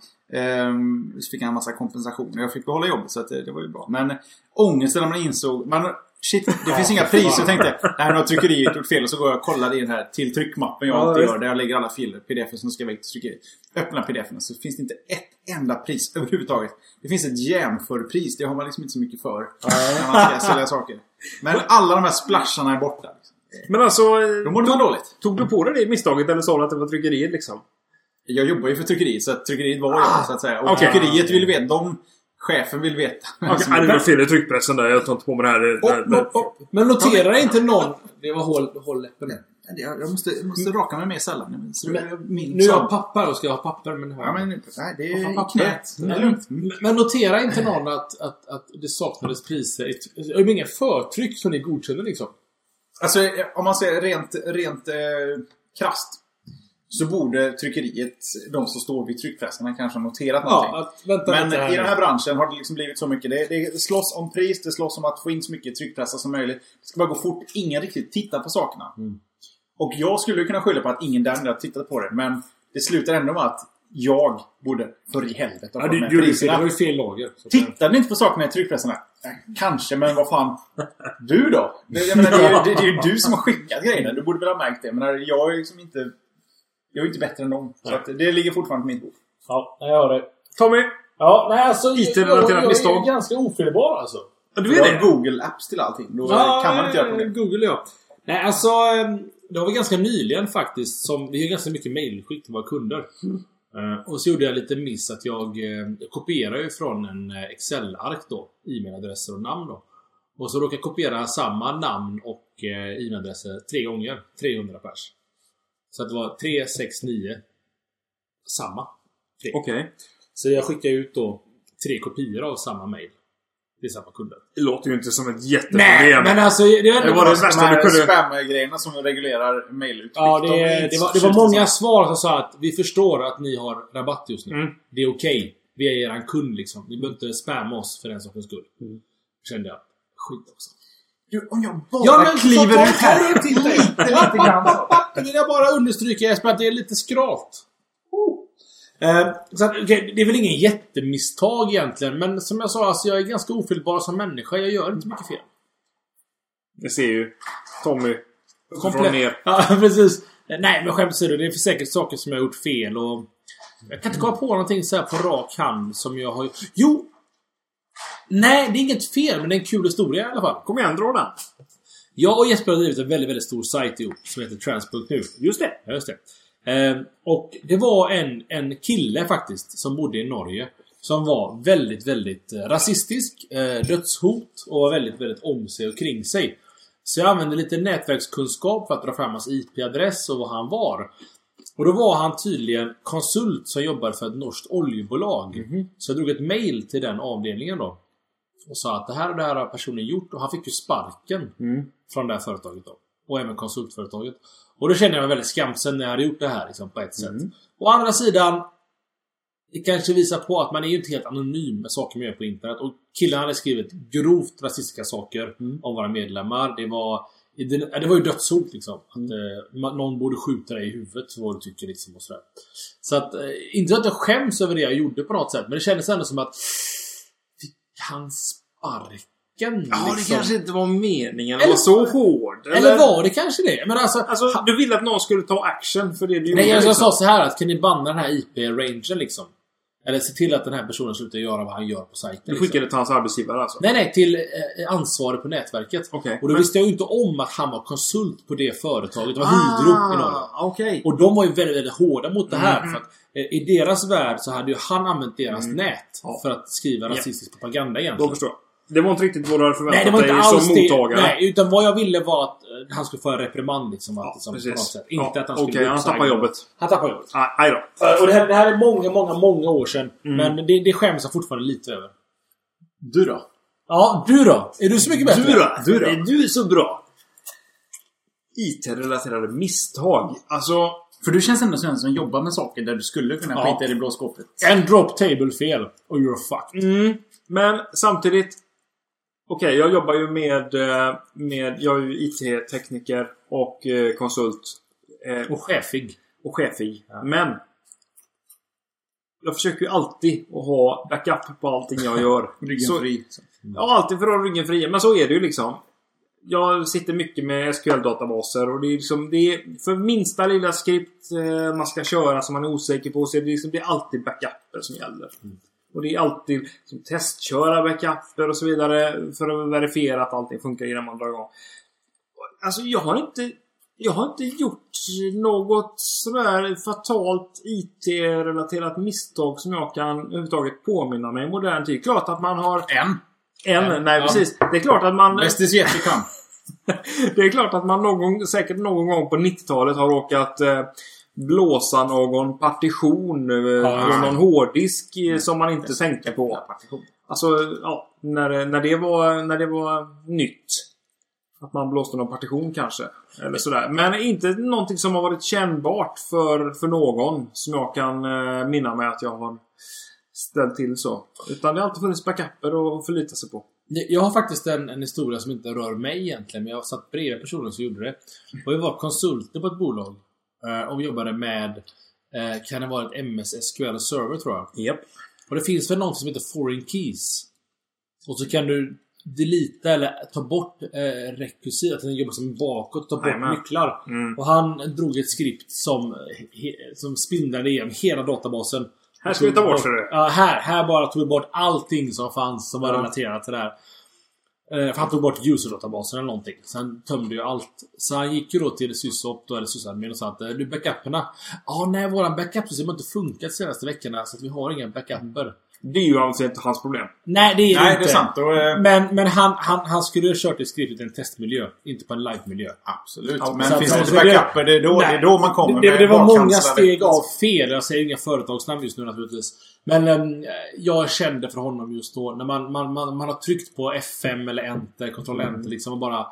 Um, så fick han en massa kompensationer. Jag fick behålla jobbet så att det, det var ju bra. Men ångesten när man insåg man, shit, det finns inga priser. Jag tänkte, nej men har tryckeriet gjort fel. Och så går jag och kollar i den här till tryckmappen jag alltid gör. Där jag lägger alla filer, pdf som ska väck till tryckeriet. Öppna pdf-en så finns det inte ett enda pris överhuvudtaget. Det finns ett jämförpris. Det har man liksom inte så mycket för när man ska sälja saker. Men alla de här splasharna är borta liksom. Men alltså, då mår man dåligt. Tog du på dig det misstaget eller sa du att det var tryckeriet liksom? Jag jobbar ju för tryckeriet så att tryckeriet var jag ah, så att säga. Och okay. Tryckeriet vill veta, de chefen vill veta. Okay, det var fel i tryckpressen där, jag tar inte på mig det här. Det, oh, det, oh, oh. Men noterar inte någon... Det var håll, håll läppen. Jag måste, jag måste raka mig mer sällan. Men, min nu är jag pappa och ska jag ha papper. Men, ja, men nej, det är knät. Men, men noterar inte någon att, att, att det saknades priser? Det är inga förtryck som ni godkänner liksom. Alltså om man säger rent, rent eh, krasst. Så borde tryckeriet, de som står vid tryckpressarna, kanske ha noterat någonting. Ja, att, vänta, men vänta, i den här branschen har det liksom blivit så mycket. Det, det slåss om pris, det slåss om att få in så mycket tryckpressar som möjligt. Det ska bara gå fort, ingen riktigt tittar på sakerna. Mm. Och jag skulle kunna skylla på att ingen där har tittat på det. Men det slutar ändå med att jag borde för i helvete. Ja, du, du, det var ju fel lager. Tittar ni inte på sakerna i tryckpressarna? Kanske, men vad fan. Du då? Jag menar, det, är, det, det är ju du som har skickat grejerna. Du borde väl ha märkt det. Men jag är liksom inte... Jag är inte bättre än dem. Så att det ligger fortfarande på mitt bord. Ja, jag hör det. Tommy? Ja, nej alltså... I T-relaterat misstag. Jag är ganska ofelbar alltså. Ja, du är det? Google Apps till allting. Då ja, kan man inte göra det. Google, ja. Nej, alltså... Det var ganska nyligen faktiskt. Som, vi har ganska mycket mejlskick till våra kunder. Mm. Uh, och så gjorde jag lite miss att jag, uh, jag kopierade ju från en Excel-ark då. E-mailadresser och namn då. Och så råkade jag kopiera samma namn och uh, e-mailadresser tre gånger. trehundra pers. Så att det var tre, sex, nio samma. Okej. Okay. Så jag skickade ut då tre kopior av samma mail. Det är samma kunder. Det låter ju inte som ett jätteproblem. Nej, men alltså... Det, det var det värsta du kunde... spam-grejerna som reglerar mailutskick. Ja, det, det, det, var, det var många svar som sa att vi förstår att ni har rabatt just nu. Mm. Det är okej. Okay. Vi är er kund liksom. Ni behöver inte spamma oss för den sakens skull. Mm. Kände jag. Skit också. Du, om jag bara ja, men, kliver ta, ut här lite, lite, lite grann. Det vill jag bara understryka, Jesper, att det är lite skralt. Oh. Uh, så att, okay, det är väl ingen jättemisstag egentligen. Men som jag sa, alltså, jag är ganska ofelbar som människa. Jag gör inte mycket fel. Det ser ju Tommy komplett ner. Ja, precis. Nej, men skämt åsido, det är för säkert saker som jag har gjort fel. Och jag kan inte komma på någonting så här på rak hand som jag har... Jo! Nej, det är inget fel, men det är en kul historia i alla fall. Kom igen, dra den. Jag och Jesper har drivit en väldigt, väldigt stor sajt ihop som heter Transport nu. Just det. Ja, just det. Eh, och det var en, en kille faktiskt som bodde i Norge som var väldigt, väldigt rasistisk, eh, dödshot och var väldigt, väldigt om sig och kring sig. Så jag använde lite nätverkskunskap för att dra fram hans I P-adress och vad han var. Och då var han tydligen konsult som jobbar för ett norskt oljebolag. Mm-hmm. Så jag drog ett mail till den avdelningen då. Och sa att det här och det här har personen gjort. Och han fick ju sparken mm. från det här företaget då. och även konsultföretaget. Och då kände jag mig väldigt skamsen när jag hade gjort det här liksom, på ett sätt. Mm. Å andra sidan, det kanske visar på att man är ju inte helt anonym med saker man gör på internet. Och killen hade skrivit grovt rasistiska saker mm. om våra medlemmar. Det var, det, det var ju dödshot liksom. Att eh, någon borde skjuta dig i huvudet, vad du tycker liksom och sådär. Så att, eh, inte att jag skäms över det jag gjorde på något sätt. Men det kändes ändå som att fick han sparken? Ja, liksom. det kanske inte var meningen. Det var så hård. Eller, eller var det kanske det? Men alltså, alltså han, du ville att någon skulle ta action för det du nej, gjorde. Jag liksom. sa så här att kan ni banna den här I P-rangen liksom? Eller se till att den här personen slutar göra vad han gör på sajten. Du skickade liksom. Till hans arbetsgivare alltså? Nej, nej, till eh, ansvarig på nätverket. Okay. Och då men... visste jag ju inte om att han var konsult på det företaget. Det var ah, Hydro i Norge. Okay. Och de var ju väldigt, väldigt hårda mot det här. Mm. För att, eh, i deras värld så hade ju han använt deras mm. nät ja. För att skriva rasistisk yeah. propaganda egentligen. Då förstår jag. Det var inte riktigt vad du hade förväntat nej, det var inte dig alls som mottagare. Nej, utan vad jag ville var att uh, han skulle få en reprimand liksom, ja, att, liksom precis. På något sätt. Inte ja, att han skulle okay, han tappar jobbet. Han tappar jobbet. Ah, aj då. Uh, och det här, det här är många, många, många år sedan. Mm. Men det, det skäms jag fortfarande lite över. Du då? Ja, du då? Är du så mycket bättre? Du då? Du, då? Du är så bra. I T-relaterade misstag. Alltså... För du känns ändå som en som jobbar med saker där du skulle kunna ja. skita i det blå skåpet. En drop table fel och you're fucked. Mm. Men samtidigt... Okej, okay, jag jobbar ju med, med... Jag är ju I T-tekniker och konsult. Och chefig. Och chefig. Ja. Men... Jag försöker ju alltid att ha backup på allting jag gör. Ryggen så, fri. Ja, alltid för att ha ryggen fri. Men så är det ju liksom. Jag sitter mycket med S Q L-databaser. Och det är liksom... Det är för minsta lilla skript eh, man ska köra som man är osäker på. Så är det, liksom, det är alltid backuper som gäller. Mm. Och det är alltid som testköra backuper och så vidare. För att verifiera att allting funkar innan man drar igång. Alltså jag har inte... Jag har inte gjort något sådär fatalt I T-relaterat misstag som jag kan överhuvudtaget påminna mig i modern tid. Klart att man har... En. En, en nej ja. Precis. Det är klart att man... Bästis jättekam. Det är klart att man någon gång, säkert någon gång på nittiotalet har råkat eh, blåsa någon partition eh, ja, på någon hårddisk eh, som man inte tänkte på. Alltså, ja, när, när, det var, när det var nytt. Att man blåste någon partition kanske. Eller sådär. Men inte någonting som har varit kännbart för, för någon. Som jag kan eh, minna mig att jag har ställt till så. Utan det har alltid funnits backuper att förlita sig på. Jag har faktiskt en, en historia som inte rör mig egentligen. Men jag har satt bredvid personen som gjorde det. Och jag var konsulter på ett bolag. Eh, och vi jobbade med... Eh, kan det vara ett M S S Q L server tror jag. Yep. Och det finns väl något som heter foreign keys. Och så kan du... delita eller ta bort eh, rekvisit, att den jobbar som bakåt, ta bort Amen. nycklar. Mm. Och han drog ett skript som he, som spindlade igenom hela databasen. Här ska vi ta bort det. Ja, här, här bara tog vi bort allting som fanns som var mm. relaterat till det här. Eh, för han tog bort user-databasen eller någonting. Så han tömde ju allt. Så han gick ju då till sysop då, eller sysadmin och sa att du backuperna. Ja, ah, nej, våran backup-system har inte funkat de senaste veckorna så att vi har inga backuper. Det är ju alltså inte hans problem. Nej, det är Nej, inte. det är sant. Och, eh... Men, men han, han, han skulle ha kört i skriptet i en testmiljö, inte på en live-miljö. Absolut. Ja, men finns det inte backuper, det är då, det är då man kommer det, det, med det var många steg av fel. Jag säger inga företagsnamn just nu naturligtvis. Men um, jag kände för honom just då, när man, man, man, man har tryckt på F fem eller Enter, Ctrl Enter liksom och bara...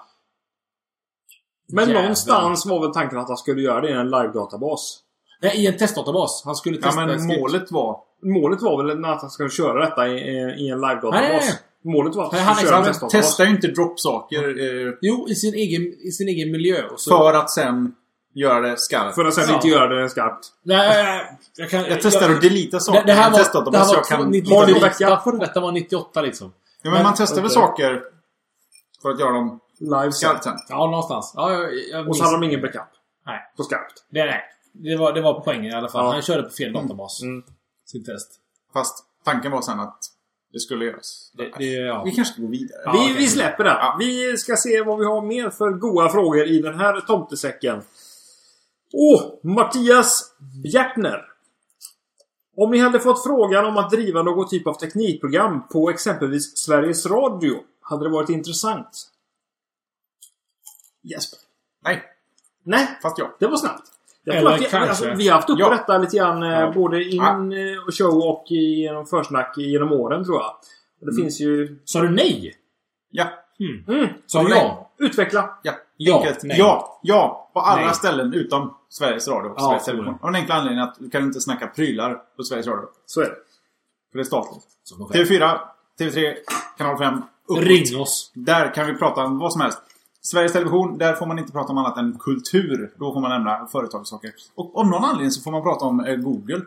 Men jävlar. Någonstans var väl tanken att han skulle göra det i en live-databas? Nej, i en testdatabas. Han skulle testa. Ja, men målet var... Målet var väl att han skulle köra detta i, i en live-databas. Målet var att han skulle köra en testar ju inte drop-saker. Eh, jo, i sin egen, i sin egen miljö. Och så. För att sen göra det skarpt. För att sen ja. inte göra det skarpt. Nej, jag, kan, jag testar jag, att delita saker. Det, det här var, det här var kan, nittioåtta. Detta var nittioåtta liksom. Ja, men, men man testar väl okay. saker för att göra dem live skarpt sen. Ja, någonstans. Ja, jag, jag och så hade de ingen backup. Nej. På skarpt. Det, nej. Det var, det var poängen i alla fall. Ja. Han körde på fel databas. Mm. Sin test. Fast tanken var sen att det skulle göras. Det, det, ja. Vi kanske ska gå vidare. Ja, vi, okay. vi släpper det. Ja. Vi ska se vad vi har mer för goda frågor i den här tomtesäcken. Åh, Mattias Bjärtner. Om ni hade fått frågan om att driva någon typ av teknikprogram på exempelvis Sveriges Radio, hade det varit intressant? Jesper. Nej. Nej, fast ja. Det var snabbt. Jag Eller tror att vi, alltså, vi har haft upp ja. detta lite grann ja. både in ja. och show och genom försnack genom åren tror jag. Och det mm. finns ju... Sa du nej? Ja. Mm. Mm. Sa du ja? Utveckla. Ja, Ja, enkelt. nej. Ja, ja, på alla Nej. ställen utom Sveriges Radio och Ja, Sveriges Television. Av den enkla anledningen att du kan inte snacka prylar på Sveriges Radio. Så är det. För det är statligt. Som de T V fyra, T V tre, kanal fem. Uppåt. Ring oss. Där kan vi prata om vad som helst. Sveriges Television, där får man inte prata om annat än kultur. Då får man nämna företagssaker. Och om någon anledning så får man prata om eh, Google.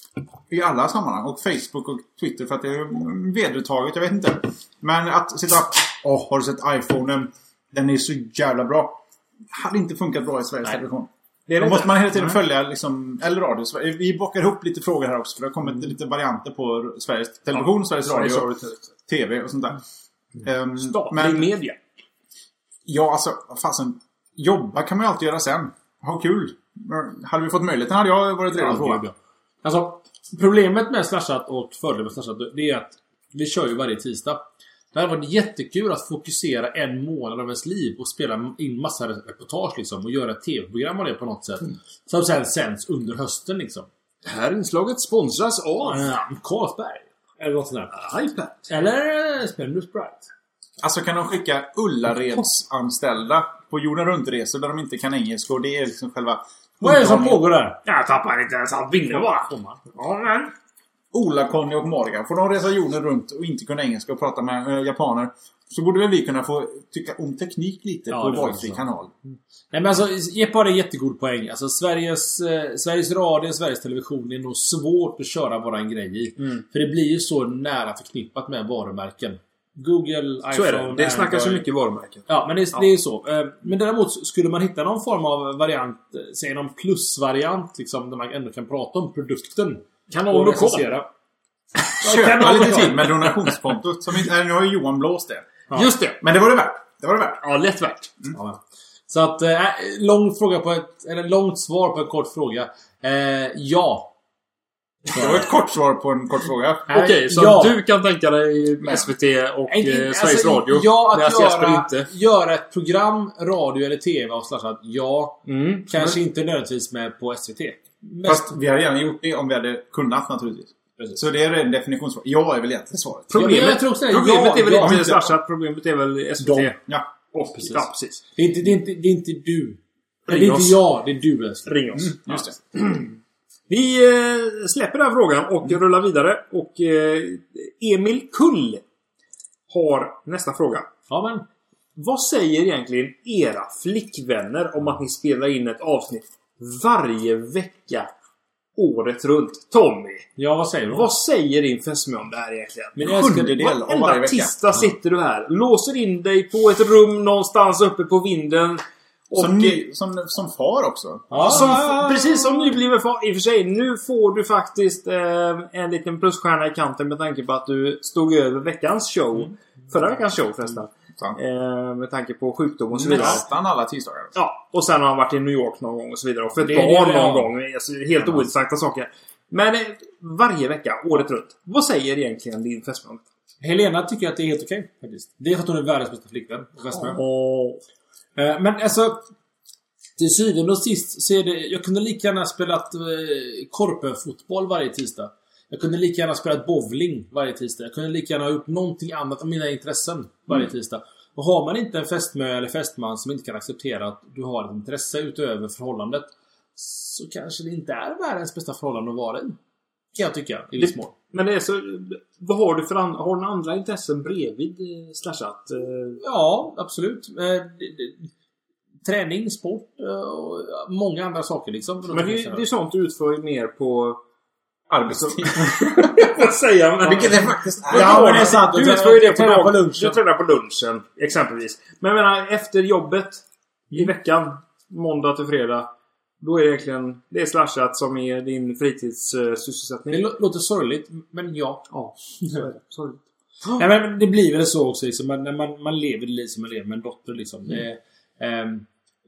I alla sammanhang. Och Facebook och Twitter för att det är vedertaget, jag vet inte. Men att sitta... Åh, oh, har du sett iPhonen? Den är så jävla bra. Hade inte funkat bra i Sveriges Nej. Television. Det är Då det måste inte. man hela tiden följa liksom, eller radio. Vi bockar ihop lite frågor här också. För det har kommit lite varianter på Sveriges Television, Ja, Sveriges Sveriges Radio, Radio, T V och sånt där. Um, Statlig media. Ja, alltså, vad fasen. Jobba kan man ju alltid göra sen. Ha kul. Hade vi fått möjligheten hade jag varit redo att Ja, fråga. alltså, problemet med Slashat och fördelen med Slashat, det är att vi kör ju varje tisdag. Det hade varit jättekul att fokusera en månad av ens liv och spela in massa reportage liksom, och göra ett tv-program av det på något sätt. Som sen sänds under hösten liksom. Det här inslaget sponsras av Ja, Carlsberg. Eller något sånt där. iPad. Eller Spender Sprite. Alltså kan de skicka Ullareds-anställda på jorden runt-resor där de inte kan engelska och det är liksom själva... Vad är det som pågår där? Jag tappar inte ens allt vinner bara. Ja, men... Ola, Conny och Morgan. Får de resa jorden runt och inte kunna engelska och prata med äh, japaner så borde väl vi kunna få tycka om teknik lite Ja, på det valfri så. kanal. Nej men alltså, Jeppe har en jättegod poäng. Alltså Sveriges, eh, Sveriges Radio och Sveriges Television är nog svårt att köra bara en grej i. Mm. För det blir ju så nära förknippat med varumärken. Google, iPhone, Så är det. Det snackas så Android. mycket varumärken. Ja, men det, Ja. det är så. Eh, Men däremot skulle man hitta någon form av variant, eh, säg någon plusvariant liksom, där man ändå kan prata om produkten. Kanal och och kod. recensera. Köpa lite tid med donationskontot. Som inte, äh, nu har ju Johan blåst det. Ja. Just det. Men det var det värt. Det var det värt. Ja, lätt värt. Ja. Så att, eh, lång fråga på ett, eller långt svar på en kort fråga. Eh, ja. Det var ett kort svar på en kort fråga. Nej, Okej, så ja. du kan tänka dig S V T och Nej, eh, alltså, Sveriges Radio. Ja, Men att jag Jesper göra, inte. göra ett program, radio eller tv och slashat, ja. Mm. Kanske inte nödvändigtvis med på S V T. Mest, Fast vi hade gärna gjort det om vi hade kunnat naturligtvis. Precis. Så det är en definitionsfråga. Ja är väl egentligen svaret. Ja, men Problemet, jag tror också det. problemet Ja, är väl ja, inte inte- slashat. Problemet är väl S V T. De. Ja. Och, Precis. Ja, precis. det, är inte, det, är inte, det är inte du. Det är Ring inte oss. jag, det är du. Älskling. Ring oss. Mm, just det. Vi eh, släpper den här frågan och rullar vidare. Och eh, Emil Kull har nästa fråga. Ja, men. Vad säger egentligen era flickvänner om att ni spelar in ett avsnitt varje vecka året runt? Tommy, Ja, vad säger du? vad säger din fästmö om det här egentligen? Men jag älskar- Sjundedel av varje Varenda vecka. tisdag sitter du här, låser in dig på ett rum någonstans uppe på vinden. Och Som, ny, som, som far också. Ja, Som, precis som nybliven far. I och för sig, nu får du faktiskt eh, en liten plusstjärna i kanten med tanke på att du stod över veckans show. Mm. Förra veckans show förresten. Sant. Eh, med tanke på sjukdom och så vidare. Nästan alla tisdagar. Ja, och sen har han varit i New York någon gång och så vidare. Och för ett Det är barn det, någon ja. gång. Alltså, helt ointressanta saker. Men eh, varje vecka, året runt. Vad säger egentligen din fästmö? Helena tycker att det är helt okej, faktiskt. Det är för att hon är världens bästa flickvän. Och fästmö. Åh. Eh, Men alltså, till syvende och sist så är det... Jag kunde lika gärna spelat eh, korpefotboll varje tisdag. Jag kunde lika gärna spelat bowling varje tisdag. Jag kunde lika gärna ha gjort någonting annat av mina intressen varje Mm. tisdag. Och har man inte en fästmö eller fästman som inte kan acceptera att du har ett intresse utöver förhållandet, så kanske det inte är världens bästa förhållande att vara i. Kan jag tycka, i viss mån. Men det är så... Vad har du för an- har du några andra intressen bredvid eh, slashat? Eh, Ja, absolut. Eh, det- det- Träning, sport eh, och många andra saker liksom. men det, det är sånt du utför mer på... Arbetstid. Vad säger man? Vilket det faktiskt är. Ja, men det är sant. Du Du utför ju det på, tränar dag, på lunchen. Du tränar på lunchen, exempelvis. Men jag menar, efter jobbet i veckan, måndag till fredag, då är det egentligen det är slashat som är din fritidssysselsättning. Det lå- låter sorgligt, men ja. Ja, så är det. Sorry. Nej, men det blir väl så också liksom, när man, man lever det liv som man lever med en dotter liksom. Mm. Det, ehm,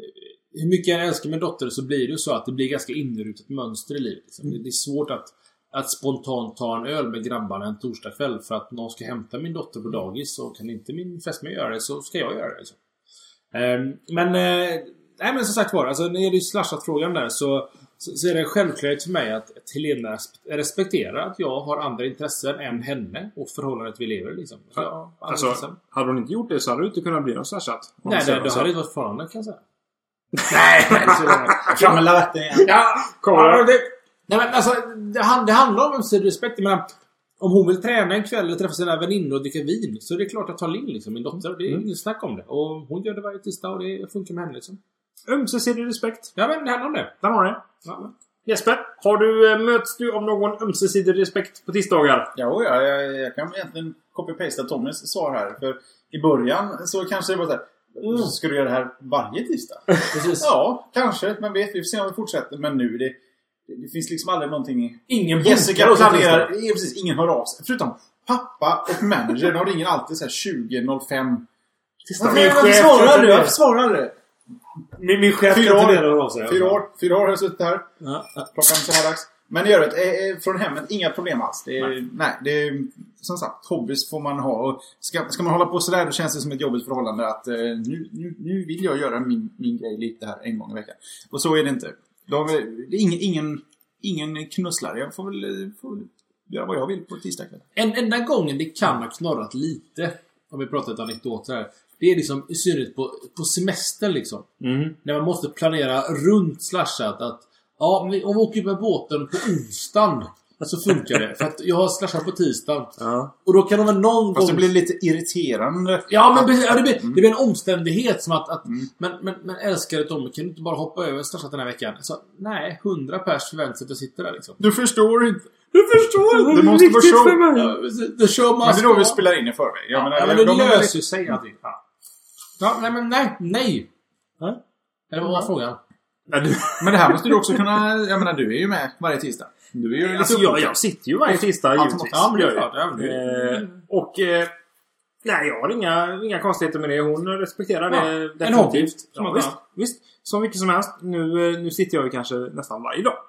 hur mycket jag älskar min dotter så blir det ju så att det blir ganska inrutat mönster i livet liksom. Mm. det, det är svårt att, att spontant ta en öl med grabbarna en torsdagkväll för att någon ska hämta min dotter på dagis, och kan inte min fästmö göra det så ska jag göra det liksom. Ehm, men eh, nej, men som sagt var, alltså när det är slashat frågan där så så, så är det självklart för mig att, att Helena respekterar att jag har andra intressen än henne och förhållandet vi lever liksom. Så jag, alltså, hade hon inte gjort det så hade du inte kunnat bli någon slashat. Nej, det, det hade inte varit förhållande kan jag säga. Nej, Fram med lavetten igen. Ja, ja det, nej men alltså det, hand, det handlar om ömsesidig respekt. Men om hon vill träna en kväll eller träffa sina väninnor och dricka vin, så är det klart att ta Linn liksom, min dotter. Det är mm. ingen snack om det. Och hon gör det varje tisdag och det funkar med henne liksom. Ömsesidig respekt. Ja, men det handlar om det. Där har det. Ja. Jesper, har du, möts du av någon ömsesidig respekt på tisdagar? Ja, ja jag, jag kan egentligen copy-pasta Tommys svar här. För i början så kanske det var så här, mm. ska du göra det här varje tisdag? Precis. Ja, kanske. Men vet, vi får se om vi fortsätter. Men nu, det, det finns liksom aldrig någonting... Ingen Jessica planerar, ja, precis, ingen hör av sig. Förutom pappa och manager, de ringer alltid så här tjugo noll fem. Varför svarar du? Varför svarar du? Min, min chef fyra kan år, inte dela av sig. Fyra år, fyra år har jag suttit här. Ja. Klockan så här dags. Men i övrigt, eh, från hemmet, inga problem alls. Det är, nej. nej, det är som sagt, hobbys får man ha. Och ska, ska man hålla på sådär, då känns det som ett jobbigt förhållande att eh, nu, nu, nu vill jag göra min, min grej lite här en gång i veckan. Och så är det inte. De, det är ingen, ingen, ingen knusslar. Jag får väl, får väl göra vad jag vill på tisdag kväll. En enda gången det kan ha knorrat lite, om vi pratar ett anekdoter här, det är liksom i synnerhet på, på semester liksom. Mm. När man måste planera runt slashat att ja, om vi, om vi åker med båten på onsdagen så funkar det. För att jag har slashat på tisdagen. Ja. Och då kan de väl någon Fast gång... det blir lite irriterande. Ja, men ja, det, blir, mm. det blir en omständighet som att... att mm. men, men, men älskar ett om, kan du inte bara hoppa över slashat den här veckan? Så, nej, hundra pers förväntar sig att jag sitter där liksom. Du förstår inte. Du förstår inte. Det måste vara show. Ja, the show must men det är då vi spelar in i förväg. Jag ja, menar, ja, men det de löser lite... sig alltid. Ja. Ja, nej, men nej, nej. Ja? Eller vad var frågan? Ja, du, men det här måste du också kunna... Jag menar, du är ju med varje tisdag. Du är ju alltså, lite jag, jag sitter ju varje tisdag, givetvis. Ja, men det är klart. Ja, det är... Eh, och... Eh, nej, jag har inga, inga konstigheter med det. Hon respekterar ja, det definitivt. En hobby. Ja, visst, visst. Så mycket som helst. Nu, nu sitter jag ju kanske nästan varje dag.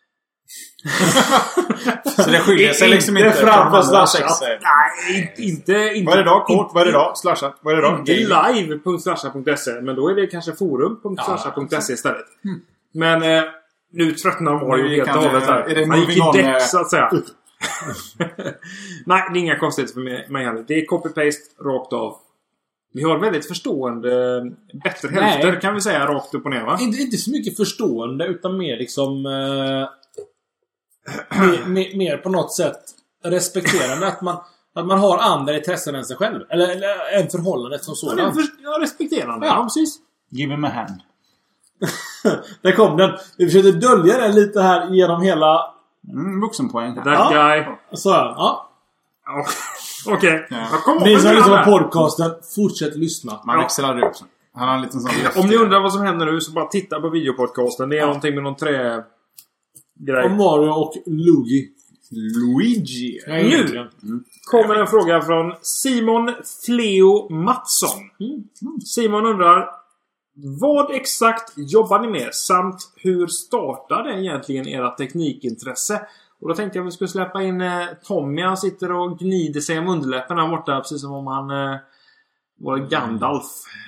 Så det skiljer sig liksom inte fram på slashat. Nej, inte, inte... Vad är det idag? Kort? Vad är det idag? Slashat? Vad är det idag? Inte live punkt slashat punkt se. Men då är det kanske forum punkt slashat punkt se istället. Mm. Men eh, nu tröttnar de ju helt och hållet här. Är det man gick i on, däck så att säga. Nej, det är inga konstigheter för mig, mig heller. Det är copy-paste rakt av. Vi har väldigt förstående bättre hälfter kan vi säga rakt upp och ner, va? Inte, inte så mycket förstående utan mer liksom eh, mer, mer, mer på något sätt respekterande att man att man har andra intressen än sig själv eller, eller en förhållande som sådan. Ja, för, ja respekterande. Ja, precis. Give him a hand. Där kom den. Vi försökte dölja det lite här genom hela mm, vuxenpoäng. That ja. guy. Så ja. Ja. Okej. Okay. Ja. Ni som lyssnar på podcasten, fortsätt lyssna. Man ja. växlar upp. Han har en liten sån Om ni undrar vad som händer nu så bara titta på videopodcasten. Det är ja. någonting med någon trä grej. Och Mario och Luigi. Luigi. Nu mm. kommer en fråga från Simon Fleo Mattsson. Mm. Simon undrar: vad exakt jobbar ni med? Samt hur startade egentligen era teknikintresse? Och då tänkte jag att vi skulle släppa in eh, Tommy. Han sitter och gnider sig om underläppen här borta. Precis som om han eh, var Gandalf.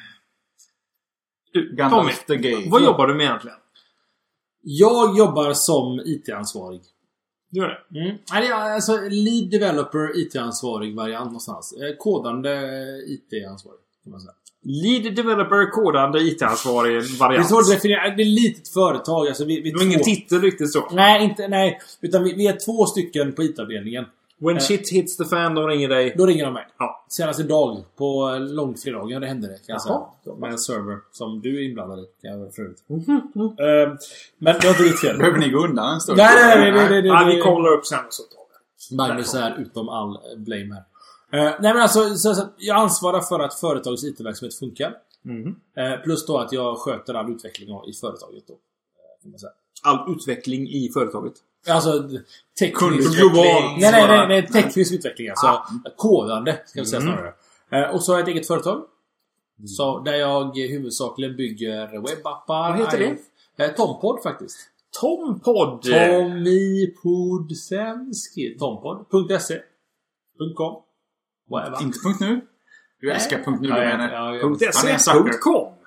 Du, Gandalf Tommy, the Gay. Vad jobbar du med egentligen? Jag jobbar som I T-ansvarig. Gör det? Mm. Alltså lead developer I T-ansvarig variant någonstans. Kodande I T-ansvarig kan man säga. Lead developer, kodande I T-ansvarig variant. Det är svårt att definiera. Det är ett litet företag. Alltså vi, vi det var ingen titel riktigt så. Nej, inte, nej. Utan vi, vi är två stycken på I T-avdelningen. When eh, shit hits the fan, då ringer dig. Då ringer de mig. Ja. Senast idag på långfredagen, det hände det kan jag säga. Jaha. Med en server som du är inblandad i. Kan jag förut. Mm-hmm. Uh, men det var inte ditt fel. Behöver ni gå undan en stund? Nej, nej, nej. nej, nej, nej, nej. Ja, vi kollar upp sen och så tar vi. Magnus är utom all blame här. Uh, nej men alltså så, så, jag ansvarar för att företagets I T-verksamhet funkar. Mm. Uh, plus då att jag sköter all utveckling i företaget då. Uh, kan man säga. All utveckling i företaget? Alltså teknisk utveckling. Nej, nej, nej, nej, teknisk utveckling alltså. Ah. Kodande ska jag säga mm. snarare. Uh, och så har jag ett eget företag. Mm. Så där jag huvudsakligen bygger webbappar. Vad heter I, det? Uh, Tompod faktiskt. Tompod? Tommy Podsemski. Tompod punkt se punkt com. Inte punkt nu. Du älskar punkt nu. Ja, ja, ja, ja. punkt se punkt com.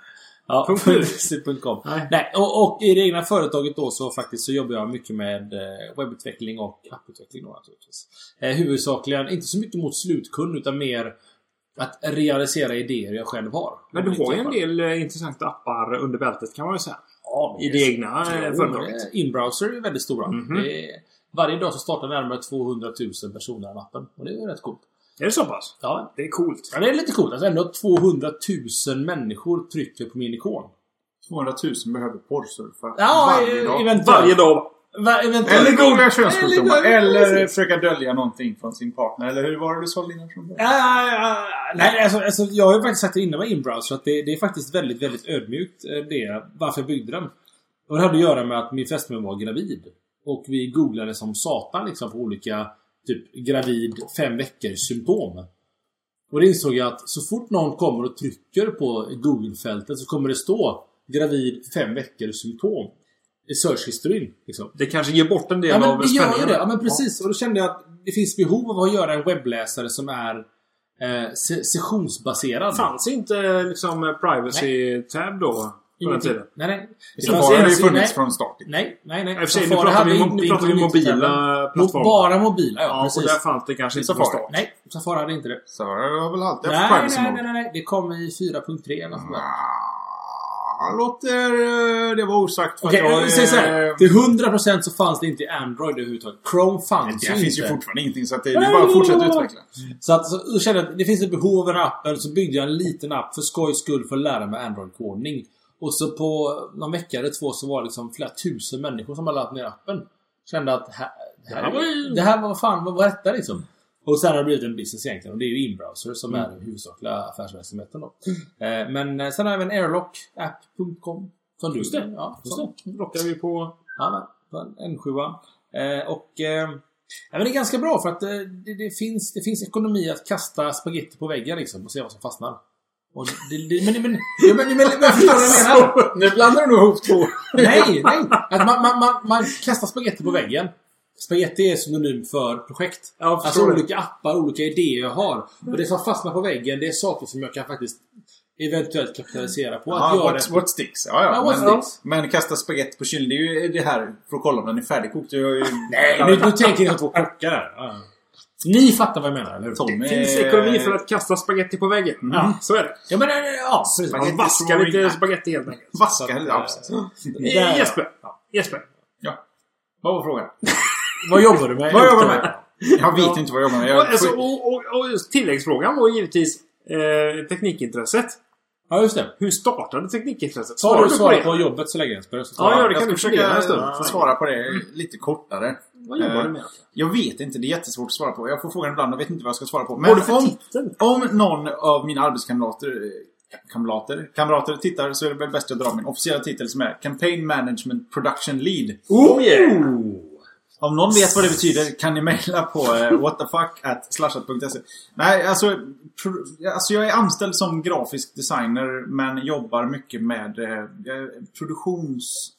Ja, Punkt punkt com. Nej. Nej, och, och i det egna företaget då så faktiskt så jobbar jag mycket med eh, webbutveckling och apputveckling då naturligtvis. Eh, huvudsakligen inte så mycket mot slutkund utan mer att realisera idéer jag själv har. Men du har ju en del eh, intressanta appar under bältet kan man ju säga. Ja, i det egna eh, företaget. Inbrowser är väldigt stora. Mm-hmm. Det är, varje dag så startar närmare tvåhundratusen personer av appen. Och det är ju rätt coolt. Är det så pass? Ja. Det är coolt. Ja, det är lite coolt. Alltså ändå tvåhundratusen människor trycker på min ikon. tvåhundratusen behöver porrsurfa ja, varje dag. Eventuellt. Varje dag. Va, eller googla könssjukdomar. Eller, eller försöka dölja någonting från sin partner. Eller hur var det du sålde innan från början? Ja, ja, nej, alltså, alltså, jag har ju faktiskt sagt det innan med Inbrowser att det, det är faktiskt väldigt, väldigt ödmjukt det, varför jag byggde den. Och det hade att göra med att min fästmö var gravid. Och vi googlade som satan liksom på olika typ gravid fem veckor symptom. Och det insåg jag att så fort någon kommer och trycker på Google-fältet så kommer det stå gravid fem veckor symptom i search-historin liksom. Det kanske ger bort en del ja, men av det spänningen. gör det. Ja, men precis. Och då kände jag att det finns behov av att göra en webbläsare som är eh, se- sessionsbaserad. Fanns inte liksom privacy-tab då? På den tiden. Nej, nej. Det har ju funnits nej. från start. Nej, nej, nej. I och för sig, nu pratar vi, mo- nu pratar vi mobila plattformar. Bara mobila, ja, ja precis. och där fanns det kanske inte från start. Nej, Safari hade inte det. Safari har väl alltid nej, haft privacy nej, mode. nej, nej, nej. Det kom i fyra punkt tre eller sådär. Ja, låter det var osagt. Okej, okay, jag säger så här. Till hundra procent så fanns det inte i Android överhuvudtaget. Chrome fanns det ju finns inte. ju fortfarande ingenting så att det är bara att fortsätta utveckla. Så att så, jag kände att det finns ett behov av en app. Så byggde jag en liten app för skojs skull för att lära mig Android-kodning. Och så på någon vecka eller två så var det liksom flera tusen människor som hade laddat ner appen. Kände att här, det, här, det här var fan, vad var detta liksom? Och sen har det blivit en business egentligen. Och det är ju Inbrowser som mm. är den huvudsakliga affärsverksamheten då. Mm. Eh, men sen har vi en airlock app punkt com. Som du det. Ja, just det. Lockar vi på, ja, på en N sju. Eh, och eh, ja, men det är ganska bra för att eh, det, det, finns, det finns ekonomi att kasta spaghetti på väggen liksom, och se vad som fastnar. Och det, det, men, men, ja, men, men, men jag förstår vad jag menar. Nu blandar du nog ihop två. Nej, nej. Att man, man, man, man kastar spaghetti på väggen. Spaghetti är synonym för projekt. Ja, alltså olika appar, olika idéer jag har. Och det som fastnar på väggen, det är saker som jag kan faktiskt eventuellt kapitalisera på. Att ja, göra what, what sticks. Ja, ja. ja what men, sticks. Men kasta spaghetti på kyl, det är ju det här för att kolla om den är färdigkokt. Ju... Nej, nu, nu tänker jag två kockar där. Ja. Ni fattar vad jag menar, eller hur? Tom, det finns ekonomi för att kasta spaghetti på väggen. Mm. Ja, så är det. Ja, men ja, man vaskar lite spaghetti helt enkelt. Vaskar, ja, precis. Äh, Jesper. Ja. Jesper. Ja. Vad var frågan? Vad jobbar du med? Vad jobbar du med? Jag vet ja. inte vad jag jobbar med. Jag... Alltså, och, och, och tilläggsfrågan var givetvis eh, teknikintresset. Ja, just det. Hur startade teknikintresset? Svarar du svara på, på jobbet så länge Jesper? Så ja, ja, det kan jag du försöka en stund. Ja, svara på det lite kortare. Vad jobbar du med? Jag vet inte, det är jättesvårt att svara på. Jag får frågan ibland och vet inte vad jag ska svara på. Men om, om någon av mina arbetskamrater kamrater, kamrater tittar så är det väl bäst att dra min officiella titel som är Campaign Management Production Lead. Oh yeah! Om någon vet vad det betyder kan ni mejla på uh, whatthefuck at slashat punkt se. Nej, alltså, pro- alltså jag är anställd som grafisk designer men jobbar mycket med uh, produktions...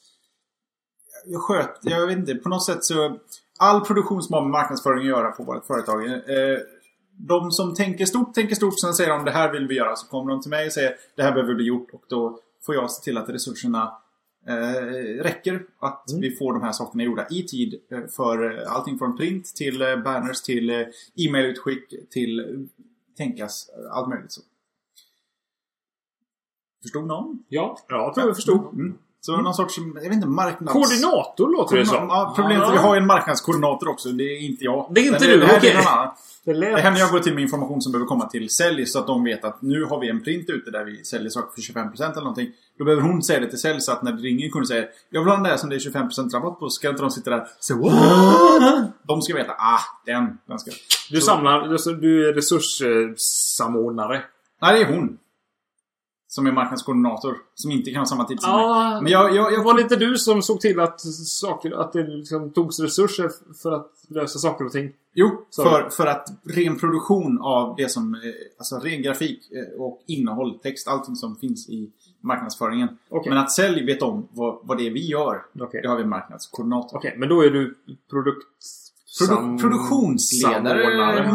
Jag sköt, jag vet inte, på något sätt så... All produktion som har med marknadsföring att göra på vårt företag. Uh, de som tänker stort, tänker stort, sen säger de det här vill vi göra. Så kommer de till mig och säger det här behöver bli gjort och då får jag se till att resurserna Eh, räcker att mm. vi får de här sakerna gjorda i tid eh, för eh, allting från print till eh, banners till eh, e-mailutskick till eh, tänkas eh, allt möjligt så. Förstod någon? Ja, jag tror jag förstod. Mm. Så mm. någon sorts, jag vet inte, marknads... Koordinator låter det som. Ja, problemet är att vi har ju en marknadskoordinator också, det är inte jag. Det är inte det, du, det, här okej. är någon annan. Det, lät... det händer jag går till med information som behöver komma till sälj så att de vet att nu har vi en print ute där vi säljer saker för tjugofem procent eller någonting. Då behöver hon säga det till sälj så att när det ringer en kund och säger jag vill ha den där som det är tjugofem procent rabatt på, så ska inte de sitta där så what? De ska veta, ah, den, den ska. Du samlar, du är resurssamordnare. Nej, det är hon. Som är marknadskoordinator. Som inte kan ha samma tid som ah, mig. Men jag, jag, jag... Var det inte du som såg till att, saker, att det liksom togs resurser för att lösa saker och ting? Jo, för, för att ren produktion av det som... Alltså ren grafik och innehåll, text, allting som finns i marknadsföringen. Okay. Men att sälj vet om vad, vad det är vi gör. Okay. Det har vi marknadskoordinator. Okej, okay, men då är du produkt... Produ- produktionsledare,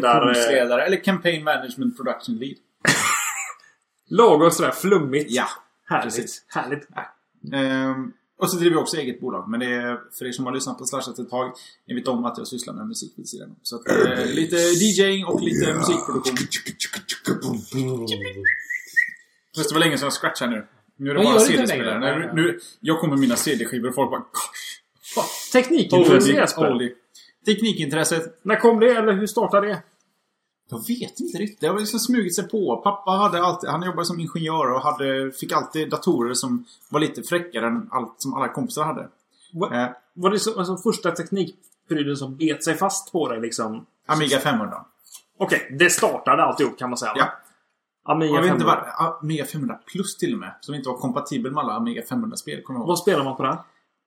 marknadsproduktionsledare eller campaign management production lead. Lagom sådär flummigt. Ja. Härligt. Precis. Härligt. Ehm, och så driver vi också eget bolag. Men det är för er som har lyssnat på Slashat ett tag, ni vet om att jag sysslar med musik vid sidan. Så att, eh, lite DJing och lite yeah. musikproduktion. Fast det var länge sedan jag scratchade nu. Nu är det bara C D-spelare. Nu, nu, jag kommer med mina C D-skivor och folk bara... Teknikintresse, Jesper. Teknikintresset. När kom det eller hur startade det? Jag vet inte riktigt. Det har liksom smugit sig på. Pappa hade alltid, han jobbade som ingenjör och hade, fick alltid datorer som var lite fräckare än allt som alla kompisar hade. Var, eh. var det så, alltså, första teknikpryden som bet sig fast på dig liksom? Amiga femhundra. Okej, okay, det startade alltihop kan man säga. Ja. Amiga jag vet femhundra. inte vad, Amiga femhundra plus till och med. Som inte var kompatibel med alla Amiga femhundra-spel. Vad spelar man på det?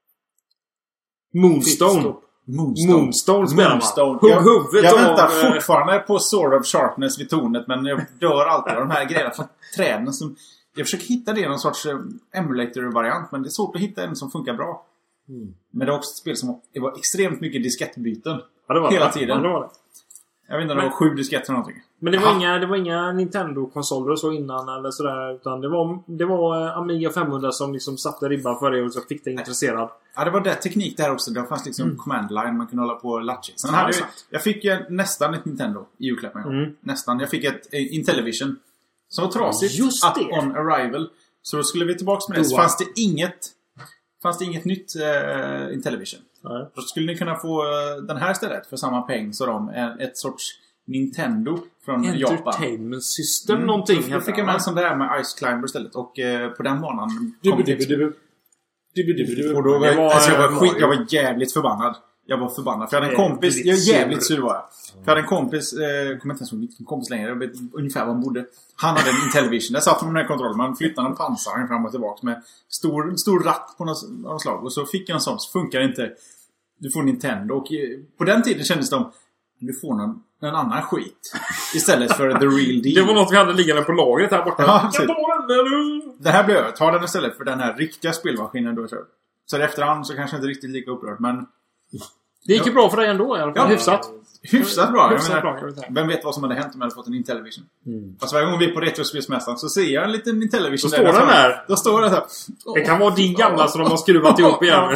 Moonstone. Moonstone. Moonstone spelar man. Moonstone. Hugg Jag, huvudet jag väntar av, fortfarande på Sword of Sharpness vid tornet. Men jag dör alltid av de här grejerna från träden. Som, jag försöker hitta det i någon sorts emulator-variant. Men det är svårt att hitta en som funkar bra. Mm. Men det är också ett spel som det var extremt mycket diskettbyten. Ja, det var hela det. tiden. Ja, det var det. Jag vet inte om det var sju disketter eller någonting. Men det var, inga, det var inga Nintendo-konsoler och så innan eller sådär. Utan det var, det var Amiga femhundra som liksom satte ribban för det och så fick det intresserad. Ja, det var det teknik där också. Det fanns liksom mm. command line. Man kunde hålla på och latcha. Sen hade jag, jag fick ju nästan ett Nintendo i julklapp med mm. Nästan. Jag fick ett eh, Intellivision. Som var trasigt. Just up det. On arrival. Så då skulle vi tillbaka med det. Så fanns det inget... Fanns det inget nytt eh, Intellivision. Nej. Då skulle ni kunna få eh, den här istället för samma peng så de en, ett sorts Nintendo från Japan. Entertainment System mm. någonting. Då fick jag med en sån där med Ice Climber istället. Och eh, på den banan kom det. Och då var, var, alltså jag, var skit, jag var jävligt förbannad. Jag var förbannad. För jag hade en kompis. Jag är jävligt sur var jag. För jag hade en kompis. Eh, kommer inte ens ihåg vilken kompis längre. Jag vet ungefär var han bodde. Han hade en Intellivision. Där satt man med den här kontrollen. Man flyttade en pansar fram och tillbaka. Med stor, stor ratt på något, något slag. Och så fick jag en sån. Så funkar inte. Du får Nintendo. Och eh, på den tiden kändes det som. Du får någon, en annan skit. Istället för the real deal. Det var något vi hade liggande på lagret här borta. Ja, jag tar den nu. Det här blir jag. Ta den istället för den här riktiga spelmaskinen du har köpt. Så efterhand så kanske inte riktigt lika upprörd. Men det gick ju bra för dig ändå i alla fall. Ja, hyfsat. Hyfsat bra. Hyfsat jag bra menar, jag vem vet vad som hade hänt om jag hade fått en Intellivision. Mm. Fast varje gång vi är på Retrospelsmässan så ser jag en liten Intellivision. Då står den där. Då står den här. Det kan vara din gamla som de har skruvat ihop igen.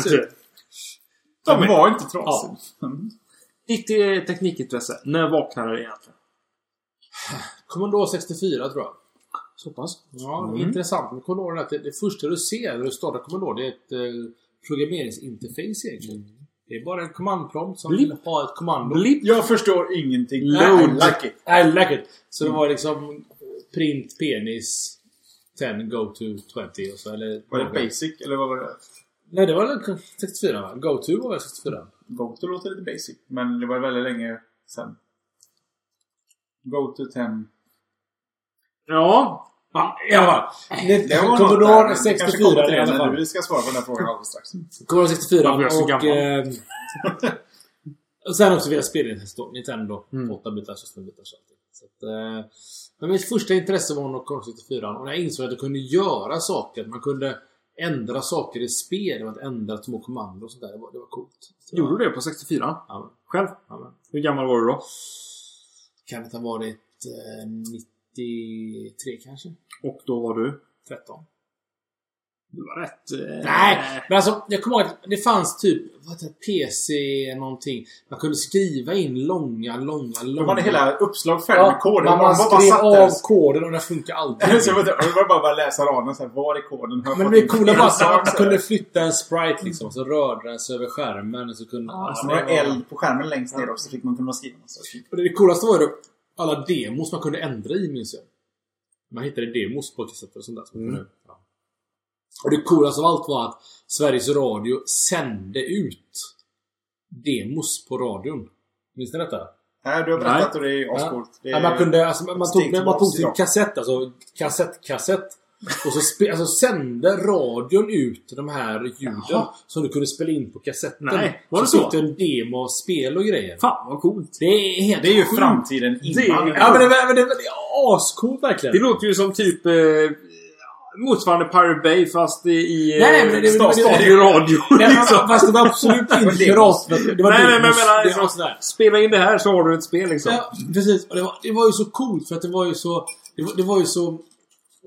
De var inte trasig. Ja. Ditt eh, teknikintresse. När vaknade det egentligen? Commodore sextiofyra tror jag. Så pass. Ja, mm. Intressant med Commodore att det, det första du ser när du startar Commodore det är ett eh, programmeringsinterface egentligen. Mm. Det är bara en kommandprompt som Blip. Vill ha ett kommando. Blip. Jag förstår ingenting. Load. I like it. I like it. Så mm. det var liksom print penis ten go to twenty och så eller var det basic eller vad var det? Nej, det var sextiofyra va? Go to var sextiofyra. Go to låter lite basic, men det var väldigt länge sen. Go to ten. Ja. Ja, i alla fall. Det var Commodore sextiofyra i alla fall. Du ska svara på den här frågan alldeles strax. Commodore sextiofyra och... Eh, och sen också via spelintresse Nintendo. Mm. åtta bitar, sexton bitar. Så att, eh, men mitt första intresse var nog Commodore sextiofyra. Och när jag insåg att jag kunde göra saker. Man kunde ändra saker i spel. Det var att ändra små kommandon och sånt där. Det var, det var coolt. Så, gjorde du det på sextiofyra? Ja. Själv? Ja. Hur gammal var du då? Kan det ha varit eh, nittiotre kanske. Och då var du? tretton. Du var rätt... Eh... Nej, men alltså jag kommer ihåg att det fanns typ vad heter det, P C någonting. Man kunde skriva in långa, långa, långa... Man hade hela uppslag färdigt ja, med koden. Man, man skrev av där. Koden och det funkar alltid. Så jag var bara bara läsa raden så här, var är koden? Hör men det coola var att man kunde flytta en sprite liksom. Så rörde den sig över skärmen. Och så kunde... Ja, så var det eld på skärmen längst ner också. Så fick man kunna skriva. Och det coolaste var ju alla demos man kunde ändra i minns jag. Man hittade demos på kassetter och sånt där. Som mm. kunde, ja. Och det coolaste av allt var att Sveriges Radio sände ut demos på radion. Minns ni detta? Nej, du har berättat och det är ascoolt. Ja, man kunde, alltså, man, man tog, man tog sin kassett, alltså kassettkassett. Och så spe, alltså, sände radion ut de här ljuden. Jaha. Som du kunde spela in på kassetten. Nej, var det så? Så fick du en demo av spel och grejer. Fan vad coolt. Det är helt Det är ju sjukt. framtiden innan. Det, ja men det, men det, det är ascoolt verkligen. Det låter ju som typ... Eh, motsvarande Pirate Bay fast i nej, nej, men det, statlig radio. Nej, liksom. Fast det var absolut inte pirat. Det var nej, nej, men, men det alltså, sådär. Spela in det här så har du ett spel liksom. Ja, precis. Och det var, det var ju så coolt för att det var ju så det var, det var ju så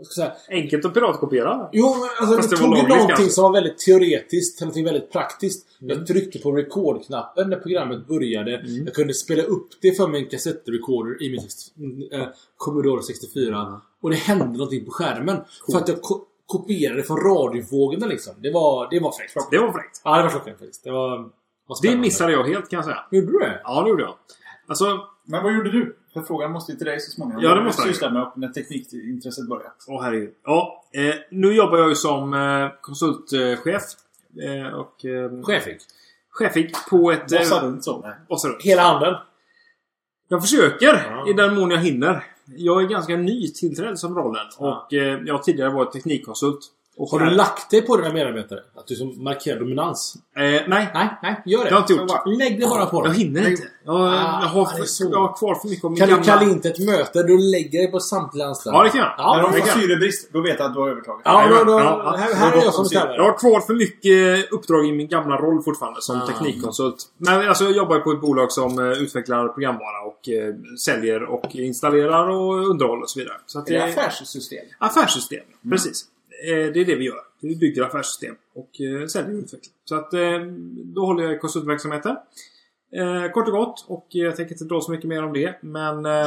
Säga, enkelt att piratkopiera. Jo, alltså Fast det det tog var ju lagligt, någonting kanske. som var väldigt teoretiskt till någonting väldigt praktiskt. Mm. Jag tryckte på record-knappen när programmet började. Mm. Jag kunde spela upp det för min kassettrecorder i min äh, Commodore sextiofyra. Mm. Och det hände någonting på skärmen. Cool. För att jag ko- kopierade från radiovågorna liksom. Det var, det var fräckt. Det var fräckt. Ja, det var klockan faktiskt. Det var, var det missade jag helt, kan jag säga. Gjorde du det? Ja, det gjorde jag. Alltså... Men vad gjorde du? För frågan måste ju till dig så småningom. Ja, det måste jag. Syssla med när teknikintresset börjar. Åh, herregud. Ja, eh, nu jobbar jag ju som eh, konsultchef. Eh, och... Eh, Chefig. Chefig på ett... Eh, Bossa runt så. Bossa runt. Hela handen. Jag försöker ja. i den mån jag hinner. Jag är ganska ny tillträdd som rollen. Ja. Och eh, jag har tidigare varit teknikkonsult. Och har du lagt dig på dina medarbetare? Att du som markerar dominans? Eh, nej. Nej, nej, gör det. Jag har inte gjort. Lägg det bara på dem. Jag hinner inte. Jag, ah, jag, har, för, jag har kvar för mycket om min Kan gamla... du kalla inte ett möte? Du lägger dig på samtliga anställda. Ja, det kan jag. Ja, när de får kan. syrebrist, då vet jag att du har övertaget. Ja, då, då, ja, här, här är jag som bestämmer. Jag har kvar för mycket uppdrag i min gamla roll fortfarande som ah. teknikkonsult. Men alltså, jag jobbar på ett bolag som uh, utvecklar programvara och uh, säljer och installerar och underhåller och så vidare. Så att det är affärssystem. Affärssystem, mm. precis. Det är det vi gör. Vi bygger affärssystem och eh, säljer och utvecklar. Så att eh, då håller jag i konsultverksamheten. Eh, kort och gott. Och jag tänker inte dra så mycket mer om det. Men... Eh...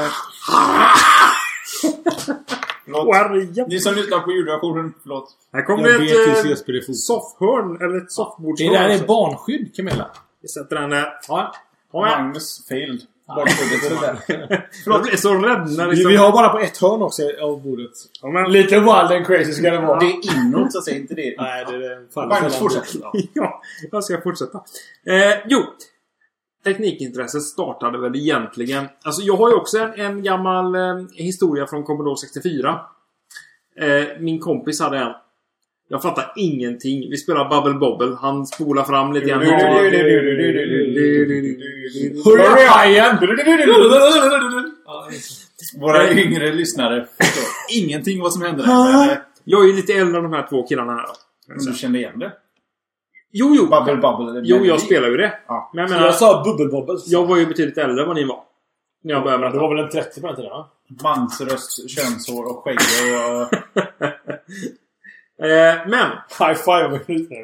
förlåt. Ni som lyssnar på ljudversionen, förlåt. Här kommer det ett eh, soffhörn eller ett soffbordstorn. Det där är barnskydd, Camilla. Vi sätter den där. Ja. Magnus failed. Jag blir så rädd när liksom... Vi har bara på ett hörn också av bordet. Ja, men... Lite wild and crazy ska det vara. Det är inåt så att säga, inte det. Nej, det är det. Magnus, fortsätt. Ja, jag ska fortsätta. Eh, jo. Teknikintresset startade väl egentligen... Alltså jag har ju också en, en gammal eh, historia från Commodore sextiofyra. Eh, min kompis hade en. Jag fattar ingenting. Vi spelar Bubble Bobble. Han spolar fram lite grann. Hurra! Våra yngre lyssnare förstår ingenting vad som händer där. Jag är ju lite äldre än de här två killarna här. Men du kände igen det? Jo, jo. Bubble Bobble. Jo, jag spelar ju det. Ja. Men jag menar... Jag sa Bubble Bobble. Jag var ju betydligt äldre än vad ni var. När jag började med det. var väl en trettio på den tiden, va? Mansröst, könshår och skägg och... Eh, men high five med skiten.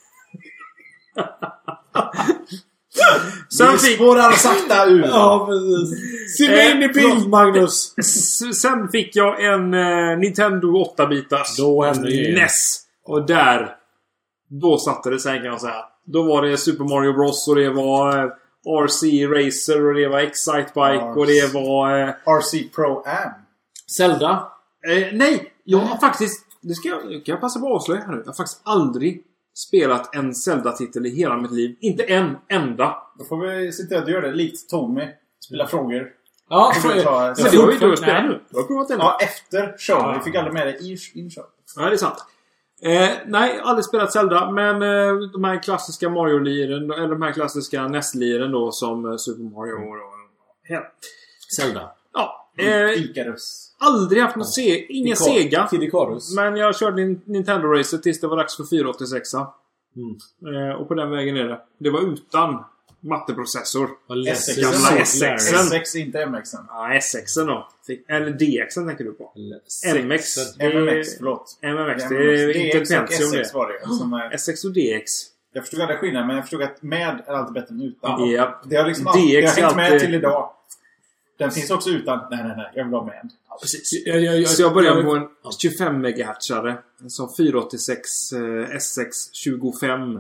Sen fick spårar sakta ut. Ja, precis. Se mig in i bild, Magnus. Sen fick jag en eh, Nintendo åtta-bitars Då hände det. N E S. Och där då satte det sig, kan jag säga. Då var det Super Mario Bros. Och det var eh, R C Racer. Och det var Excitebike. Och det var eh, R C Pro Am. Zelda. eh, Nej, jag har faktiskt Det ska jag, kan jag passa på att avslöja här nu. Jag har faktiskt aldrig spelat en Zelda-titel i hela mitt liv. Inte en enda. Då får vi se till att du gör det. Likt Tommy. Spela frågor. Ja, för det har ju du spelat nu. Du har provat det nu. Ja, efter show. Ja. Vi fick aldrig med det i in-show. Ja, det är sant. Eh, nej, aldrig spelat Zelda. Men eh, de här klassiska Mario-liren, eller de här klassiska N E S-liren då, som eh, Super Mario och... Ja. Zelda. Ja. Eh, Icarus. Aldrig haft något se, ingen Icar- Sega. Icarus. Men jag körde Nintendo Racer tills det var dags för fyra åttiosex. Mm. Eh, och på den vägen är det. Det var utan matteprocessor. S sex. Gamla S sex. S sex, inte M X. Ja, S sex då. Eller D X tänker du på. M X. M M X, förlåt. M M X, det är inte Pentium det. S sex var det. Som är... S sex och D X. Jag förstod aldrig skillnaden, men jag förstod att med är alltid bättre än utan. Ja. Det har liksom alltid, det har hängt med till idag. Den finns också utan. Nej, nej, nej. Jag vill ha med. Ja, precis. Jag, jag, jag, så jag började på en tjugofem megahertzare. Som fyra åttiosex eh, S sex tjugofem.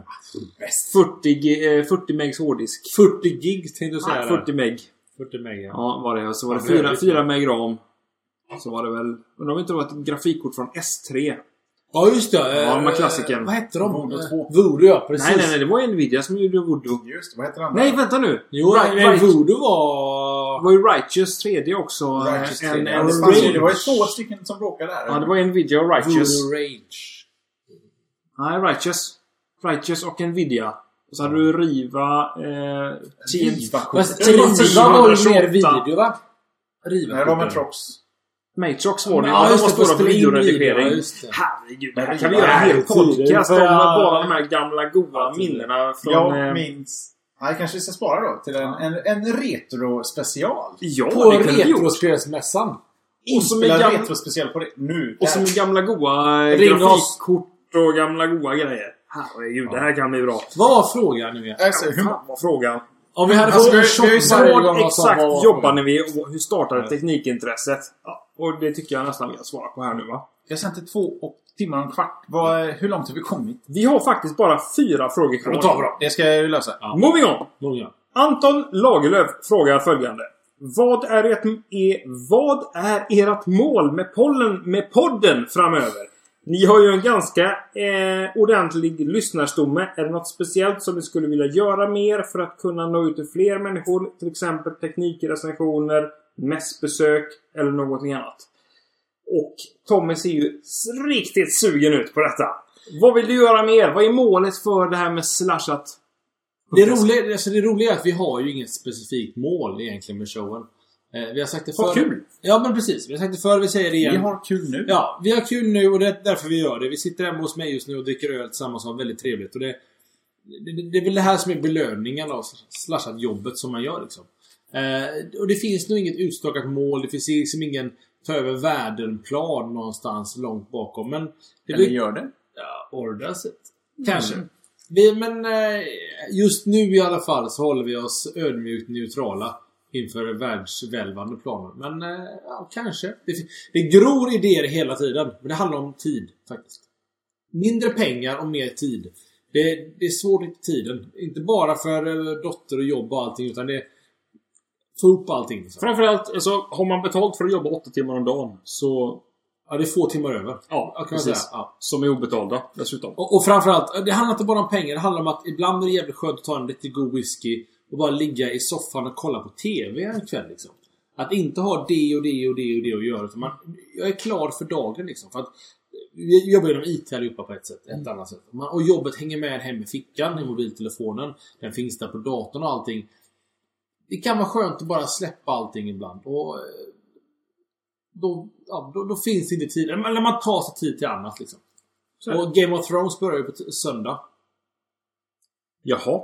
fyrtio, fyrtio megs hårddisk. fyrtio gig tänkte du säga. Ah, fyrtio meg. fyrtio meg, ja. Ja, var det. Och så var det fyra, fyra meg ram. Så var det väl... Undrar om inte det var ett grafikkort från S tre. Ja, just det. Ja, de här klassiken. Vad hette de? Voodoo två. Voodoo, ja, precis. Nej, nej, nej. Det var Nvidia som gjorde Voodoo. Just, vad heter den? Nej, vänta nu. Jo, right, nej, right. Voodoo var... Det var ju Righteous tredje också. Righteous en, tredje. en, det, fanns, det var ju två stycken som bråkade där. Ja, det var Nvidia och Righteous. Voodoo Rage. Nej, Righteous. Righteous och Nvidia. Och så hade du Riva... Eh, Riva. Fast Riva var ju mer video, va? Riva. Nej, det var med Trox. Matrox var det. Ja, ja, de just var det, stora videoredigering. video, Herregud, det här kan vi göra en hel podcast om bara de här gamla goda minnena från... Jag eh, minns... Nej, kanske vi ska spara då till en, en, en retro-special. Ja, på det kan vi gjort. Retrospelsmässan. Inspelad gam- retrospecial på det nu. Och som gamla goa grafikkort och gamla goa grejer. Herregud, det här kan bli bra. Vad var frågan nu igen? Alltså, hur Fan var frågan? Om vi hade Alltså, fått en vi- shot vi har ju sagt varje Vad gång, exakt vad var jobbar frågan? ni vid och hur startade teknikintresset? Ja, och det tycker jag nästan vi har svarat på här nu, va? Jag sänt till två och timmar och en kvart. Vad, hur långt har vi kommit? Vi har faktiskt bara fyra frågor kvar. Då tar vi dem. Det ska jag ju lösa. Ja. Moving on! Många. Anton Lagerlöf frågar följande. Vad är, ert, är, vad är ert mål med, pollen, med podden framöver? Ni har ju en ganska eh, ordentlig lyssnarstomme. Är det något speciellt som ni skulle vilja göra mer för att kunna nå ut till fler människor? Till exempel teknikrecensioner, mässbesök eller någonting annat. Och Tommy ser ju riktigt sugen ut på detta. Vad vill du göra mer? Vad är målet för det här med slashat? Det roliga, alltså det roliga är att vi har ju inget specifikt mål egentligen med showen. Eh, vi har sagt det förr. Vad kul! Ja, men precis. Vi har sagt det förr, vi säger det igen. Vi har kul nu. Ja, vi har kul nu och det är därför vi gör det. Vi sitter hemma hos mig just nu och dricker öl tillsammans och har väldigt trevligt. Och det, det, det är väl det här som är belöningen av slashat jobbet som man gör liksom. Eh, och det finns nog inget utstakat mål. Det finns liksom ingen ta över världen-plan någonstans långt bakom. Men det Eller blir, gör det? ja, ordas it. Kanske. Mm. Vi, men eh, just nu i alla fall så håller vi oss ödmjukt neutrala inför världsvälvande planer. Men eh, ja, kanske. Det, det gror idéer hela tiden. Men det handlar om tid faktiskt. Mindre pengar och mer tid. Det, det är svårt i tiden. Inte bara för eh, dotter och jobb och allting, utan det få upp allting. Så. Framförallt, alltså, har man betalt för att jobba åtta timmar om dagen så... Ja, det är få timmar över. Ja, kan precis. man säga. Ja. Som är obetalda dessutom. Och, och framförallt, det handlar inte bara om pengar. Det handlar om att ibland är det jävligt skönt att ta en lite god whisky och bara ligga i soffan och kolla på tv en kväll liksom. Att inte ha det och det och det och det att göra. Man, jag är klar för dagen liksom. För att vi jobbar inom I T allihopa på ett sätt, ett annat sätt. Man, och jobbet hänger med hem i fickan, i mobiltelefonen. Den finns där på datorn och allting. Det kan vara skönt att bara släppa allting ibland. Och då, ja, då, då finns det inte tid. Eller man tar sig tid till annat liksom. Och Game of Thrones börjar ju på t- söndag. Jaha.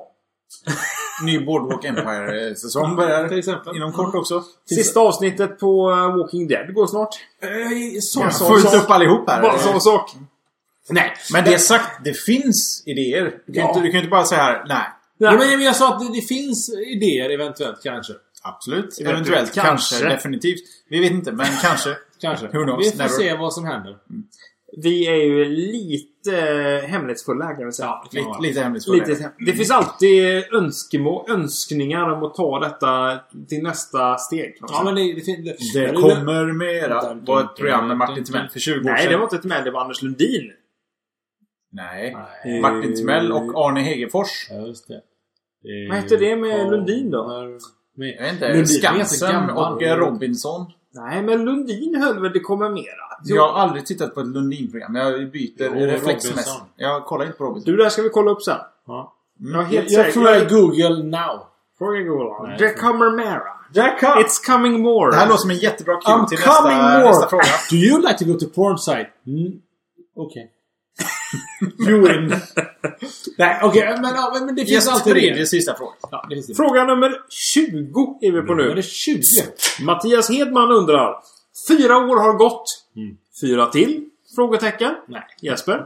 Ny Boardwalk Empire-säsong börjar Till exempel. inom kort också. Sista avsnittet på uh, Walking Dead går snart. Eh, så, Jag så, har fullt så. upp allihop här. Bara sån sak. Nej. Men det är sagt, det finns idéer. Du kan, Ja. inte, du kan inte bara säga här, nej. Ja, men jag sa att det, det finns idéer eventuellt kanske. Absolut, Eventuellt, eventuellt, kanske. kanske, definitivt. Vi vet inte, men kanske. Kanske. Who knows? Vi får Never. se vad som händer. Vi är ju lite hemlighetsfulla här kan vi säga. Ja, det kan Lite, vara. lite hemligt för Lite, hem- det finns alltid önskemål, önskningar om att ta detta till nästa steg. Ja, men det, det, det, Det det kommer mera. Det var ett program med Martin Timell för tjugo år Nej, sedan. det var inte ett med, det var Anders Lundin. Nej. Nej. Martin Timell och Arne Hegerfors. Ja, just det. det Vad hette det med Lundin då? Med, Jag vet inte, Lundin är Skansen så gammal. och eh, Robinson. Nej, men Lundin höll väl det kommer mera. Jag har aldrig tittat på ett Lundin-program. Jag byter Jo, reflexmässigt. Robinson. Jag kollar inte på Robinson. Du, där ska vi kolla upp sen. Ja. Jag är helt Jag säker. frågar Google now. Fråga Google. Nej, Det jag tror- kommer mera. Jack Up! It's coming more. Det här låter som en jättebra kul I'm till coming nästa, more. nästa fråga. Do you like to go to porn site? Mm. Okej. You win. Nej, okej. Men, ja, men det finns Yes, alltid tredje det. sista frågan. Ja, det finns det. Fråga nummer tjugo är vi på Nu är nu. det tjugo. Mattias Hedman undrar. Fyra år har gått. Mm. Fyra till? Frågetecken. Nej. Jesper?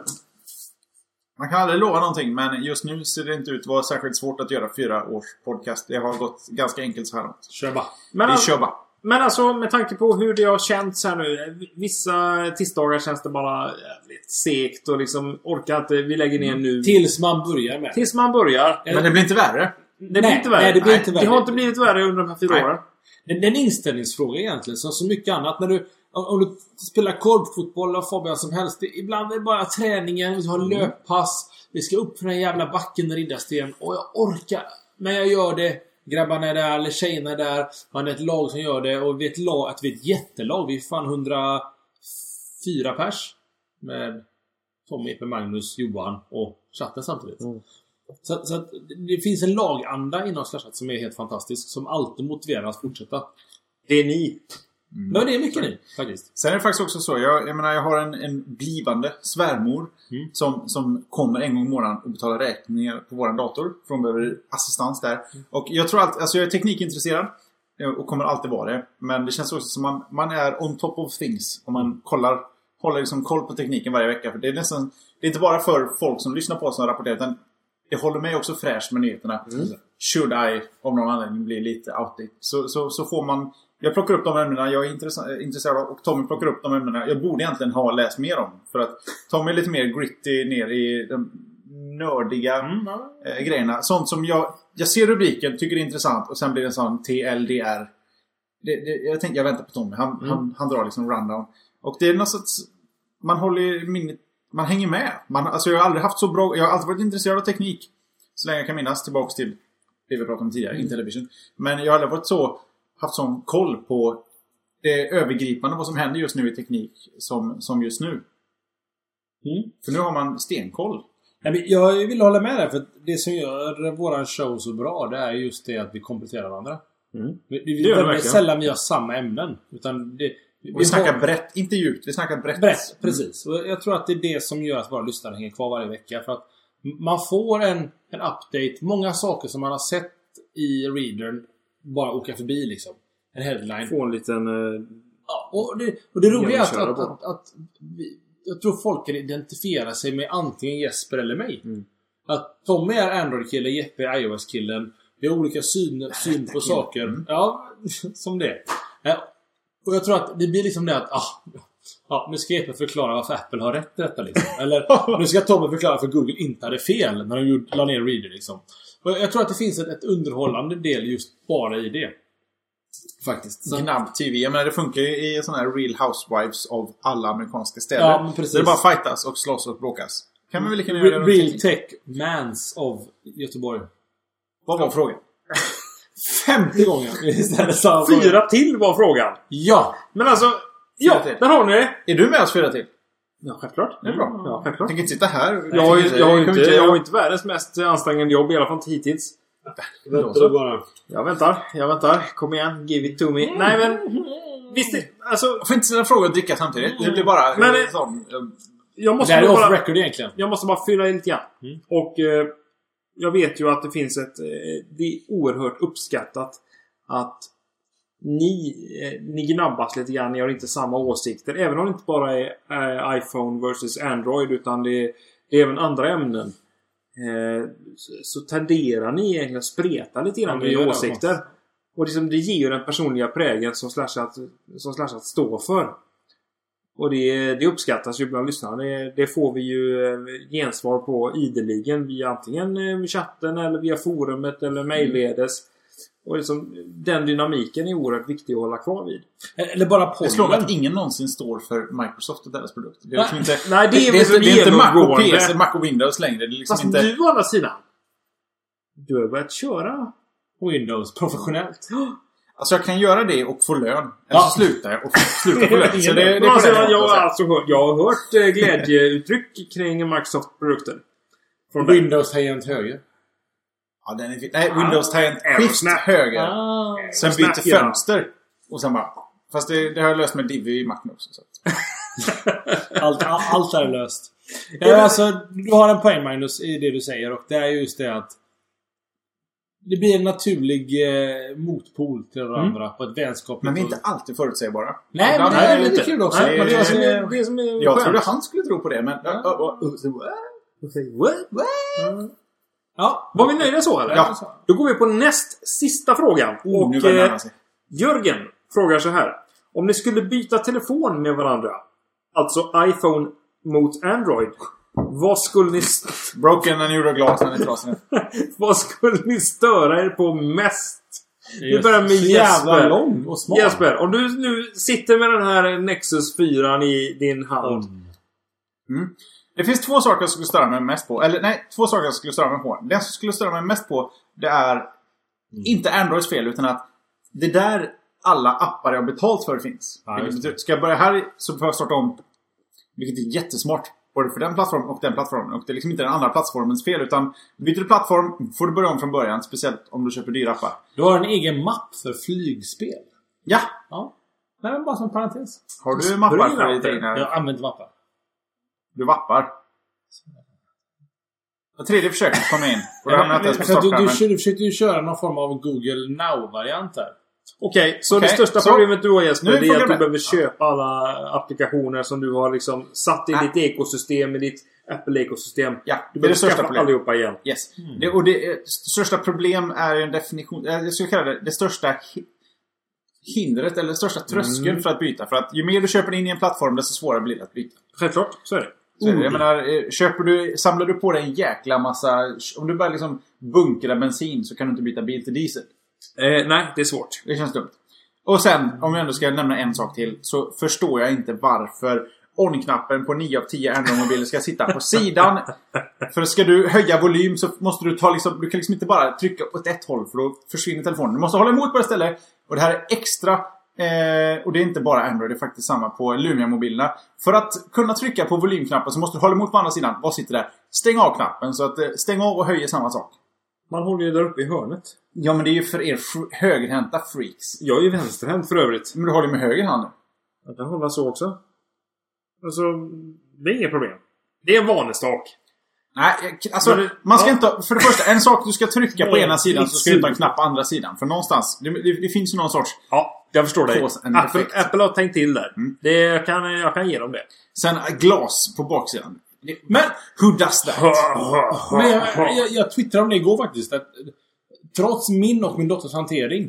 Man kan aldrig lova någonting, men just nu ser det inte ut att vara särskilt svårt att göra fyra års podcast. Det har gått ganska enkelt så här långt. Kör bara. Men, Vi alltså, kör bara. men alltså med tanke på hur det har känts här nu. Vissa tisdagar känns det bara jävligt segt och liksom orkar inte. Vi lägger ner nu. Tills man börjar med. Tills man börjar. Men det blir inte värre. Det blir Nej, inte värre. nej, det blir inte värre. Det har inte blivit värre under de här fyra Nej. åren. Det är en inställningsfråga egentligen, som så mycket annat. När du, om du spelar korpfotboll och Fabian som helst, det, ibland är det bara träningen, vi har löppass, vi ska upp för den jävla backen i Riddarsten, och jag orkar, men jag gör det. Grabbarna är där, eller tjejerna är där, man är ett lag som gör det, och vi är ett lag, att vi är ett jättelag, vi är fan hundrafyra pers med Tommy, med Magnus, Johan och chatten samtidigt. Mm. Så, så att det finns en laganda inom Slashat som är helt fantastisk, som alltid motiverar att fortsätta. Det är ni. Mm. Men det är mycket ni, faktiskt. Sen är det faktiskt också så, jag, jag menar jag har en, en blivande svärmor Mm. som, som kommer en gång i månaden och betalar räkningar på våran dator. För hon behöver assistans där. Mm. Och jag tror att, alltså jag är teknikintresserad. och kommer alltid vara det. Men det känns också som man, man är on top of things om man kollar, håller liksom koll på tekniken varje vecka. För det är nästan, det är inte bara för folk som lyssnar på oss som rapporterar, utan det håller mig också fräsch med nyheterna. Mm. Should I, om någon anledning, bli lite outdated. Så, så, så får man... Jag plockar upp de ämnena jag är intresserad av, och Tommy plockar upp de ämnena jag borde egentligen ha läst mer om. För att Tommy är lite mer gritty ner i de nördiga mm. eh, grejerna. Sånt som jag, jag ser rubriken, tycker det är intressant, och sen blir det en sån T L D R. Det, det, jag tänker, jag väntar på Tommy. Han, mm. han, han drar liksom rundown. Och det är något sorts... Man håller minnet... Man hänger med. Man, alltså jag har aldrig haft så bra... Jag har alltid varit intresserad av teknik. Så länge jag kan minnas, tillbaks till det vi pratade om tidigare, mm. Intellivision. Men jag har aldrig varit så... haft sån koll på det övergripande, vad som händer just nu i teknik som, som just nu. Mm. För nu har man stenkoll. Jag vill hålla med dig, för det som gör våran show så bra, det är just det att vi kompletterar varandra. Mm. Vi, vi, det det sällan vi har samma ämnen. Utan det, vi, vi snackar har... brett, inte djupt, vi snackar brett. Brett, precis. Och jag tror att det är det som gör att våra lyssnare hänger kvar varje vecka. För att man får en, en update, många saker som man har sett i readern bara åka förbi liksom. En headline. Få en liten... Uh, ja, och det, och det roliga är att, att, att, att vi, jag tror folk kan identifiera sig med antingen Jesper eller mig. Mm. Att Tommy är Android-kille, Jeppe är iOS-killen. Vi har olika syn, syn på saker. Mm. Ja, som det. Ja, och jag tror att det blir liksom det att ah, ja, nu ska Jeppe förklara varför Apple har rätt i detta liksom. Eller nu ska Tommy förklara varför Google inte hade fel när de la ner Reader liksom. Och jag tror att det finns ett, ett underhållande del just bara i det. Faktiskt. Så. Gnabb-T V. Jag menar, det funkar ju i sådana här Real Housewives av alla amerikanska städer. Ja, men precis. Det är bara fightas och slåss och bråkas. Kan man väl lika Re- Real Tech Mans of Göteborg. Vad var frågan? femtio gånger. Fyra till var frågan. Ja. Men alltså, ja, där har ni det. Är du med oss fyra till? Ja, självklart. Det är bra. Ja, självklart. Jag tänker inte sitta här. Jag, jag, jag, jag, har inte, jag har inte världens mest ansträngande jobb, i alla fall hittills. Vänta bara. Jag väntar, jag väntar. Kom igen, give it to me. Mm. Nej men, visst det, alltså... Jag får inte ställa frågor och dricka samtidigt. Det blir bara... Men, en sån, jag måste det är bara, off record egentligen. Jag måste bara fylla in lite grann. Mm. Och eh, jag vet ju att det finns ett... Eh, det är oerhört uppskattat att ni, eh, ni gnabbas lite grann. Ni har inte samma åsikter. Även om det inte bara är eh, iPhone versus Android, utan det är, det är även andra ämnen. Eh, så, så tenderar ni egentligen att spreta lite grann med ja, åsikter. Och liksom, det ger ju den personliga prägen som Slashat, som Slashat står för. Och det, det uppskattas ju bland lyssnarna. Det, det får vi ju gensvar på ideligen via antingen chatten eller via forumet eller mejlledes. Och liksom, den dynamiken är oerhört viktig att hålla kvar vid. Eller bara på. Det slår mig att ingen någonsin står för Microsoft och deras produkter. Det är liksom inte, nej, det är, det, det, det är inte Mac och P C, Mac och Windows längre. Det är liksom fast inte... du å andra sidan, du har börjat köra Windows professionellt. Alltså jag kan göra det och få lön. Eller ja. Så slutar jag och slutar få lön. Så det, det är alltså, jag, jag, har alltså hört, jag har hört glädjeuttryck kring Microsoft-produkter. Från Windows tangent höger. Ja, den är fin. Nej, Windows tangent skift höger. Ah, sen byter snap, fönster. Och sen bara... Fast det, det har jag löst med Divi i Mac också. Så. allt, all, allt är löst. Ja, alltså, du har en poäng, Magnus, i det du säger. Och det är just det att det blir en naturlig eh, motpol till varandra mm. på ett vänskapligt. Men vi är inte alltid förutsägbara. Nej, men det är lite kul också. Nej, det, det, det, som är, det som är jag trodde han skulle tro på det, men... Ja. What? What? Ja, var vi nöjda så eller? Ja. Då går vi på näst sista frågan. Oh, och eh, Jörgen frågar så här. Om ni skulle byta telefon med varandra, alltså iPhone mot Android, vad skulle ni... St- Broken and Euroglass när ni trasar. Vad skulle ni störa er på mest? Vi börjar med Jesper. Lång och smal. Jesper, om du nu sitter med den här Nexus fyra i din hand. Mm. Det finns två saker jag skulle störa mig mest på. Eller nej, två saker jag skulle störa mig på. Det jag skulle störa mig mest på, det är mm. inte Androids fel, utan att det där alla appar jag har betalt för finns. Ja, ska jag börja här så får jag starta om. Vilket är jättesmart. Både för den plattformen och den plattformen. Och det är liksom inte den andra plattformens fel, utan byter du plattform får du börja om från början. Speciellt om du köper dyra appar. Du har en egen mapp för flygspel. Ja. Ja. Nej, men bara som parentes. Har du mappar för ditt egna? Jag använder mappar. Du vappar. Det tredje försöket kom in. Och ja, men, men, du, du, du försökte ju köra någon form av Google Now-variant där. Okej, okay, så okay, det största så, problemet du har Jesper, det är att du det. behöver köpa alla applikationer som du har liksom satt i äh. ditt ekosystem, i ditt Apple-ekosystem. Ja, du det är det största problemet. Allihopa igen. Yes. Mm. Det, och det, det största problem är en definition, jag skulle kalla det det största hindret eller största tröskeln mm. för att byta. För att ju mer du köper in i en plattform, desto svårare blir det att byta. Självklart, så är det. Så mm. Jag menar, köper du, samlar du på dig en jäkla massa, om du bara liksom bunkrar bensin så kan du inte byta bil till diesel. Eh, nej, det är svårt. Det känns dumt. Och sen, om jag ändå ska nämna en sak till, så förstår jag inte varför on-knappen på nio av tio Android-mobiler ska sitta på sidan. För ska du höja volym så måste du ta liksom, du kan liksom inte bara trycka åt ett håll för då försvinner telefonen. Du måste hålla emot på det stället. Och det här är extra, eh, och det är inte bara Android, det är faktiskt samma på Lumia-mobilerna. För att kunna trycka på volymknappen så måste du hålla emot på andra sidan. Vad sitter där? Stäng av knappen, så att eh, stäng av och höj samma sak. Man håller ju där uppe i hörnet. Ja, men det är ju för er fr- högerhänta freaks. Jag är ju vänsterhänt för övrigt. Men du håller med höger hand. Jag kan hålla så också. Alltså, det är inget problem. Det är en vanestak. Nej, alltså, det, man ska ja. inte... För det första, en sak du ska trycka på ena sidan så ska du inte ha en knapp på andra sidan. För någonstans, det, det, det finns ju någon sorts... Ja, jag förstår dig. Apple, Apple har tänkt till där. Mm. Det, jag, kan, jag kan ge dem det. Sen glas på baksidan. Men, who does that? Men jag, jag, jag twittrade om det igår faktiskt. Att, trots min och min dotters hantering.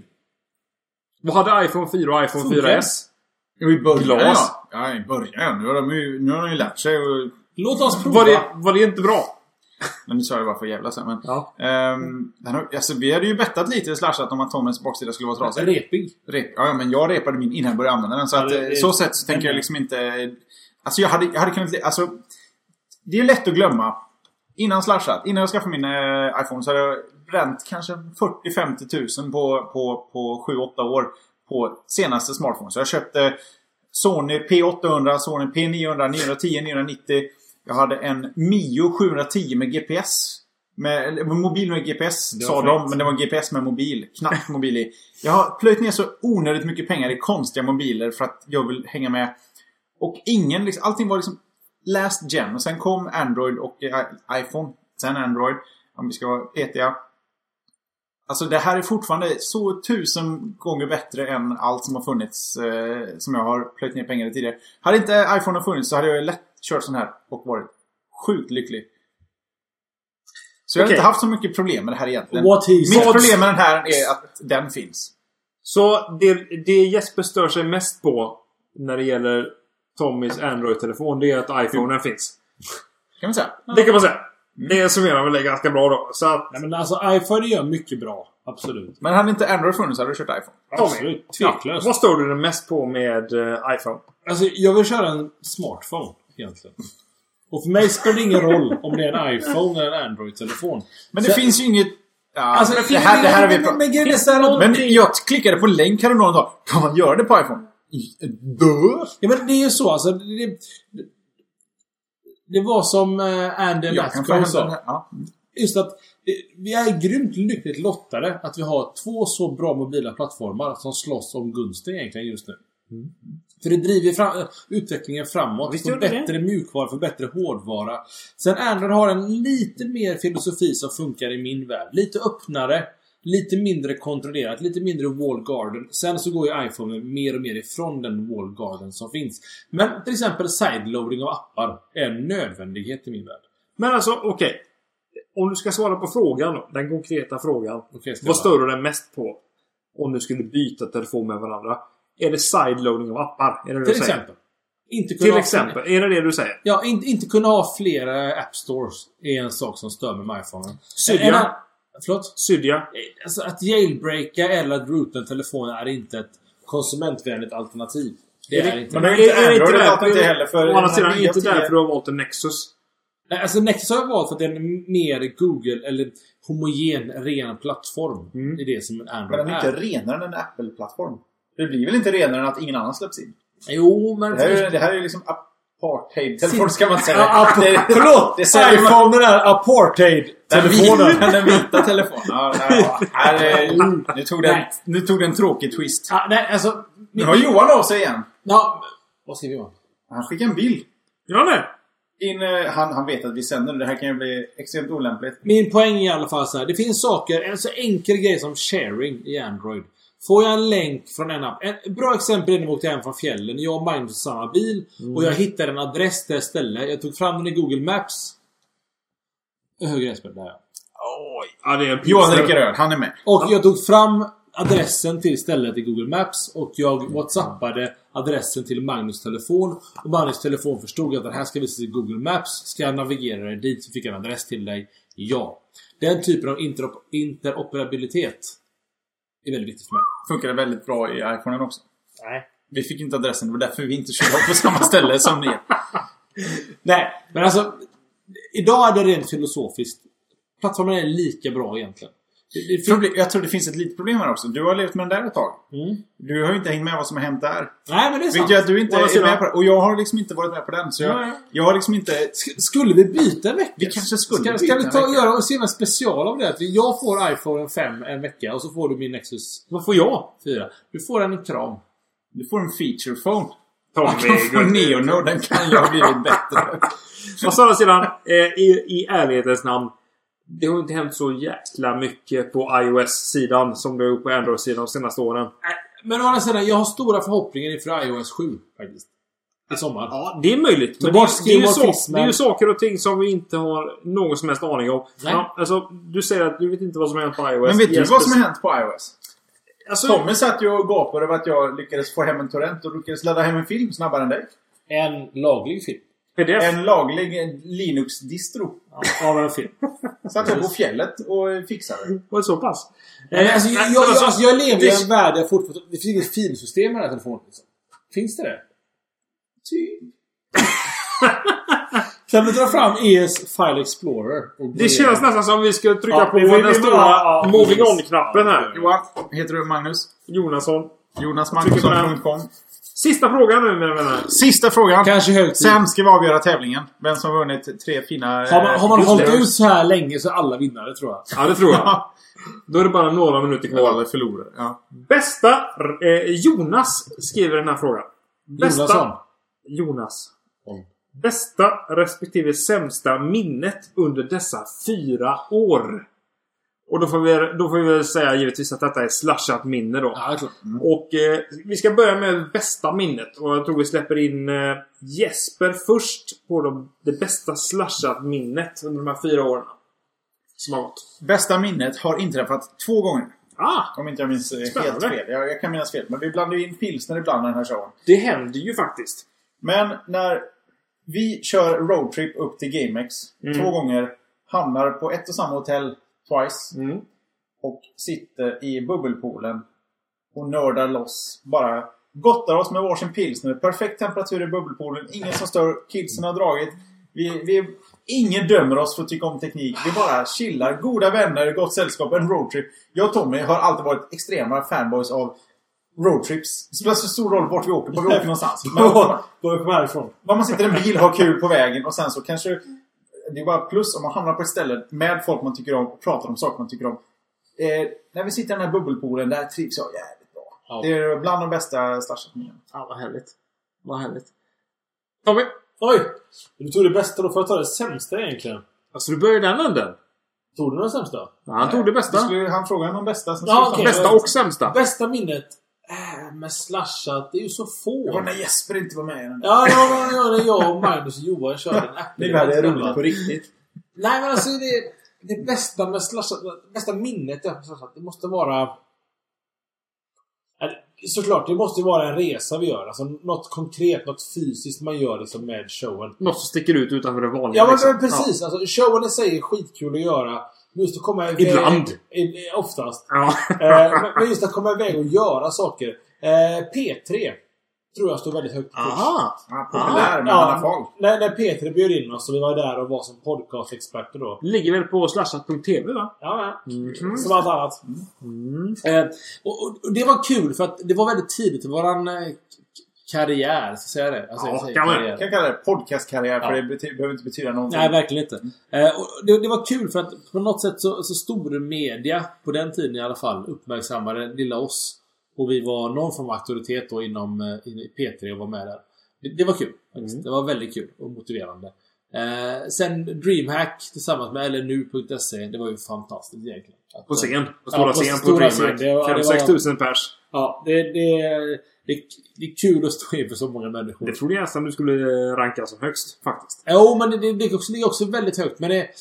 Vad hade iPhone fyra och iPhone fyra S? Ja, i början, glas. Ja, ja, i början. Nu har de ju, nu har de ju lärt sig. Och... Låt oss prova. Var det, var det inte bra? Men nu sa jag bara för jävla sen. Men, ja. um, alltså, vi hade ju bettat lite i Slashat om att Tommens baksida skulle vara trasig. Repig. Rep, ja, men jag repade min innan jag började använda den. Så ja, att, det, så sätt så tänker jag liksom inte... Alltså jag hade, jag hade kunnat... Alltså, det är lätt att glömma. Innan Slashat, innan jag skaffade min äh, iPhone så hade jag bränt kanske fyrtio till femtio tusen på, på, på sju åtta år på senaste smartphone. Så jag köpte Sony P åttahundra, Sony P niohundra, niohundratio, niohundranittio. Jag hade en Mio sjuhundratio med G P S. Med, mobil med G P S sa fint. De, men det var G P S med mobil. Knappt mobil i. Jag har plöjt ner så onödigt mycket pengar i konstiga mobiler för att jag vill hänga med. Och ingen, liksom, allting var liksom last gen. Och sen kom Android och eh, iPhone. Sen Android, om vi ska vara petiga. Alltså det här är fortfarande så tusen gånger bättre än allt som har funnits. Eh, som jag har plöjt ner pengar i tidigare. Hade inte iPhone funnits så hade jag lätt kört sån här och varit sjukt lycklig. Så jag har okay. inte haft så mycket problem med det här egentligen. Mitt problem med den här är att den finns. Så det, det Jesper stör sig mest på när det gäller Tommys Android-telefon, det är att iPhonen mm. finns. Kan man säga. Det kan man säga. Mm. Det summerar väl ganska bra då. Så att... Nej, men alltså iPhone gör mycket bra. Absolut. Men hade inte Android funnits så hade du kört iPhone. Absolut. Tveklöst. Ja. Vad står du den mest på med uh, iPhone? Alltså jag vill köra en smartphone egentligen. Och för mig spelar det ingen roll om det är en iPhone eller en Android-telefon. Men det så... finns ju inget... Ja, alltså, det, här, det här har vi pratat om. Men, men jag klickade på länk här och någon dag. Kan man göra det på iPhone? Duh. Ja, men det är ju så. Alltså, det, det, det var som uh, Andy Matko sa. Ja. Just att vi är grymt lyckligt lottade att vi har två så bra mobila plattformar som slåss om gunsten egentligen just nu. Mm. För det driver fram, utvecklingen framåt. För bättre mjukvara, för bättre hårdvara. Sen Android har en lite mer filosofi som funkar i min värld. Lite öppnare, lite mindre kontrollerat, lite mindre wall garden. Sen så går ju iPhone mer och mer ifrån den wall garden som finns. Men till exempel sideloading av appar är en nödvändighet i min värld. Men alltså, okej. Okay. Om du ska svara på frågan, den konkreta frågan. Okay, vad stör du den mest på? Om du skulle byta telefon med varandra. Är det sideloading av appar? Är det det till du exempel. Säger? Inte kunna till exempel. Är det det du säger? Ja, inte, inte kunna ha flera app stores är en sak som stör med iPhone. Cydia. Förlåt? Cydia. Alltså att jailbreaka eller att roota en telefon är inte ett konsumentvänligt alternativ. Det är, är det inte. Men det är inte är, är inte därför inte heller för... Å andra sidan är inte därför du har valt en Nexus. Nej, alltså Nexus har jag valt för att det är en mer Google eller homogen, ren plattform. Mm. Det är det som en Android är. Men den är inte renare än en Apple-plattform. Det blir väl inte renare än att ingen annan släpps in? Jo, men... Det här är, det här är liksom apartheid-telefon ska man säga. Ja, ap- det, förlåt! Det säger man den här apartheid-telefonen. Den, den vita telefonen. Ja, nej, ja, nu, tog den, nu tog den en tråkig twist. Ja, nej, alltså... Nu har Johan av sig igen. Ja, vad skriver Johan? Han skickar en bild. Ja, nej. In, han, han vet att vi sänder. Det här kan ju bli extremt olämpligt. Min poäng är i alla fall så här. Det finns saker, en så enkel grej som sharing i Android Får jag en länk från en app? En bra exempel är när vi åkte hem från fjällen. Jag och Magnus i samma bil. Mm. Och jag hittade en adress till ett ställe. Jag tog fram den i Google Maps. Höger Espen, där ja. Oj. Ja, det är Johan dricker öl, han är med. Och ja. Jag tog fram adressen till stället i Google Maps. Och jag whatsappade adressen till Magnus telefon. Och Magnus telefon förstod att det här ska visas i Google Maps. Ska jag navigera dig dit så fick jag en adress till dig. Ja. Den typen av interop- interoperabilitet är väldigt viktigt för mig. Funkar det väldigt bra i iPhonen också? Nej. Vi fick inte adressen, det var därför vi inte körde på samma ställe som ni. Nej, men alltså idag är det rent filosofiskt. Plattformen är lika bra egentligen. Det, det fin- jag tror det finns ett litet problem här också. Du har levt med den där ett tag. Mm. Du har ju inte hängt med vad som har hänt där. Nej, men det är sant. Vet jag att du inte är med på det. Och jag har liksom inte varit med på den. Så jag, jag har liksom inte... Sk- skulle vi byta en vecka? Vi kanske skulle ska, byta ska vi ta och göra och se en special av det? Att jag får iPhone fem en vecka och så får du min Nexus. Vad får jag? fyra. Du får en i kram. Du får en feature phone. Jag kan få Neonode, den kan jag bli bättre. Och så sedan, eh, i, i ärlighetens namn, det har inte hänt så jäkla mycket på iOS-sidan som det har gjort på Android-sidan de senaste åren. Men å andra sidan, jag har stora förhoppningar inför iOS sju faktiskt. I sommar. Ja, det är möjligt. Men det, det, är ju så, det är ju saker och ting som vi inte har någon som helst aning om. Ja, alltså, du säger att du vet inte vad som har hänt på iOS. Men vet du vad som har hänt på iOS? Alltså, Tommy satt ju och gapade över att jag lyckades få hem en torrent och lyckades ladda hem en film snabbare än dig. En laglig film. P D F. En laglig Linux-distro. Ja, av en film. Satt jag på fjället och fixade. Var det så pass? Eh, alltså, jag, jag, alltså, jag lever i en värld där jag fortfarande... Det finns inget filsystem med den här telefonen. Liksom. Finns det det? Typ. Kan vi dra fram E S File Explorer? Det känns nästan som vi ska trycka ja, på vi, den vi, stora ja, moving on-knappen här. Johan, heter du Magnus? Jonasson. Jonas Magnusson punkt com. Sista frågan nu, mina vänner. Sista frågan. Kanske högt. Sen ska vi avgöra tävlingen. Vem som har vunnit tre fina... Har man, har man hållit ut så här länge så är alla vinnare, tror jag. Ja, det tror jag. Då är det bara några minuter kvar. Alla förlorar. Ja. Bästa... Eh, Jonas skriver den här frågan. Bästa... Jonasson. Jonas. Mm. Bästa respektive sämsta minnet under dessa fyra år. Och då får vi, då får vi väl säga givetvis att detta är slashat minne då. Ja, klart. Mm. Och eh, vi ska börja med bästa minnet. Och jag tror vi släpper in eh, Jesper först på de, det bästa slashat minnet under de här fyra åren. Som har gått. Bästa minnet har inträffat två gånger. Ah, om inte jag minns Spännande. helt fel. Jag, jag kan minnas fel. Men vi blandar ju in pilsner ibland den här showen. Det händer ju faktiskt. Men när vi kör roadtrip upp till GameX mm. två gånger, hamnar på ett och samma hotell twice mm. och sitter i bubbelpoolen och nördar loss. Bara gottar oss med varsin pilsner. Perfekt temperatur i bubbelpoolen. Ingen som stör. Kidsen har dragit. Vi, vi, ingen dömer oss för att tycka om teknik. Vi bara chillar. Goda vänner, gott sällskap, en roadtrip. Jag och Tommy har alltid varit extrema fanboys av roadtrips. Det spelar så stor roll vart vi åker. Var vi åker någonstans. Men vad man sitter i en bil, har kul på vägen och sen så kanske... Det är bara plus om man hamnar på ett ställe med folk man tycker om och pratar om saker man tycker om. Eh, när vi sitter i den här bubbelpoolen, där trivs jag jävligt bra. Ja. Det är bland de bästa slashat-minnen. Ja, vad härligt. Vad härligt. Tommy. Oj! Du tog det bästa, då får jag ta det sämsta egentligen. Alltså du börjar den änden. Tog du den sämsta? Ja, han tog det bästa. Skulle han fråga om de bästa? Som ja, okay. Bästa och sämsta. Bästa minnet äh, med slashat, det är ju så få. Det var när Jesper inte var med i den. Ja, det var när jag och Magnus och Johan körde en app. Det var det roligt på riktigt. Nej, men alltså det, det bästa med slashat, bästa minnet jag har slashat, det måste vara... Såklart, det måste vara en resa vi gör. Alltså något konkret, något fysiskt man gör liksom med showen. Något som sticker ut utanför det vanliga. Ja, men liksom. precis. Ja. Alltså, showen i sig är skitkul att göra. Just att komma iväg. Ibland. Oftast. Ja. Men just att komma iväg och göra saker. P tre tror jag står väldigt högt på kurs. Aha. Ja, populär med alla folk. När, när P tre bjöd in oss och vi var där och var som podcastexperter då. Ligger väl på slashat punkt tv va? Ja, ja. Mm. Som allt annat. Mm. Eh, och, och det var kul för att det var väldigt tidigt i våran eh, karriär, så säger jag det. Alltså, ja, jag kan man kan jag kalla det podcastkarriär, för ja. det bety- behöver inte betyda någonting. Nej, verkligen inte. Mm. Eh, och det, det var kul för att på något sätt så, så stor media på den tiden i alla fall uppmärksammade lilla oss. Och vi var någon form av auktoritet då inom, inom P tre och var med där. Det, det var kul. Mm. Det var väldigt kul och motiverande. Eh, sen DreamHack tillsammans med L N U punkt se. Det var ju fantastiskt egentligen. Att, på scen. På stora ja, på scen på stora DreamHack. scen. fem sex tusen pers. Ja, det, det, det, det är kul att stå inför så många människor. Det trodde jag nästan du skulle ranka som högst, faktiskt. Jo, men det, det, det, är också, det är också väldigt högt. Men det...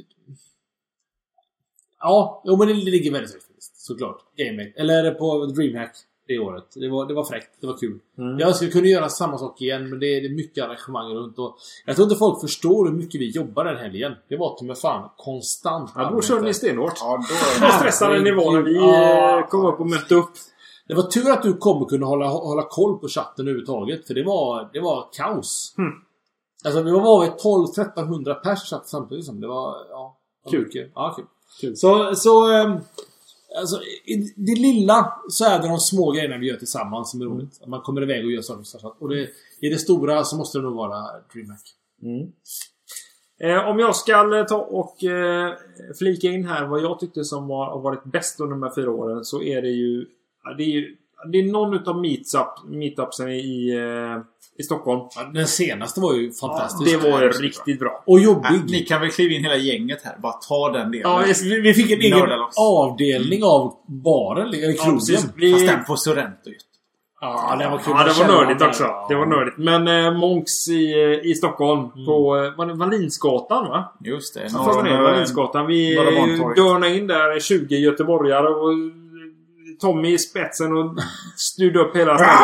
Ja, jo, men det, det ligger väldigt högt. Såklart. Gaming. Eller på DreamHack det året. Det var, det var fräckt. Det var kul. Mm. Jag skulle kunna göra samma sak igen. Men det är, det är mycket arrangemang runt. Och jag tror inte folk förstår hur mycket vi jobbar den helgen. Det var till med fan konstant. Ja, då körde ni stenhårt. Ja, då är det stressade nivån när vi ja, kom upp och mötte upp. Det var tur att du kommer kunna hålla, hålla koll på chatten överhuvudtaget. För det var, det var kaos. Mm. Alltså det var väl tolv till tretton hundra pers chatt samtidigt. Som det var ja, kul. kul. Ja, kul. kul. Så... så um, alltså, i det lilla så är det de små grejerna vi gör tillsammans som är roligt. Att man kommer iväg och gör saker. Och det, i det stora så måste det nog vara DreamHack. Mm. Eh, om jag ska ta och eh, flika in här vad jag tyckte som var, har varit bäst under de här fyra åren, så är det ju det är, ju, det är någon utav meetup, meetupsen i, eh, i Stockholm. Ja, den senaste var ju fantastisk. Ja, det var ju riktigt bra. Och jobbig. Ja, ni kan väl kliva in hela gänget här. Bara ta den delen. Ja, vi, vi fick en egen avdelning av baren. Eller krogen. Ja, vi... Fast den på Sorrento. Ja, det var kul. Ja, det var nördigt också. Ja. Det var nördigt. Men eh, Monks i, i Stockholm mm. på eh, Wallinsgatan, va? Just det. Ja, norr, norr, Wallinsgatan. Vi dörnade in där tjugo göteborgare och Tommy i spetsen och styrde upp hela stället.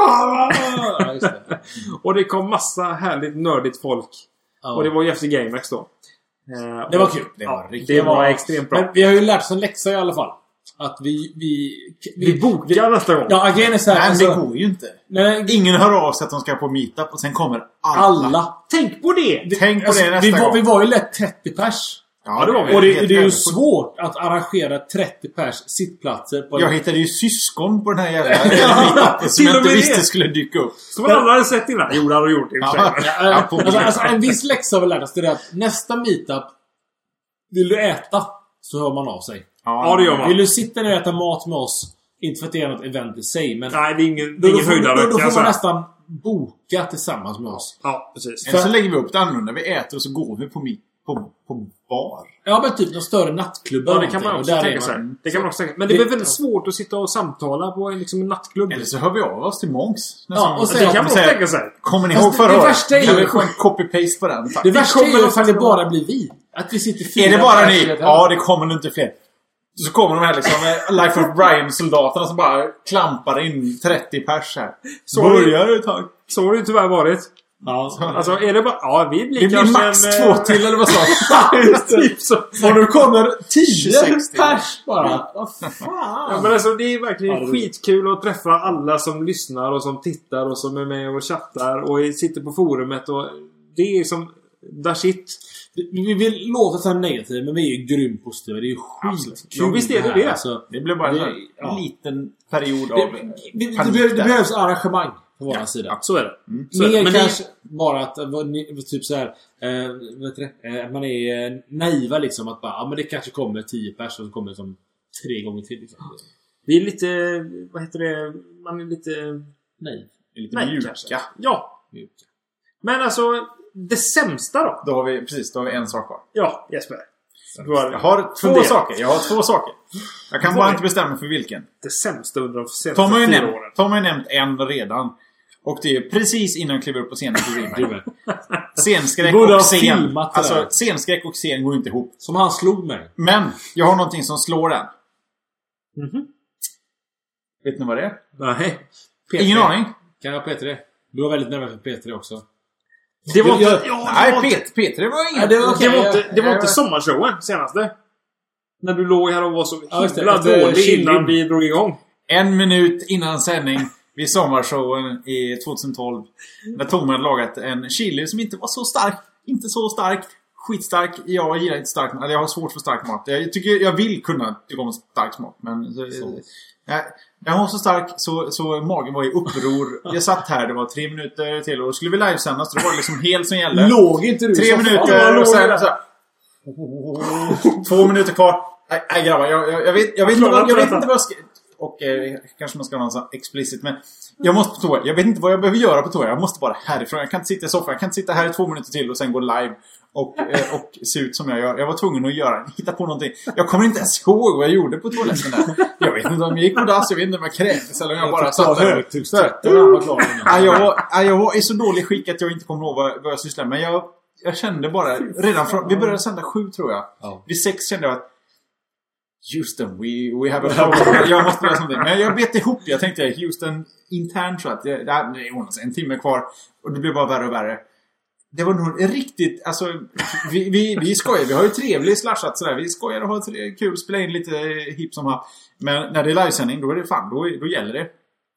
Ja, just det. Och det kom massa härligt nördigt folk. Ja. Och det var ju efter GameX då. Eh, det var kul. Det var, ja, det var, var extremt bra. Men vi har ju lärt oss en läxa i alla fall. Att vi... Vi, vi, vi bokar vi, nästa gång. Ja, grejen är så här, nej, alltså, det går ju inte. Nej, ingen hör av sig att de ska på meetup och sen kommer alla. alla. Tänk på det! Tänk på alltså, det nästa vi var, gång. Vi var ju lätt trettio pers. Ja, det var vi. Och det, det är ju svårt att arrangera trettio pers sittplatser på. Jag hittade ju syskon på den här jävla meetupen som jag inte visste skulle dyka upp. Som man aldrig hade sett innan. Jo, det hade du gjort. Ja, ja, alltså, alltså, en viss läxa har vi lärt oss. Det är att nästa meetup, vill du äta så hör man av sig. Ja, det gör man. Vill du sitta ner och äta mat med oss? Inte för att det är något event i sig, men... Nej, det är ingen, det är ingen höjdare. Då, då får man nästan boka tillsammans med oss. Ja, precis. Eller så lägger vi upp det annorlunda. Vi äter och så går vi på, på, på bar. Ja, men typ någon större nattklubb. Ja, det kan man också tänka sig. Det kan man också tänka. Men det blir väldigt svårt att sitta och samtala på liksom en nattklubb. Eller så hör vi av oss till Monks. Ja, och så det kan man också tänka sig. Kommer ni ihåg förra året? Kan vi få en copy-paste på den? Det värsta är ju ifall det bara blir vi. Att vi sitter fyra. Är det bara ni? Ja, det kommer nog inte fler. Så kommer de här liksom Life of Brian-soldaterna som bara klampar in trettio pers här. Så börjar det ett tag. Så har det ju tyvärr varit. Ja, alltså är det bara... Ja, vi blir det blir max en, två till eller vad sa typ så. Och nu kommer tio pers bara. Vad fan? Ja, men alltså det är verkligen ja, det skitkul att träffa alla som lyssnar och som tittar och som är med och chattar och sitter på forumet och det är som... Där shit. Vi vill låta så negativt, men vi är ju grymt positiva. Det är ju skit. Jo, visst är det det. Alltså, det blir bara det, en ja. liten period det, av det, det, det, det behövs arrangemang på vår ja, sida. Så är det. Mm. Så Mer men kanske det... bara att typ så här, eh, vet du det? Eh, man är eh, naiva liksom att bara, ja, men det kanske kommer tio pers och så kommer det som tre gånger till liksom. Vi är lite, vad heter det? Man är lite nej, är lite nej, mjuka. Kanske. Ja. Mjuka. Men alltså det sämsta då? Då har vi precis, då har vi en sak kvar. Ja, Jesper. Jag har två fundera. saker. Jag har två saker. Jag kan bara inte bestämma för vilken. Det sämsta under de senaste Tom har ju fyra nämnt, åren. Tom har ju nämnt en redan. Och det är precis innan jag kliver upp på scenen på Dreamhack. Scenskräck och scen. Alltså scenskräck och scen går inte ihop. Som han slog mig. Men jag har någonting som slår den. Mhm. Vet ni vad det är? Nej. P tre. Ingen aning. Kan jag P tre? Du var väldigt nervös för P tre också. Det var jag, inte... Jag, ja, nej, P tre, P tre var inget... Ja, det var, okay. det var inte, det var inte sommarshowen senaste. När du låg här och var så ja, himla dålig innan vi drog igång. En minut innan sändning vid sommarshowen i tjugohundratolv. När Tom hade lagat en chili som inte var så stark. Inte så stark. Skitstark. Jag gillar inte stark mat. Jag har svårt för stark mat. Jag tycker jag vill kunna tycka om stark mat. Men så, så. Jag, jag var så stark så, så magen var i uppror. Jag satt här, det var tre minuter till och skulle vi livesända så det var liksom helt som gällde. Låg inte du Tre minuter och sen så här, två minuter kvar. Nej, nej grabbar, jag, jag, jag vet, jag vet, inte, vad, jag vet inte vad jag ska... och eh, kanske man ska ha något så explicit, men jag måste på toa. Jag vet inte vad jag behöver göra på toa. Jag måste bara härifrån. Jag kan inte sitta i soffan. Jag kan inte sitta här i två minuter till och sen gå live och, eh, och se ut som jag gör. Jag var tvungen att göra, hitta på någonting. Jag kommer inte ens ihåg vad jag gjorde på toaletten där. Jag vet inte om jag gick på dass, jag vet inte om jag kräktes eller om jag bara satt där. Jag var, jag var i så dålig skick att jag inte kommer ihåg vad, vad jag sysslade med. Men jag, jag kände bara, redan från, vi började sända sju tror jag. Vid sex kände jag att Houston, we, we have a problem. Jag måste göra någonting. Men jag bet ihop. Jag tänkte Houston intern så att det, det är en timme kvar. Och det blev bara värre och värre. Det var nog riktigt, alltså vi, vi, vi skojar, vi har ju trevligt slashat sådär. Vi skojar och har kul, spela in lite hip som har. Men när det är livesändning, då är det fan, då, då gäller det.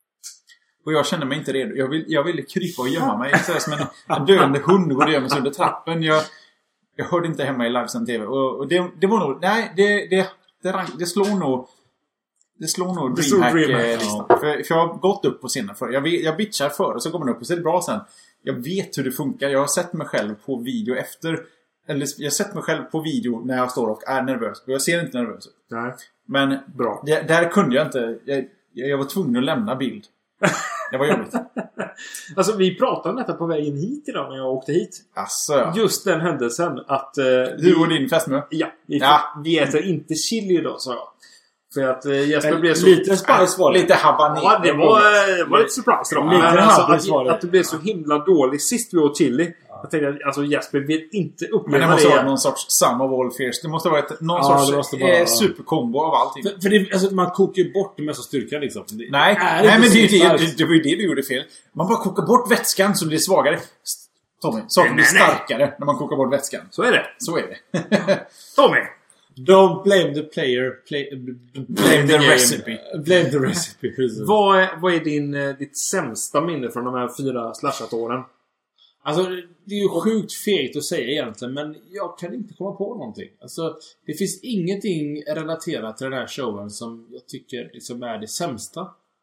Och jag kände mig inte redo. Jag, vill, jag ville krypa och gömma mig. Sådär, som en, en döende hund går det gömma sig under trappen. Jag, jag hörde inte hemma i livesänd tv. Och, och det, det var nog, nej, det, det, det, det slår nog Det slår nog DreamHack-listan. Ja. För, för jag har gått upp på scenen för. Jag, vet, jag bitchar för och så kommer man upp och så är det bra sen. Jag vet hur det funkar. Jag har sett mig själv på video efter. Eller jag har sett mig själv på video när jag står och är nervös. Och jag ser inte nervös ut. Nej. Men bra. Det, där kunde jag inte. Jag, jag var tvungen att lämna bild. Det var jobbigt. Alltså vi pratade om detta på vägen hit idag när jag åkte hit. Asså. Just den händelsen att... Eh, du och din fästmö? Ja. Vi, ja. vi äter inte chili idag, sa jag. För att eh, Jesper en, blev så... Lite spice var det. Lite habanero. Ja, det var, det var lite surprise då. Lite alltså, att, att det blev så himla dåligt sist vi åt chili. Ja. Jag tänkte att alltså, Jesper vill inte uppleva det. Men det måste vara någon sorts sum of all fears. Det måste vara ett, någon ja, sorts bara, eh, superkombo av allting. För, för det, alltså, man kokar ju bort det mesta styrkan liksom. Det, nej, nej men det, det, det, det var ju det vi gjorde fel. Man bara kokar bort vätskan så blir det svagare. Tommy, saken blir starkare när man kokar bort vätskan. Så är det. Så är det. Tommy! Don't blame the player. Play, blame, blame the, the recipe. Blame the recipe. vad, är, vad är din, ditt sämsta minne från de här fyra slashat-åren? Alltså, det är ju sjukt fegt att säga egentligen. Men jag kan inte komma på någonting. Alltså, det finns ingenting relaterat till den här showen som jag tycker liksom är det sämsta.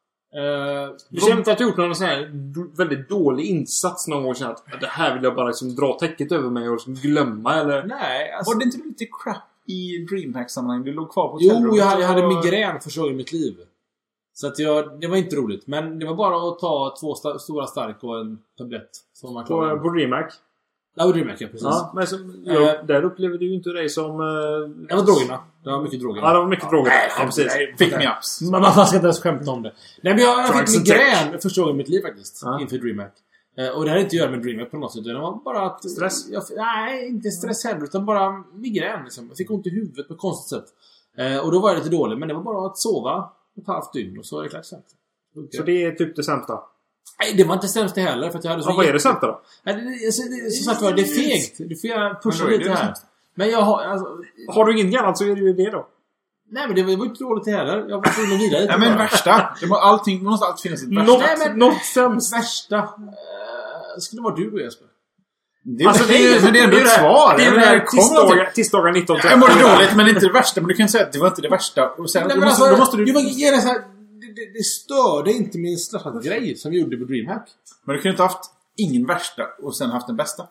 Uh, du känner inte att du gjort någon sån här väldigt dålig insats någon gång? Att det här vill jag bara liksom dra täcket över mig och liksom glömma, eller? Nej, alltså, var det inte lite crap i DreamHack-sammanhang? Du låg kvar på hotellrummet. Jo, jag hade, jag hade migrän första gången i mitt liv. Så att jag, det var inte roligt. Men det var bara att ta två sta- stora stark och en tablett. Som man på, på DreamHack? Ja, på DreamHack, ja, precis. Ja, men så, ja, äh, där upplevde du ju inte dig som... Uh, det var drogerna. Det var mycket droger. Ja, det var mycket droger. Nej, ja, precis. Fick me ups. Man, man ska inte ens skämta om det. Nej, men jag, jag fick migrän första gången i mitt liv faktiskt. Ja. Inför DreamHack. Uh, och det hade inte att göra med DreamHack på något sätt. Det var bara att... Stress? Jag, nej, inte stress heller. Utan bara migrän liksom. Jag fick ont i huvudet på ett konstigt sätt. Uh, och då var jag lite dålig. Men det var bara att sova ett halvt dygn. Och så var det klart sent. Okay. Så det är typ det sämsta? Nej, det var inte sämst heller. För att jag hade så ja, vad är det sämsta då? Nej, det, det, det, så sagt var det är fegt. Du får jag pusha lite här. Sånt. Men jag har... Alltså, har du inget annat så är det ju det då. Nej, men det var ju inte dåligt heller. Jag var tvungen att vidare. Nej, men värsta. Det måste, allting, det måste alltid finnas ett värsta. Något, Nej, men, något sämst. Värsta. Uh, skulle vara du och Jesper. Det är, alltså, det är, men det är ändå ett svar. Det är det här tisdagar, tisdagar nitton trettio. Jag mår dåligt, men inte det värsta. Men du kan säga att det var inte det värsta. Och sen, Nej, då, men måste, alltså, då måste du... du var, ge det så här, det, det störde inte min slashat grej som vi gjorde på DreamHack. Men du kan ju inte haft ingen värsta och sen haft den bästa.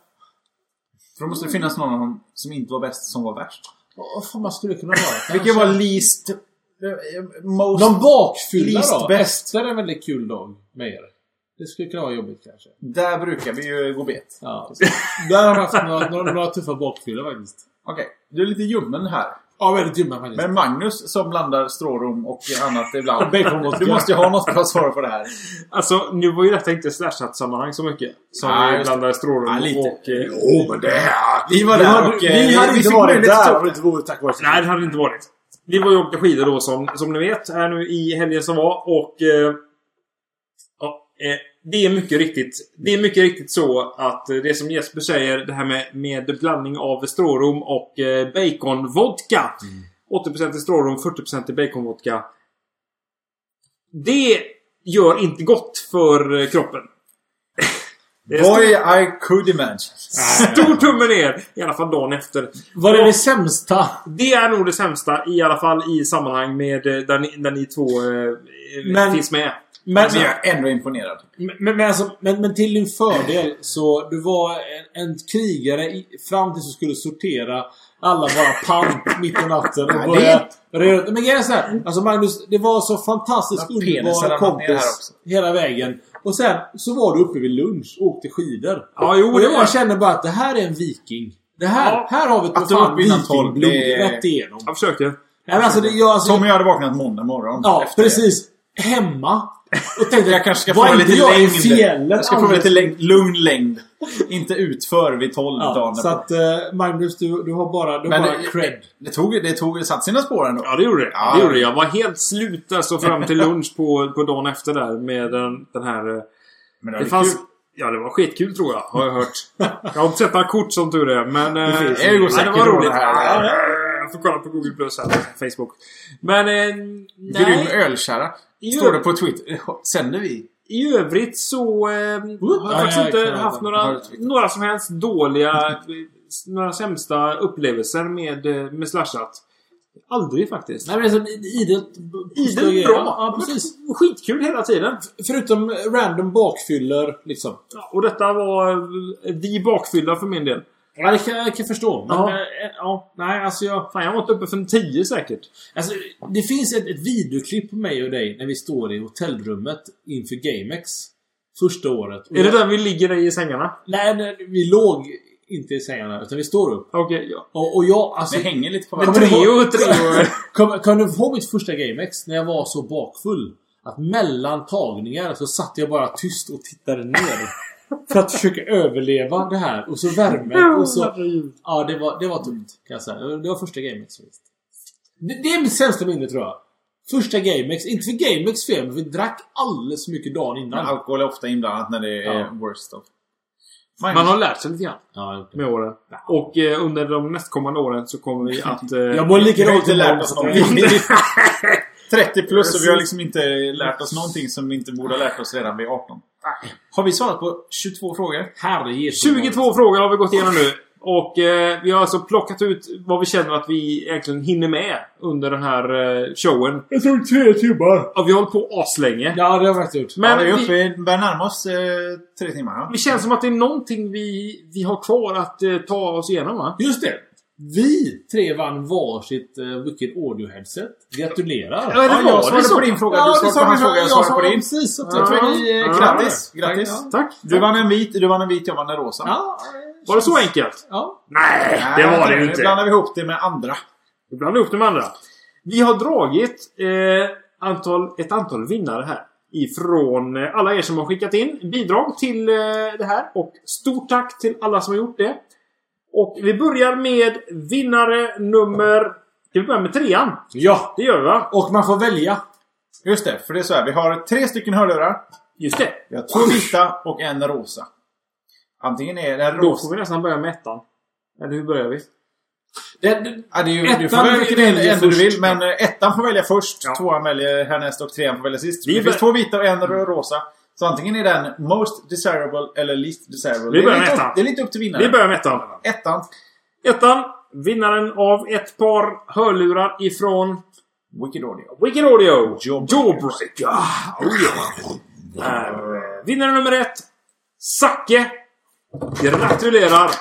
För då måste det finnas någon av dem som inte var bäst som var värst. Vad fan man skulle kunna vara? Vilket var least... Most... De bakfylla då? Bäst är en väldigt kul dag med er. Det skulle kunna vara jobbigt kanske. Där brukar vi ju gå bet. Ja. Där har vi haft några, några, några tuffa bakfylla faktiskt. Okej, okay. Du är lite ljummen här. Ja, väldigt ljummen faktiskt. Men Magnus som blandar strårum och annat ibland. Du måste ju ha något för att svara på det här. Alltså, nu var ju detta inte slashat-sammanhang så mycket. Som ja, vi blandar strårum ja, lite. och... Jo, men det här. Vi var där och... Vi, vi hade inte varit där. Inte varit, tack vare. Nej, det hade inte varit. Vi var ju åkte skidor då som, som ni vet här nu i helgen som var. Och... Eh, ja, eh, det är mycket riktigt det är mycket riktigt så att det som Jesper säger, det här med, med blandning av strårum och eh, baconvodka. Mm. åttio procent i strårum, fyrtio procent i baconvodka. Det gör inte gott för kroppen. Boy, I could imagine. Stor tumme ner. I alla fall dagen efter. Vad är det sämsta? Det är nog det sämsta. I alla fall i sammanhang med där ni, där ni två eh, Men, finns med. Men, men jag är ändå imponerad. Men, men, alltså, men, men till din fördel så men, men, alltså, men, men till din fördel så du var en, en krigare i, fram tills du skulle sortera alla våra pant mitt i natten och börja röra. Men jag är så här, alltså Magnus, det var så fantastiskt underbara kompis hela vägen. Och sen så var du uppe vid lunch och åkte skidor. Ja, jo, och jag, jag känner bara att det här är en viking. Det här, ja, här har vi ett fan vikingblod rätt igenom. Jag försökte. Nej, men alltså, det, jag, alltså, Tommy hade vaknat måndag morgon. Ja, precis. Det. Hemma. Och tänkte jag kanske ska få lite längd. Fjället, jag ska få lite längd, lugn längd. Inte utför vid tolv ja, dagar. Så att uh, Magnus, du, du har bara, du men bara det, cred. Det tog, det tog det satt sina spår ändå. Ja, det gjorde det. Ja, det gjorde det. Jag var helt slut där så fram till lunch på, på dagen efter där med den, den här... Men det, det fanns... Kul. Ja, det var skitkul tror jag, har jag hört. Jag har inte sett några kort som tur är, men... Det, finns, nej, det, nej, det var roligt. Här. Jag får kolla på Google Plus här på Facebook. Men, eh, nej. Grym ölkärra. Står det på Twitter. Sänder vi? I övrigt så eh, har jag faktiskt inte haft några, några som helst dåliga, några sämsta upplevelser med, med slashat. Aldrig faktiskt. Nej, men det är så idelt. Idelt bra. Ja, precis. Skitkul hela tiden. Förutom random bakfyller liksom. Ja, och detta var de bakfyller för min del. Ja, det kan jag kan förstå. Men, ja. Äh, ja, nej, alltså jag... Fan, jag var inte uppe för en tio säkert. Alltså, det finns ett, ett videoklipp på mig och dig när vi står i hotellrummet inför GameX. Första året. Och är det jag... där vi ligger i sängarna? Nej, nej, vi låg inte i sängarna, utan vi står upp. Okej, okay, ja. Och, och jag, alltså... Det hänger lite på varandra. Tre och tre år. Kan, kan du få mitt första GameX när jag var så bakfull? Att mellan tagningar så satt jag bara tyst och tittade ner. För att försöka överleva det här. Och så värme. Och så... Ja, det var, det var tungt, kan jag säga. Det var första GameX. Det, det är mitt sämsta minne, tror jag. Första GameX. Inte för GameX fel, men vi drack alldeles så mycket dagen innan. Men alkohol är ofta inblandat när det är ja. worst of. Man har lärt sig lite grann ja, med åren. Och eh, under de nästkommande åren så kommer vi att... Eh, jag mår lika inte lärt oss någonting. trettio plus och vi har liksom inte lärt oss någonting som vi inte borde ha lärt oss redan vid arton. Har vi svarat på tjugotvå frågor? Herre, tjugotvå frågor har vi gått igenom nu. Och eh, vi har alltså plockat ut vad vi känner att vi egentligen hinner med under den här eh, showen. Jag tror tre timmar. Ja, vi har hållit på aslänge. Ja, det har vi faktiskt gjort. Men ja, vi är uppe, vi börjar närma oss eh, tre timmar. Ja. Det känns som att det är någonting vi, vi har kvar att eh, ta oss igenom, va? Just det. Vi tre vann varsitt uh, Wicked Audio headset. Gratulerar. Ja, det var, ja, jag svarade på din fråga. Ja, du svarade på hans fråga. Jag svarade på din. Precis. Så ja, vi, ja, grattis. Grattis. Ja, tack. Du vann en vit, du vann en vit, jag vann en rosa. Ja, var det så enkelt? Ja. Nej, det var det ju inte. Nu blandar vi ihop det med andra. Vi blandar ihop det med andra. Vi har dragit eh, antal, ett antal vinnare här. Ifrån eh, alla er som har skickat in bidrag till eh, det här. Och stort tack till alla som har gjort det. Och vi börjar med vinnare nummer... Vi börjar med trean. Ja, det gör vi, va? Och man får välja. Just det, för det är så här. Vi har tre stycken hörlurar. Just det. Vi har två vita och en rosa. Antingen är det rosa... Då får vi nästan börja med ettan. Eller hur börjar vi? Det, det, ja, det är ju, du får välja vilken enda du vill. Men ettan får välja först. Ja. Tvåan väljer härnäst och trean får välja sist. Det finns två vita och en rosa. Så antingen är den most desirable eller least desirable. Vi börjar med ettan. Upp, det är lite upp till vinnaren. Vi börjar med ettan. Ettan. Ettan. Vinnaren av ett par hörlurar ifrån... Wicked Audio. Wicked Audio. Jawbreaker. Oh, yeah. uh, vinnare nummer ett. Zacke. Gratulerar.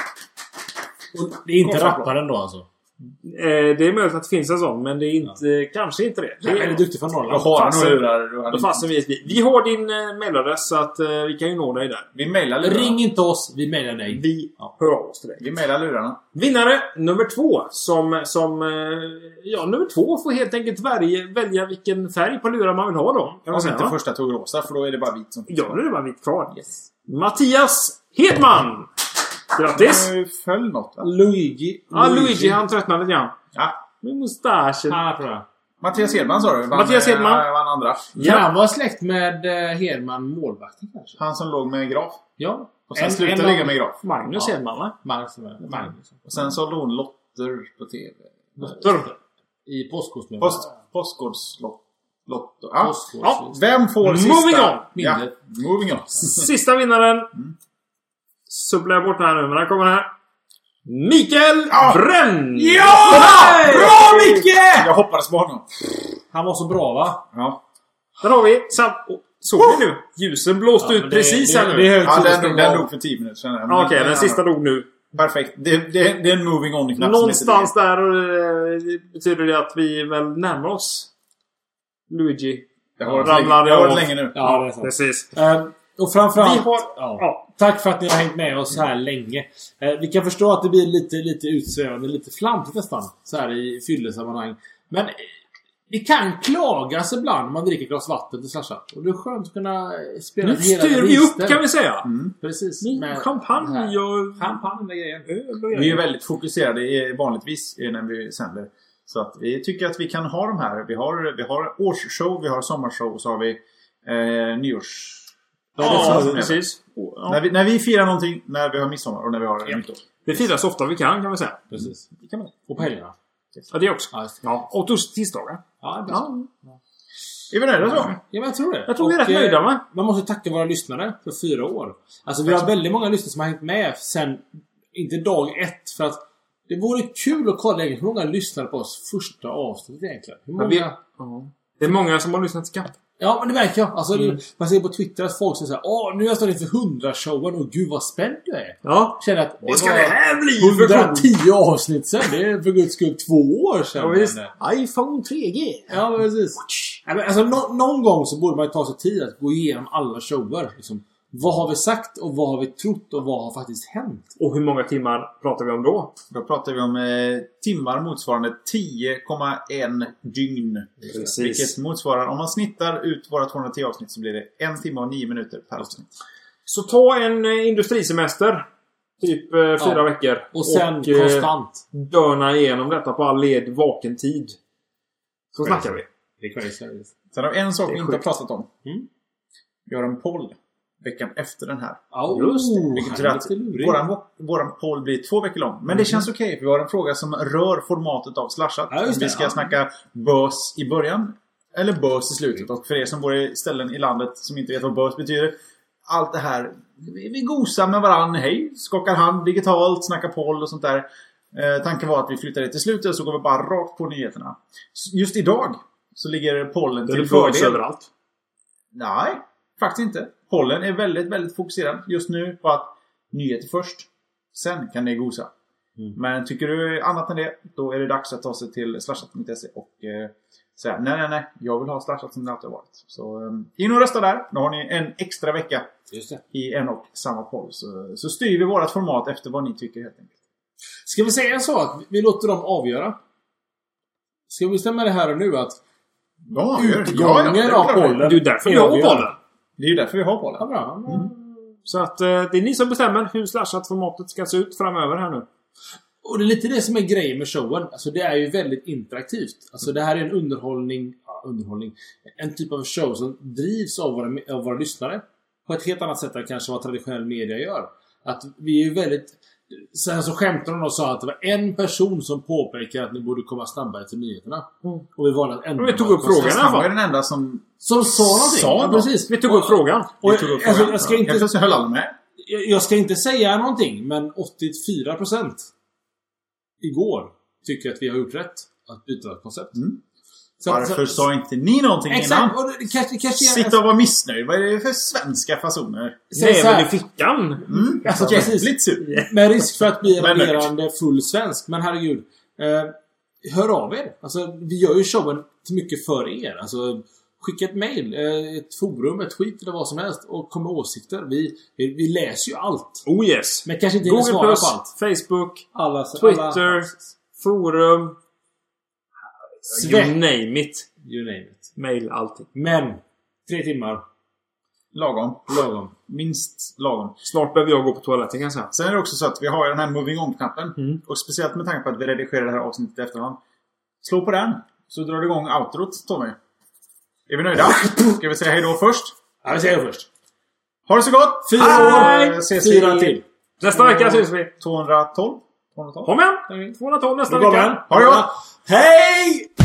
Det är inte rapparen då alltså? Eh, det är möjligt att det finns en sån, men det är inte, ja. kanske inte det. Det är väldigt duktig från Norrland. Då har vi, vi har din eh, mailadress så att eh, vi kan ju nå dig där. Vi mailar lurarna. Ring inte oss, vi mailar dig. Vi ja. hör av oss till dig. Vi mailar lurarna. Vinnare nummer två som, som eh, ja, nummer två får helt enkelt välja, välja vilken färg på lurar man vill ha då. Kan man säga, inte första tog rosa, för då är det bara vit som... Ja, då är det bara vit kvar. Yes. Mattias Hedman. Grattis! Nu föll något, va? Luigi. Ja, Luigi, Luigi han tröttnade lite grann. Ja. Med mustaschen. Ja, tror jag. Mattias Hedman sa du? Vann, Mattias Hedman. Äh, vann andra. Ja. Han var släkt med uh, Hedman, målvakten kanske. Han som låg med Graf. Ja. Och sen slutade en ligga med Graf. Magnus ja. Hedman, va? Magnus, Magnus. Och sen så låg hon lotter på tv. Lotter? I Postkodslotto. Post, Postkodslotto. Lotto. Ja. ja. Vem får sista? Moving on! Ja. Moving on. Sista vinnaren. Mm. Subblar jag bort den här nu, men den kommer här. Mikael ja. Bränn! Ja! Bra Micke! Jag hoppades på honom. Han var så bra, va? Ja. Där har vi. Sam- oh, såg ni nu? Ljusen blåste Ja, ut men det- precis det- här nu. det är högt. Ja, Så det den, ska dog- vara- den dog för tio minuter sedan. Ja, Okej, den sista dog nu. Perfekt. Det, det, det är en moving on-knapp. Någonstans där eh, betyder det att vi väl närmar oss Luigi. Det har varit Ramlade länge, det har varit av. länge nu. Ja, det är sant. Precis. Eh, och framförallt... Vi har- ja. ja. Tack för att ni har hängt med oss här länge. Eh, vi kan förstå att det blir lite, lite utsvävande, lite flamtigt nästan. Så här i fyllesammanhang. Men... eh, det kan klagas ibland när man dricker ett glas vatten till slashat. Och det är skönt att kunna spela Nu hela styr vi register. upp kan vi säga. Mm. Precis. Med champagne och... Champagne med grejer. Vi är väldigt fokuserade i- vanligtvis när vi sänder. Så att vi tycker att vi kan ha de här. Vi har, vi har årsshow, vi har sommarshow och så har vi eh, nyårs... Ja, Ja, precis. Ja. När, vi, när vi firar någonting, när vi har midsommar och när vi har Ja. nyttår. Det firar så ofta vi kan kan vi säga. Precis. Det kan man. Och på helgerna. Ja, det också. Ja, just det. Ja, och tos- tisdagar. Ja, Ja. Är vi nöjda så? Ja, men jag tror det. Jag tror vi är Och, rätt nöjda, eh, va? Man måste tacka våra lyssnare för fyra år. Alltså vi har väldigt många lyssnare som har hängt med sen, inte dag ett. För att det vore kul att kolla hur många lyssnare på oss första avsnittet egentligen. Hur många... Men vi- Ja. Det är många som har lyssnat till katt. Ja, men det märker jag. Alltså, Mm. det, man ser på Twitter att folk säger såhär: åh, nu har jag stått inför hundra-showen och gud vad spänd du är. Ja. Känner att Vad ska det här bli för hundratio avsnitt sen? Det är för guds skull två år sedan. Ja, visst. Men, iPhone tre G. ja, precis. Ja, men, alltså, nå- någon gång så borde man ju ta sig tid att gå igenom alla shower. Liksom. Vad har vi sagt och vad har vi trott och vad har faktiskt hänt? Och hur många timmar pratar vi om då? Då pratar vi om eh, timmar motsvarande tio komma ett dygn. Precis. Vilket motsvarar, om man snittar ut våra tvåhundratio avsnitt så blir det en timme och nio minuter per avsnitt. Så ta en eh, industrisemester. Typ eh, fyra Ja. veckor. Och sen eh, konstant. dörna igenom detta på all led vaken tid. Så Crazy. snackar vi. Det är crazy. Sen har vi en sak Det är vi inte har sjukt. pratat om. Mm. Vi har en poll veckan efter den här. Oh, Just det. Vilket betyder att våran, våran poll blir två veckor lång. Men det känns okej, för vi har en fråga som rör formatet av slashat. Ja, just Om vi det, ska ja. snacka bös i början eller bös i slutet. Och för er som bor i ställen i landet som inte vet vad bös betyder, allt det här, vi vi gosar med varann, hej, skakar hand digitalt, snackar poll och sånt där. Eh, tanken var att vi flyttar det till slutet och så går vi bara rakt på nyheterna. Just idag så ligger pollen Det till är fördel fördel. överallt. Nej, faktiskt inte. Pollen är väldigt, väldigt fokuserad just nu på att nyheter först. Sen kan ni gosa. Mm. Men tycker du annat än det, då är det dags att ta sig till slashat punkt se och eh, säga nej, nej, nej. Jag vill ha slashat som det alltid har varit. Så eh, in och rösta där. Då har ni en extra vecka Just det. i en och samma poll. Så, så styr vi vårat format efter vad ni tycker helt enkelt. Ska vi säga en sak? Vi låter dem avgöra. Ska vi bestämma det här och nu att Ja, utgången det är av klart. pollen... Det är ju därför vi har avgör. pollen. Det är ju därför vi har pollen. Ja, bra. Mm. Så att eh, det är ni som bestämmer hur slashat formatet ska se ut framöver här nu. Och det är lite det som är grejen med showen. Alltså det är ju väldigt interaktivt. Alltså det här är en underhållning, ja, underhållning. En typ av show som drivs av våra, av våra lyssnare. På ett helt annat sätt än kanske vad traditionell media gör. Att vi är ju väldigt... Sen så skämtade de och sa att det var en person som påpekade att ni borde komma snabbare till nyheterna. Mm. Och vi valde att ändra. Vi tog upp frågan i alla Han var fall. ju den enda som... Som sa någonting. Sa Ja, något. precis. Vi tog upp frågan. Och, Vi tog upp alltså, frågan. jag ska inte... Helt plötsligt höll alla med. Jag jag ska inte säga någonting, men åttiofyra procent igår tycker att vi har gjort rätt att byta ett koncept. Mm. Så, Varför så, sa inte ni någonting exakt, innan? och det kanske, kanske Sitta och vara missnöjd. Vad är det för svenska fasoner? Säg så här. Näven i fickan. Mm. Alltså, precis. Jävligt sur. Med risk för att bli Men nöjd. agerande full svensk. Men herregud, eh, hör av er. Alltså, vi gör ju showen till mycket för er. Alltså, skicka ett mail, eh, ett forum, ett tweet eller vad som helst och kom med åsikter. Vi, vi, vi läser ju allt. Oh yes. Men kanske inte hinner Google svara plus, på allt. Facebook, Alla, Twitter, alla, forum. Sve- You name it. you name it. Mail, allting. Men, tre timmar. Lagom. Lagom. Minst lagom. Snart behöver jag gå på toaletten kan jag säga. Sen är det också så att vi har ju den här moving on-knappen. Mm. Och speciellt med tanke på att vi redigerar det här avsnittet i efterhand. Slå på den. Så drar du igång outrot, Tommy. Är vi nöjda? Ska vi säga hej då först? Ja, vi säger först. Ha det så gott! Fyra Hej! år, Ses fyra vi till. Nästa vecka syns vi. tvåhundratolv? tvåhundratolv? Kom igen! tvåhundratolv nästa Då kommer vecka. den. Ha det gott! Hej!